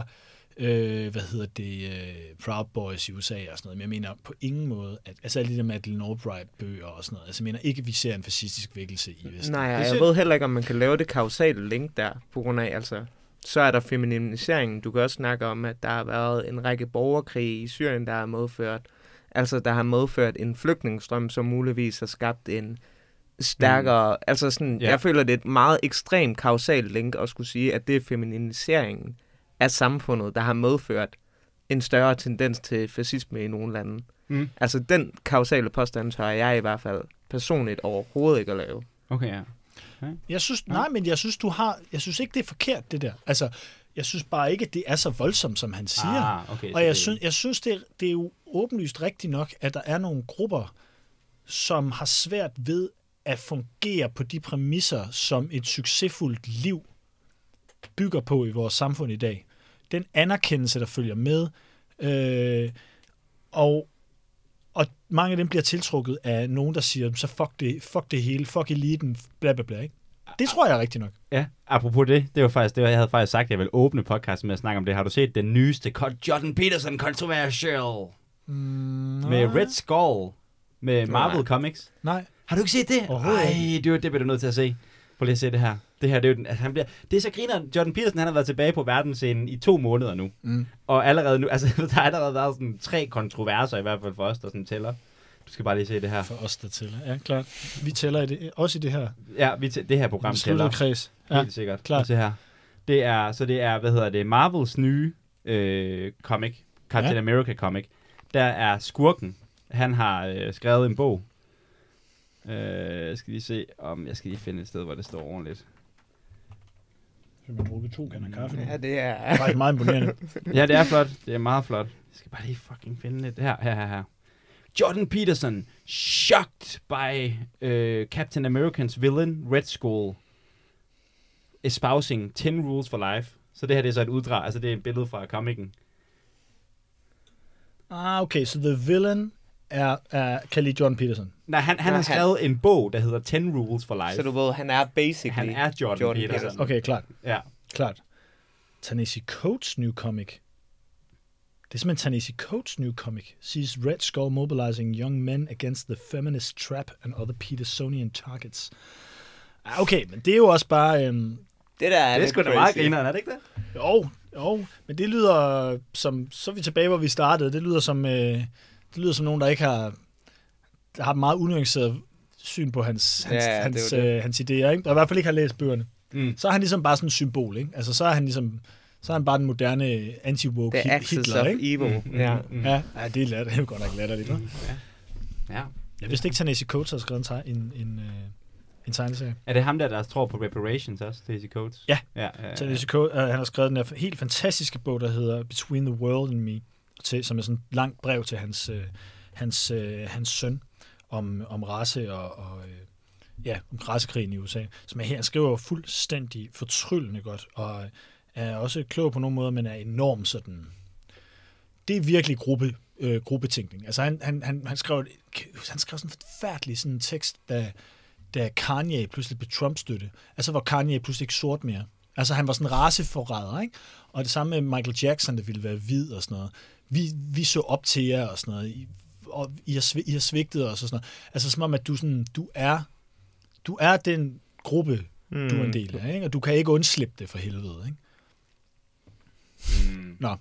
B: øh, hvad hedder det, uh, Proud Boys i U S A og sådan noget. Men jeg mener på ingen måde, at, altså alle de der Madeleine Albright-bøger og sådan noget, altså jeg mener ikke, at vi ser en fascistisk vækkelse i Vesten.
C: Nej, jeg, jeg ved heller ikke, om man kan lave det kausale link der, på grund af, altså, så er der feminiseringen. Du kan også snakke om, at der har været en række borgerkrige i Syrien, der har medført, altså der har medført en flygtningestrøm, som muligvis har skabt en stærkere, mm. altså sådan, yeah. Jeg føler, det er et meget ekstremt kausalt link at skulle sige, at det er feminiseringen af samfundet, der har medført en større tendens til fascisme i nogle lande. Mm. Altså den kausale påstand tør jeg i hvert fald personligt overhovedet ikke at lave.
A: Okay, ja. Okay.
B: Jeg synes, nej, men jeg synes, du har, jeg synes ikke, det er forkert, det der. Altså, jeg synes bare ikke, at det er så voldsomt, som han siger.
A: Ah, okay,
B: og jeg, det... synes, jeg synes, det er, det er jo åbenlyst rigtigt nok, at der er nogle grupper, som har svært ved at fungere på de præmisser, som et succesfuldt liv bygger på i vores samfund i dag. Den anerkendelse, der følger med, øh, og, og mange af dem bliver tiltrukket af nogen, der siger, så fuck det, fuck det hele, fuck eliten, bla bla bla, ikke? Det tror jeg rigtigt nok.
A: Ja, apropos det, det var faktisk det, jeg havde faktisk sagt, at jeg ville åbne podcasten med at snakke om det. Har du set den nyeste Jordan Peterson Controversial?
B: Mm,
A: med Red Skull, med Marvel nej. Comics?
B: Nej.
A: Har du ikke set det? Ej, det, det bliver du nødt til at se. Prøv lige at se det her. Det her, det er jo den, altså han bliver, det er så griner. Jordan Peterson, han har været tilbage på verdensscenen i to måneder nu. Mm. Og allerede nu, altså der har allerede været sådan tre kontroverser, i hvert fald for os, der sådan tæller. Du skal bare lige se det her.
B: For os, der tæller. Ja, klart. Vi tæller i det, også i det her.
A: Ja, vi t- det her program tæller.
B: Kreds. Ja,
A: helt sikkert. Klart. Se her. Det er, så det er, hvad hedder det, Marvels nye øh, comic, Captain ja. America comic. Der er skurken. Han har øh, skrevet en bog. Øh, jeg skal lige se, om jeg skal lige finde et sted, hvor det står ordentligt.
B: Så man bruger to kander kaffe.
C: Ja, det er...
B: Det er faktisk meget imponerende.
A: Ja, det er flot. Det er meget flot. Jeg skal bare lige fucking finde lidt. Her, her, her, her. Jordan Peterson, shocked by uh, Captain American's villain, Red Skull, espousing ten rules for life. Så det her det er så et uddrag, altså det er et billede fra komikeren.
B: Ah, okay, så the villain er, er kan lide Jordan Peterson.
A: Nej, han, han Nej, har skrevet han... en bog, der hedder ten rules for life.
C: Så du ved, han er basically
A: han er Jordan, Jordan Peterson. Peterson.
B: Okay, klart.
A: Ja.
B: Klart. Ta-Nehisi Coates' new comic. Det er simpelthen Ta-Nehisi Coates' new comic. Sees Red Skull mobilizing young men against the feminist trap and other Petersonian targets. Ah, okay, men det er jo også bare... Øhm,
C: det der er
A: det er sgu da meget grineren, er det ikke det?
B: Jo, jo, men det lyder som... Så er vi tilbage, hvor vi startede. Det lyder som, øh, det lyder som nogen, der ikke har... Der har meget unuanceret syn på hans, hans, ja, hans, øh, hans idéer, ikke? Der i hvert fald ikke har læst bøgerne. Mm. Så er han ligesom bare sådan en symbol, ikke? Altså, så er han ligesom... Så er han bare den moderne anti-woke Hitler,
C: The Axis of
B: ikke?
C: Evil.
A: Mm, mm,
C: ja.
A: Mm.
B: Ja, ja, det er, latter, det er jo godt nok latterligt, hva'?
A: Ja. Ja.
B: Jeg vidste ikke, at Ta-Nehisi Coates har skrevet en, en, en, øh, en tegneserie.
A: Er det ham der, der tror på reparations også, Ta-Nehisi Coates?
B: Ja.
A: ja, ja, ja.
B: Ta-Nehisi Coates, øh, han har skrevet den her helt fantastiske bog, der hedder Between the World and Me, til, som er sådan et langt brev til hans, øh, hans, øh, hans søn om, om race og, og øh, ja, om racekrigen i U S A, som er her. Han skriver fuldstændig fortryllende godt, og er også klog på nogle måder, men er enormt sådan... Det er virkelig gruppe, øh, gruppetænkning. Altså han, han, han, han, skrev, han skrev sådan en forfærdelig sådan en tekst, da, da Kanye pludselig blev Trump-støtte. Altså hvor Kanye pludselig ikke sort mere. Altså han var sådan en raceforræder, ikke? Og det samme med Michael Jackson, der ville være hvid og sådan noget. Vi, vi så op til jer og sådan noget. I, og I har, I har svigtet os og sådan noget. Altså som om, at du, sådan, du, er, du er den gruppe, mm. du er en del af, ikke? Og du kan ikke undslippe det for helvede, ikke?
A: Mm.
B: Nå.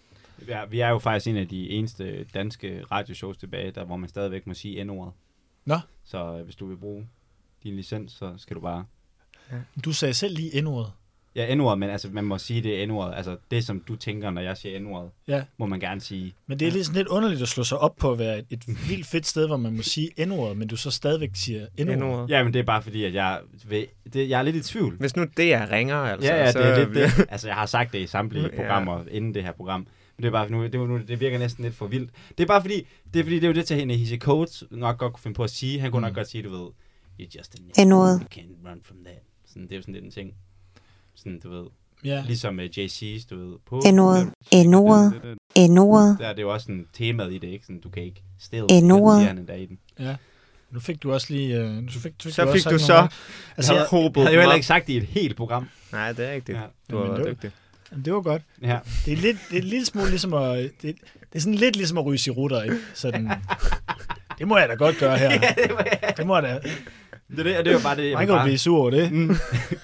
A: Ja, vi er jo faktisk en af de eneste danske radioshows tilbage, der hvor man stadigvæk må sige N-ordet.
B: Nå.
A: Så øh, hvis du vil bruge din licens, så skal du bare...
B: Ja. Du sagde selv lige N-ordet.
A: Ja, N-ordet, men altså, man må sige det N-ordet. Altså, det som du tænker, når jeg siger N-ordet,
B: ja.
A: må man gerne sige.
B: Men det er lidt, lidt underligt at slå sig op på at være et, et vildt fedt sted, hvor man må sige N-ordet, men du så stadigvæk siger N-ordet.
A: Ja, men det er bare fordi, at jeg, ved, det, jeg er lidt i tvivl.
C: Hvis nu det er ringer, altså.
A: Ja, ja,
C: så...
A: det er lidt det. Altså, jeg har sagt det i samtlige programmer ja. inden det her program. Men det er bare nu, det, nu, det virker næsten lidt for vildt. Det er bare fordi, det er fordi, det er jo det til Ta-Nehisi Coates nok godt kunne finde på at sige. Han kunne mm. nok godt sige, du ved, you're just a nigga, you can't run from that. Sådan, det er jo sådan lidt en ting. Sådan, du ved.
B: Yeah.
A: Ligesom uh, J C's, du ved. På
D: N-ordet, N-ordet, N-ordet.
A: Der er det jo også sådan temaet i det, ikke? Sådan, du kan ikke stille
D: N-ordet.
A: der i den.
B: Ja. Nu fik du også lige... Uh, nu fik, du fik
C: så
B: du
C: fik
B: også
C: du så...
B: Nogle, altså,
A: jeg havde, havde jo heller ikke sagt det i et helt program.
C: Nej, det er ikke det. Ja. Du
B: var
C: var dygtig.
B: Det var godt.
A: Ja.
B: Det er lidt, det er en lille smule ligesom at... Det, det er sådan lidt ligesom at ryge cirutter, ikke? Sådan, det må jeg da godt gøre her.
A: Ja, det, må jeg.
B: det må jeg da.
A: Det er det, og det er jo bare det...
B: Man kan jo blive sur over det. Mm.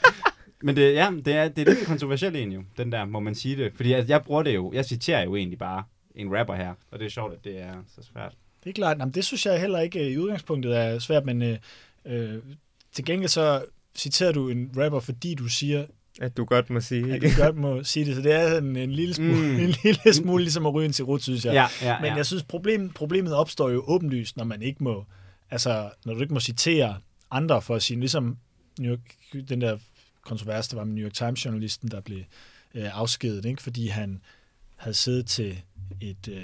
A: Men det, ja, det er, det er lidt kontroversielt egentlig jo, den der, må man sige det. Fordi altså, jeg bruger det jo, jeg citerer jo egentlig bare en rapper her, og det er sjovt, at det er så svært.
B: Det er klart, jamen, det synes jeg heller ikke i udgangspunktet er svært, men øh, øh, til gengæld så citerer du en rapper, fordi du siger...
C: At du godt må sige.
B: At du godt må sige det, så det er en, en, lille, smule, mm. en lille smule ligesom at ryge en cigarut, synes jeg.
A: Ja, ja,
B: men
A: ja.
B: jeg synes, problem, problemet opstår jo åbenlyst, når man ikke må, altså når du ikke må citere andre for at sige, ligesom New York, den der kontrovers, der var med New York Times-journalisten, der blev øh, afskedet, ikke? Fordi han havde siddet til et, øh,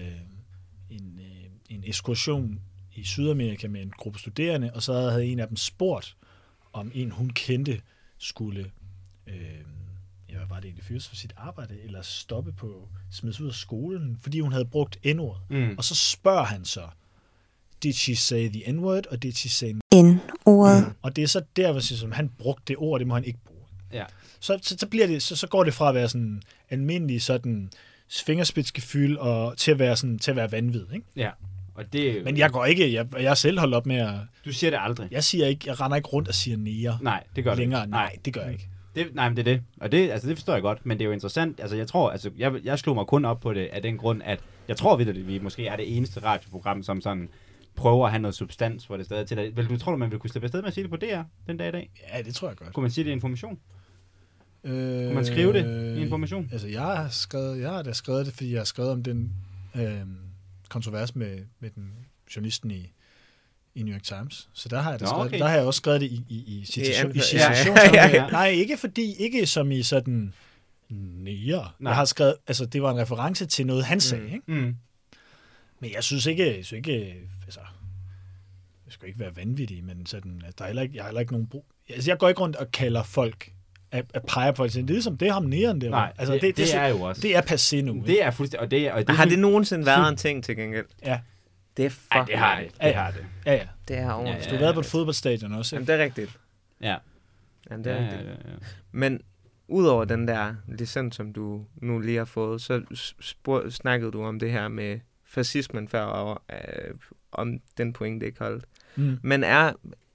B: en, øh, en ekskursion i Sydamerika med en gruppe studerende, og så havde en af dem spurgt, om en hun kendte skulle, øh, ja, hvad var det egentlig, fyres for sit arbejde, eller stoppe på, smides ud af skolen, fordi hun havde brugt N-ordet. Mm. Og så spørger han så, did she say the N-word, og did she say
D: N-ordet?
B: Mm. Og det er så der, hvor som han brugte det ord, det må han ikke bruge.
A: Ja.
B: Så, så, så, bliver det, så, så går det fra at være sådan almindelig sådan fingerspidsgefyld og til at være sådan til at være vanvid, ikke?
A: Ja. Og det,
B: men jeg går ikke, jeg, jeg er selv holdt op med at...
A: Du siger det aldrig.
B: Jeg siger ikke, jeg render ikke rundt og siger nære.
A: Nej, det gør
B: længere.
A: det.
B: Nej, det gør jeg ikke.
A: Det, nej, men det er det. Og det, altså, det forstår jeg godt, men det er jo interessant. Altså, jeg tror, altså, jeg, jeg slog mig kun op på det af den grund, at jeg tror vidt, at vi måske er det eneste radioprogram, som sådan prøver at have noget substans, hvor det stadig til dig. Vel, du tror du, man ville kunne slippe afsted med at sige det på D R den dag i dag?
B: Ja, det tror jeg godt.
A: Kunne man sige det i Information?
B: Øh,
A: kunne man skrive det i Information?
B: Altså, jeg har, skrevet, jeg har da skrevet det, fordi jeg har skrevet om den øh, kontrovers med, med den journalisten i, i New York Times. Så der har jeg, da skrevet, okay. der har jeg også skrevet det i, i, i citation. I citation ja, ja, ja. Nej, ikke fordi, ikke som i sådan nære. Jeg har skrevet, altså det var en reference til noget, han sagde, mm. ikke? Mm. Men jeg synes ikke, jeg synes ikke, altså, jeg skal ikke være vanvittig, men sådan, at der er heller ikke, jeg har heller ikke nogen brug. Altså, jeg går ikke rundt og kalder folk, at, at pege på folk, det er ligesom, det er ham næren der.
A: Nej,
B: altså,
A: det,
B: det, det,
A: det, er jo også.
B: Det er passé nu.
A: Det er fuldstændig, og det er... Og det
C: har det nogensinde været en ting til gengæld?
B: Ja.
C: Det er fucking...
A: Ej, det har det. Det har det.
B: Ja, ja.
C: Det er ordentligt.
B: Ja, ja, ja. Du har været på et fodboldstadion også,
C: ikke? Jamen, det er rigtigt.
A: Ja.
C: Jamen, det er
A: ja,
C: rigtigt.
A: Ja, ja, ja.
C: Men udover den der licens, som du nu lige har fået, så spurg, snakkede du om det her med fascismen før, og øh, om den pointe ikke holdt. Mm. Men er...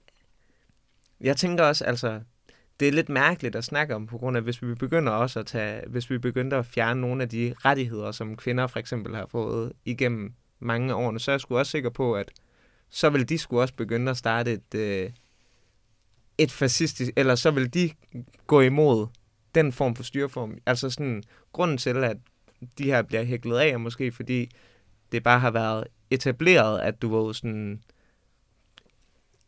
C: Jeg tænker også, altså... Det er lidt mærkeligt at snakke om, på grund af, hvis vi begynder også at tage... Hvis vi begynder at fjerne nogle af de rettigheder, som kvinder for eksempel har fået igennem mange årene, så er jeg sgu også sikker på, at så vil de sgu også begynde at starte et... Øh, et fascistisk... Eller så vil de gå imod den form for styreform. Altså sådan... Grunden til, at de her bliver hæklet af, er måske fordi det bare har været etableret, at du var sådan...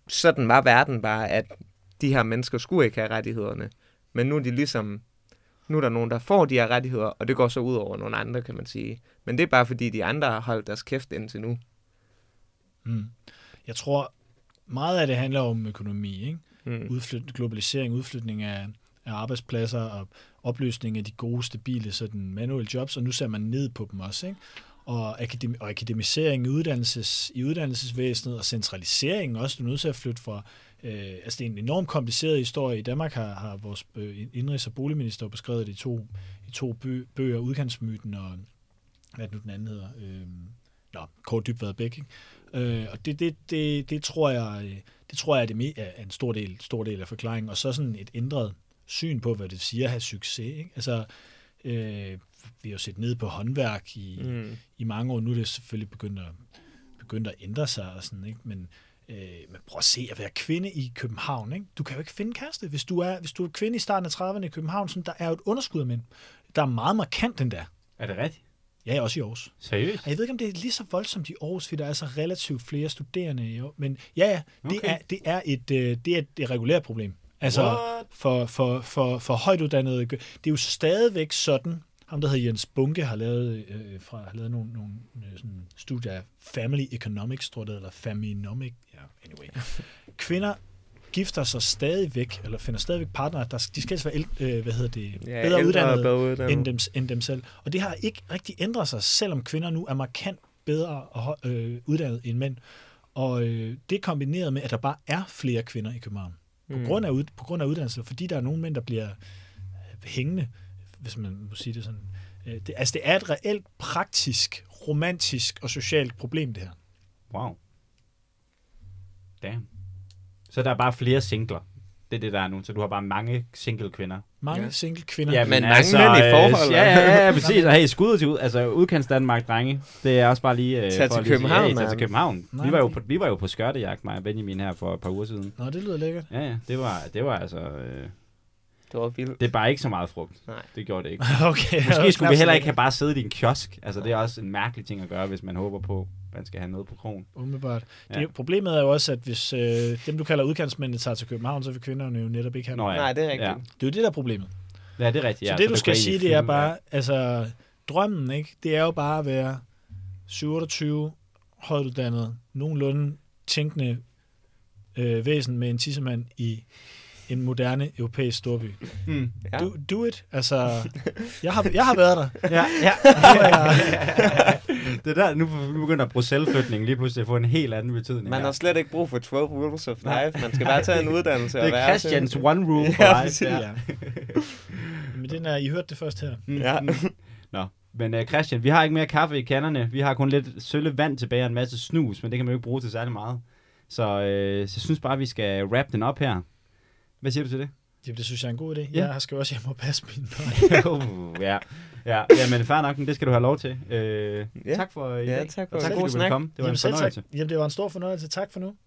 C: sådan var verden bare, at de her mennesker skulle ikke have rettighederne. Men nu er de ligesom, nu er der nogen, der får de her rettigheder, og det går så ud over nogle andre, kan man sige. Men det er bare fordi, de andre har holdt deres kæft indtil nu.
B: Mm. Jeg tror, meget af det handler om økonomi, ikke?
C: Mm.
B: Udflyt, globalisering, udflytning af, af arbejdspladser og opløsning af de gode, stabile sådan manuelle jobs, og nu ser man ned på dem også, ikke? Og, akademi, og akademisering i, uddannelses, i uddannelsesvæsenet og centralisering også. Du er nødt til at flytte fra... Øh, altså det er en enormt kompliceret historie. I Danmark har, har vores øh, indrigs- og boligminister beskrevet det i to, i to bø, bøger, Udkantsmyten og... Hvad er det nu den anden hedder? Øh, nå, Kåre Dybvad Bæk, ikke? Øh, og det, det, det, det tror jeg, det tror jeg er, det er en stor del, stor del af forklaringen. Og så sådan et ændret syn på, hvad det siger at have succes, ikke? Altså... Øh, vi har jo set ned på håndværk i, mm. i mange år. Nu er det selvfølgelig begyndt at, begyndt at ændre sig og sådan, ikke? Men, øh, men prøv at se at være kvinde i København, ikke? Du kan jo ikke finde kæreste. Hvis du er, hvis du er kvinde i starten af trediverne i København, så der er jo et underskud af mænd. Der er meget markant den der.
A: Er det rigtigt?
B: Ja, også i Aarhus.
A: Seriøst?
B: Og jeg ved ikke, om det er lige så voldsomt i Aarhus, fordi der er så relativt flere studerende i Aarhus. Men ja, ja, det,
A: Okay.
B: er, det, er et, det er et regulært problem. Altså for, for, for, for højtuddannede. Det er jo stadigvæk sådan, ham der hedder Jens Bunke har lavet, øh, fra, har lavet nogle, nogle øh, sådan studier af family economics, tror det, eller feminomic. Ja, anyway. Kvinder gifter sig stadigvæk, eller finder stadigvæk partnere, der, de skal altså være el, øh, hvad hedder det,
C: Ja,
B: bedre uddannede,
C: bedre uddannet.
B: end, dem, end dem selv. Og det har ikke rigtig ændret sig, selvom kvinder nu er markant bedre og, øh, uddannet end mænd. Og øh, det er kombineret med, at der bare er flere kvinder i København. På,
C: Mm.
B: grund af, ud- på grund af uddannelse, fordi der er nogle mænd, der bliver hængende, hvis man må sige det sådan. Øh, Det, altså, det er et reelt praktisk, romantisk og socialt problem, det her.
A: Wow. Damn. Så der er bare flere singler. Det er det, der er nu. Så du har bare mange single kvinder.
B: Mange
C: Ja.
B: single kvinder.
A: Ja,
C: Men mange mænd i
A: øh,
C: forhold,
A: Ja, ja, ja, præcis. Og hey, skud til ud, altså udkants Danmark, drenge. Det er også bare lige... Øh,
C: Tag
A: for
C: til
A: at lige sige,
C: København,
A: hey, tag til
C: mand.
A: København.
B: Nej,
A: Vi var, jo
B: okay.
A: på, vi var jo på skørtejagt, mig og Benjamin her for et par uger siden.
B: Nå, det lyder lækkert.
A: Ja, ja. Det var, det var altså... Øh,
C: Det var vildt.
A: det er bare ikke så meget frugt.
C: Nej.
A: Det gjorde det ikke.
B: Okay.
A: Måske skulle vi heller ikke have bare siddet i en kiosk. Altså, det er også en mærkelig ting at gøre, hvis man håber på, at man skal have noget på krogen.
B: Umiddelbart.
A: Ja.
B: Det, problemet er jo også, at hvis øh, dem, du kalder udkantsmændene, tager til København, så vil kvinderne jo netop ikke have
A: Nå,
B: noget.
A: ja.
C: Nej, det er rigtigt.
A: Ja.
B: Det er jo det, der er problemet.
A: Ja, det er rigtigt.
B: Så
A: Ja,
B: det, du
A: så
B: skal
A: går ind i
B: sige, det er
A: film,
B: bare, altså, drømmen, ikke? Det er jo bare at være syvogtyve, højtuddannet, nogenlunde tænkende øh, væsen med en tissemand i en moderne europæisk storby.
A: Mm.
C: Ja.
B: Do, do it. Altså, jeg har, jeg har været der.
A: Ja, ja.
B: Nu er jeg,
A: Det er der, nu, nu begynder Bruxelles-flytningen lige pludselig at få en helt anden betydning.
C: Man
A: her.
C: har slet ikke brug for tolv rules of
A: Nej.
C: life. Man skal bare tage en uddannelse og
A: Det er
C: være
A: Christians one rule for
C: Ja,
A: life.
C: præcis.
B: ja. Men den er, I hørte det først her.
A: Mm,
C: Ja.
A: mm. Nå, men uh, Christian, vi har ikke mere kaffe i kanderne. Vi har kun lidt sølle vand tilbage og en masse snus, men det kan man jo ikke bruge til særlig meget. Så, øh, så jeg synes bare, vi skal wrap den op her. Hvad siger du til det?
B: Jamen, det synes jeg er en god idé.
A: Ja.
B: Jeg skal også hjem og passe mine børn.
A: uh, ja. Ja, ja, men fair nok, men det skal du have lov til. Øh,
C: Ja.
A: tak for i
C: Ja,
A: dag.
C: tak for
A: og tak,
C: god
A: fordi du ville
C: snak.
A: komme. Det var
B: Jamen,
A: en
B: selv tak.
A: fornøjelse.
B: Jamen, det var en stor fornøjelse. Tak for nu.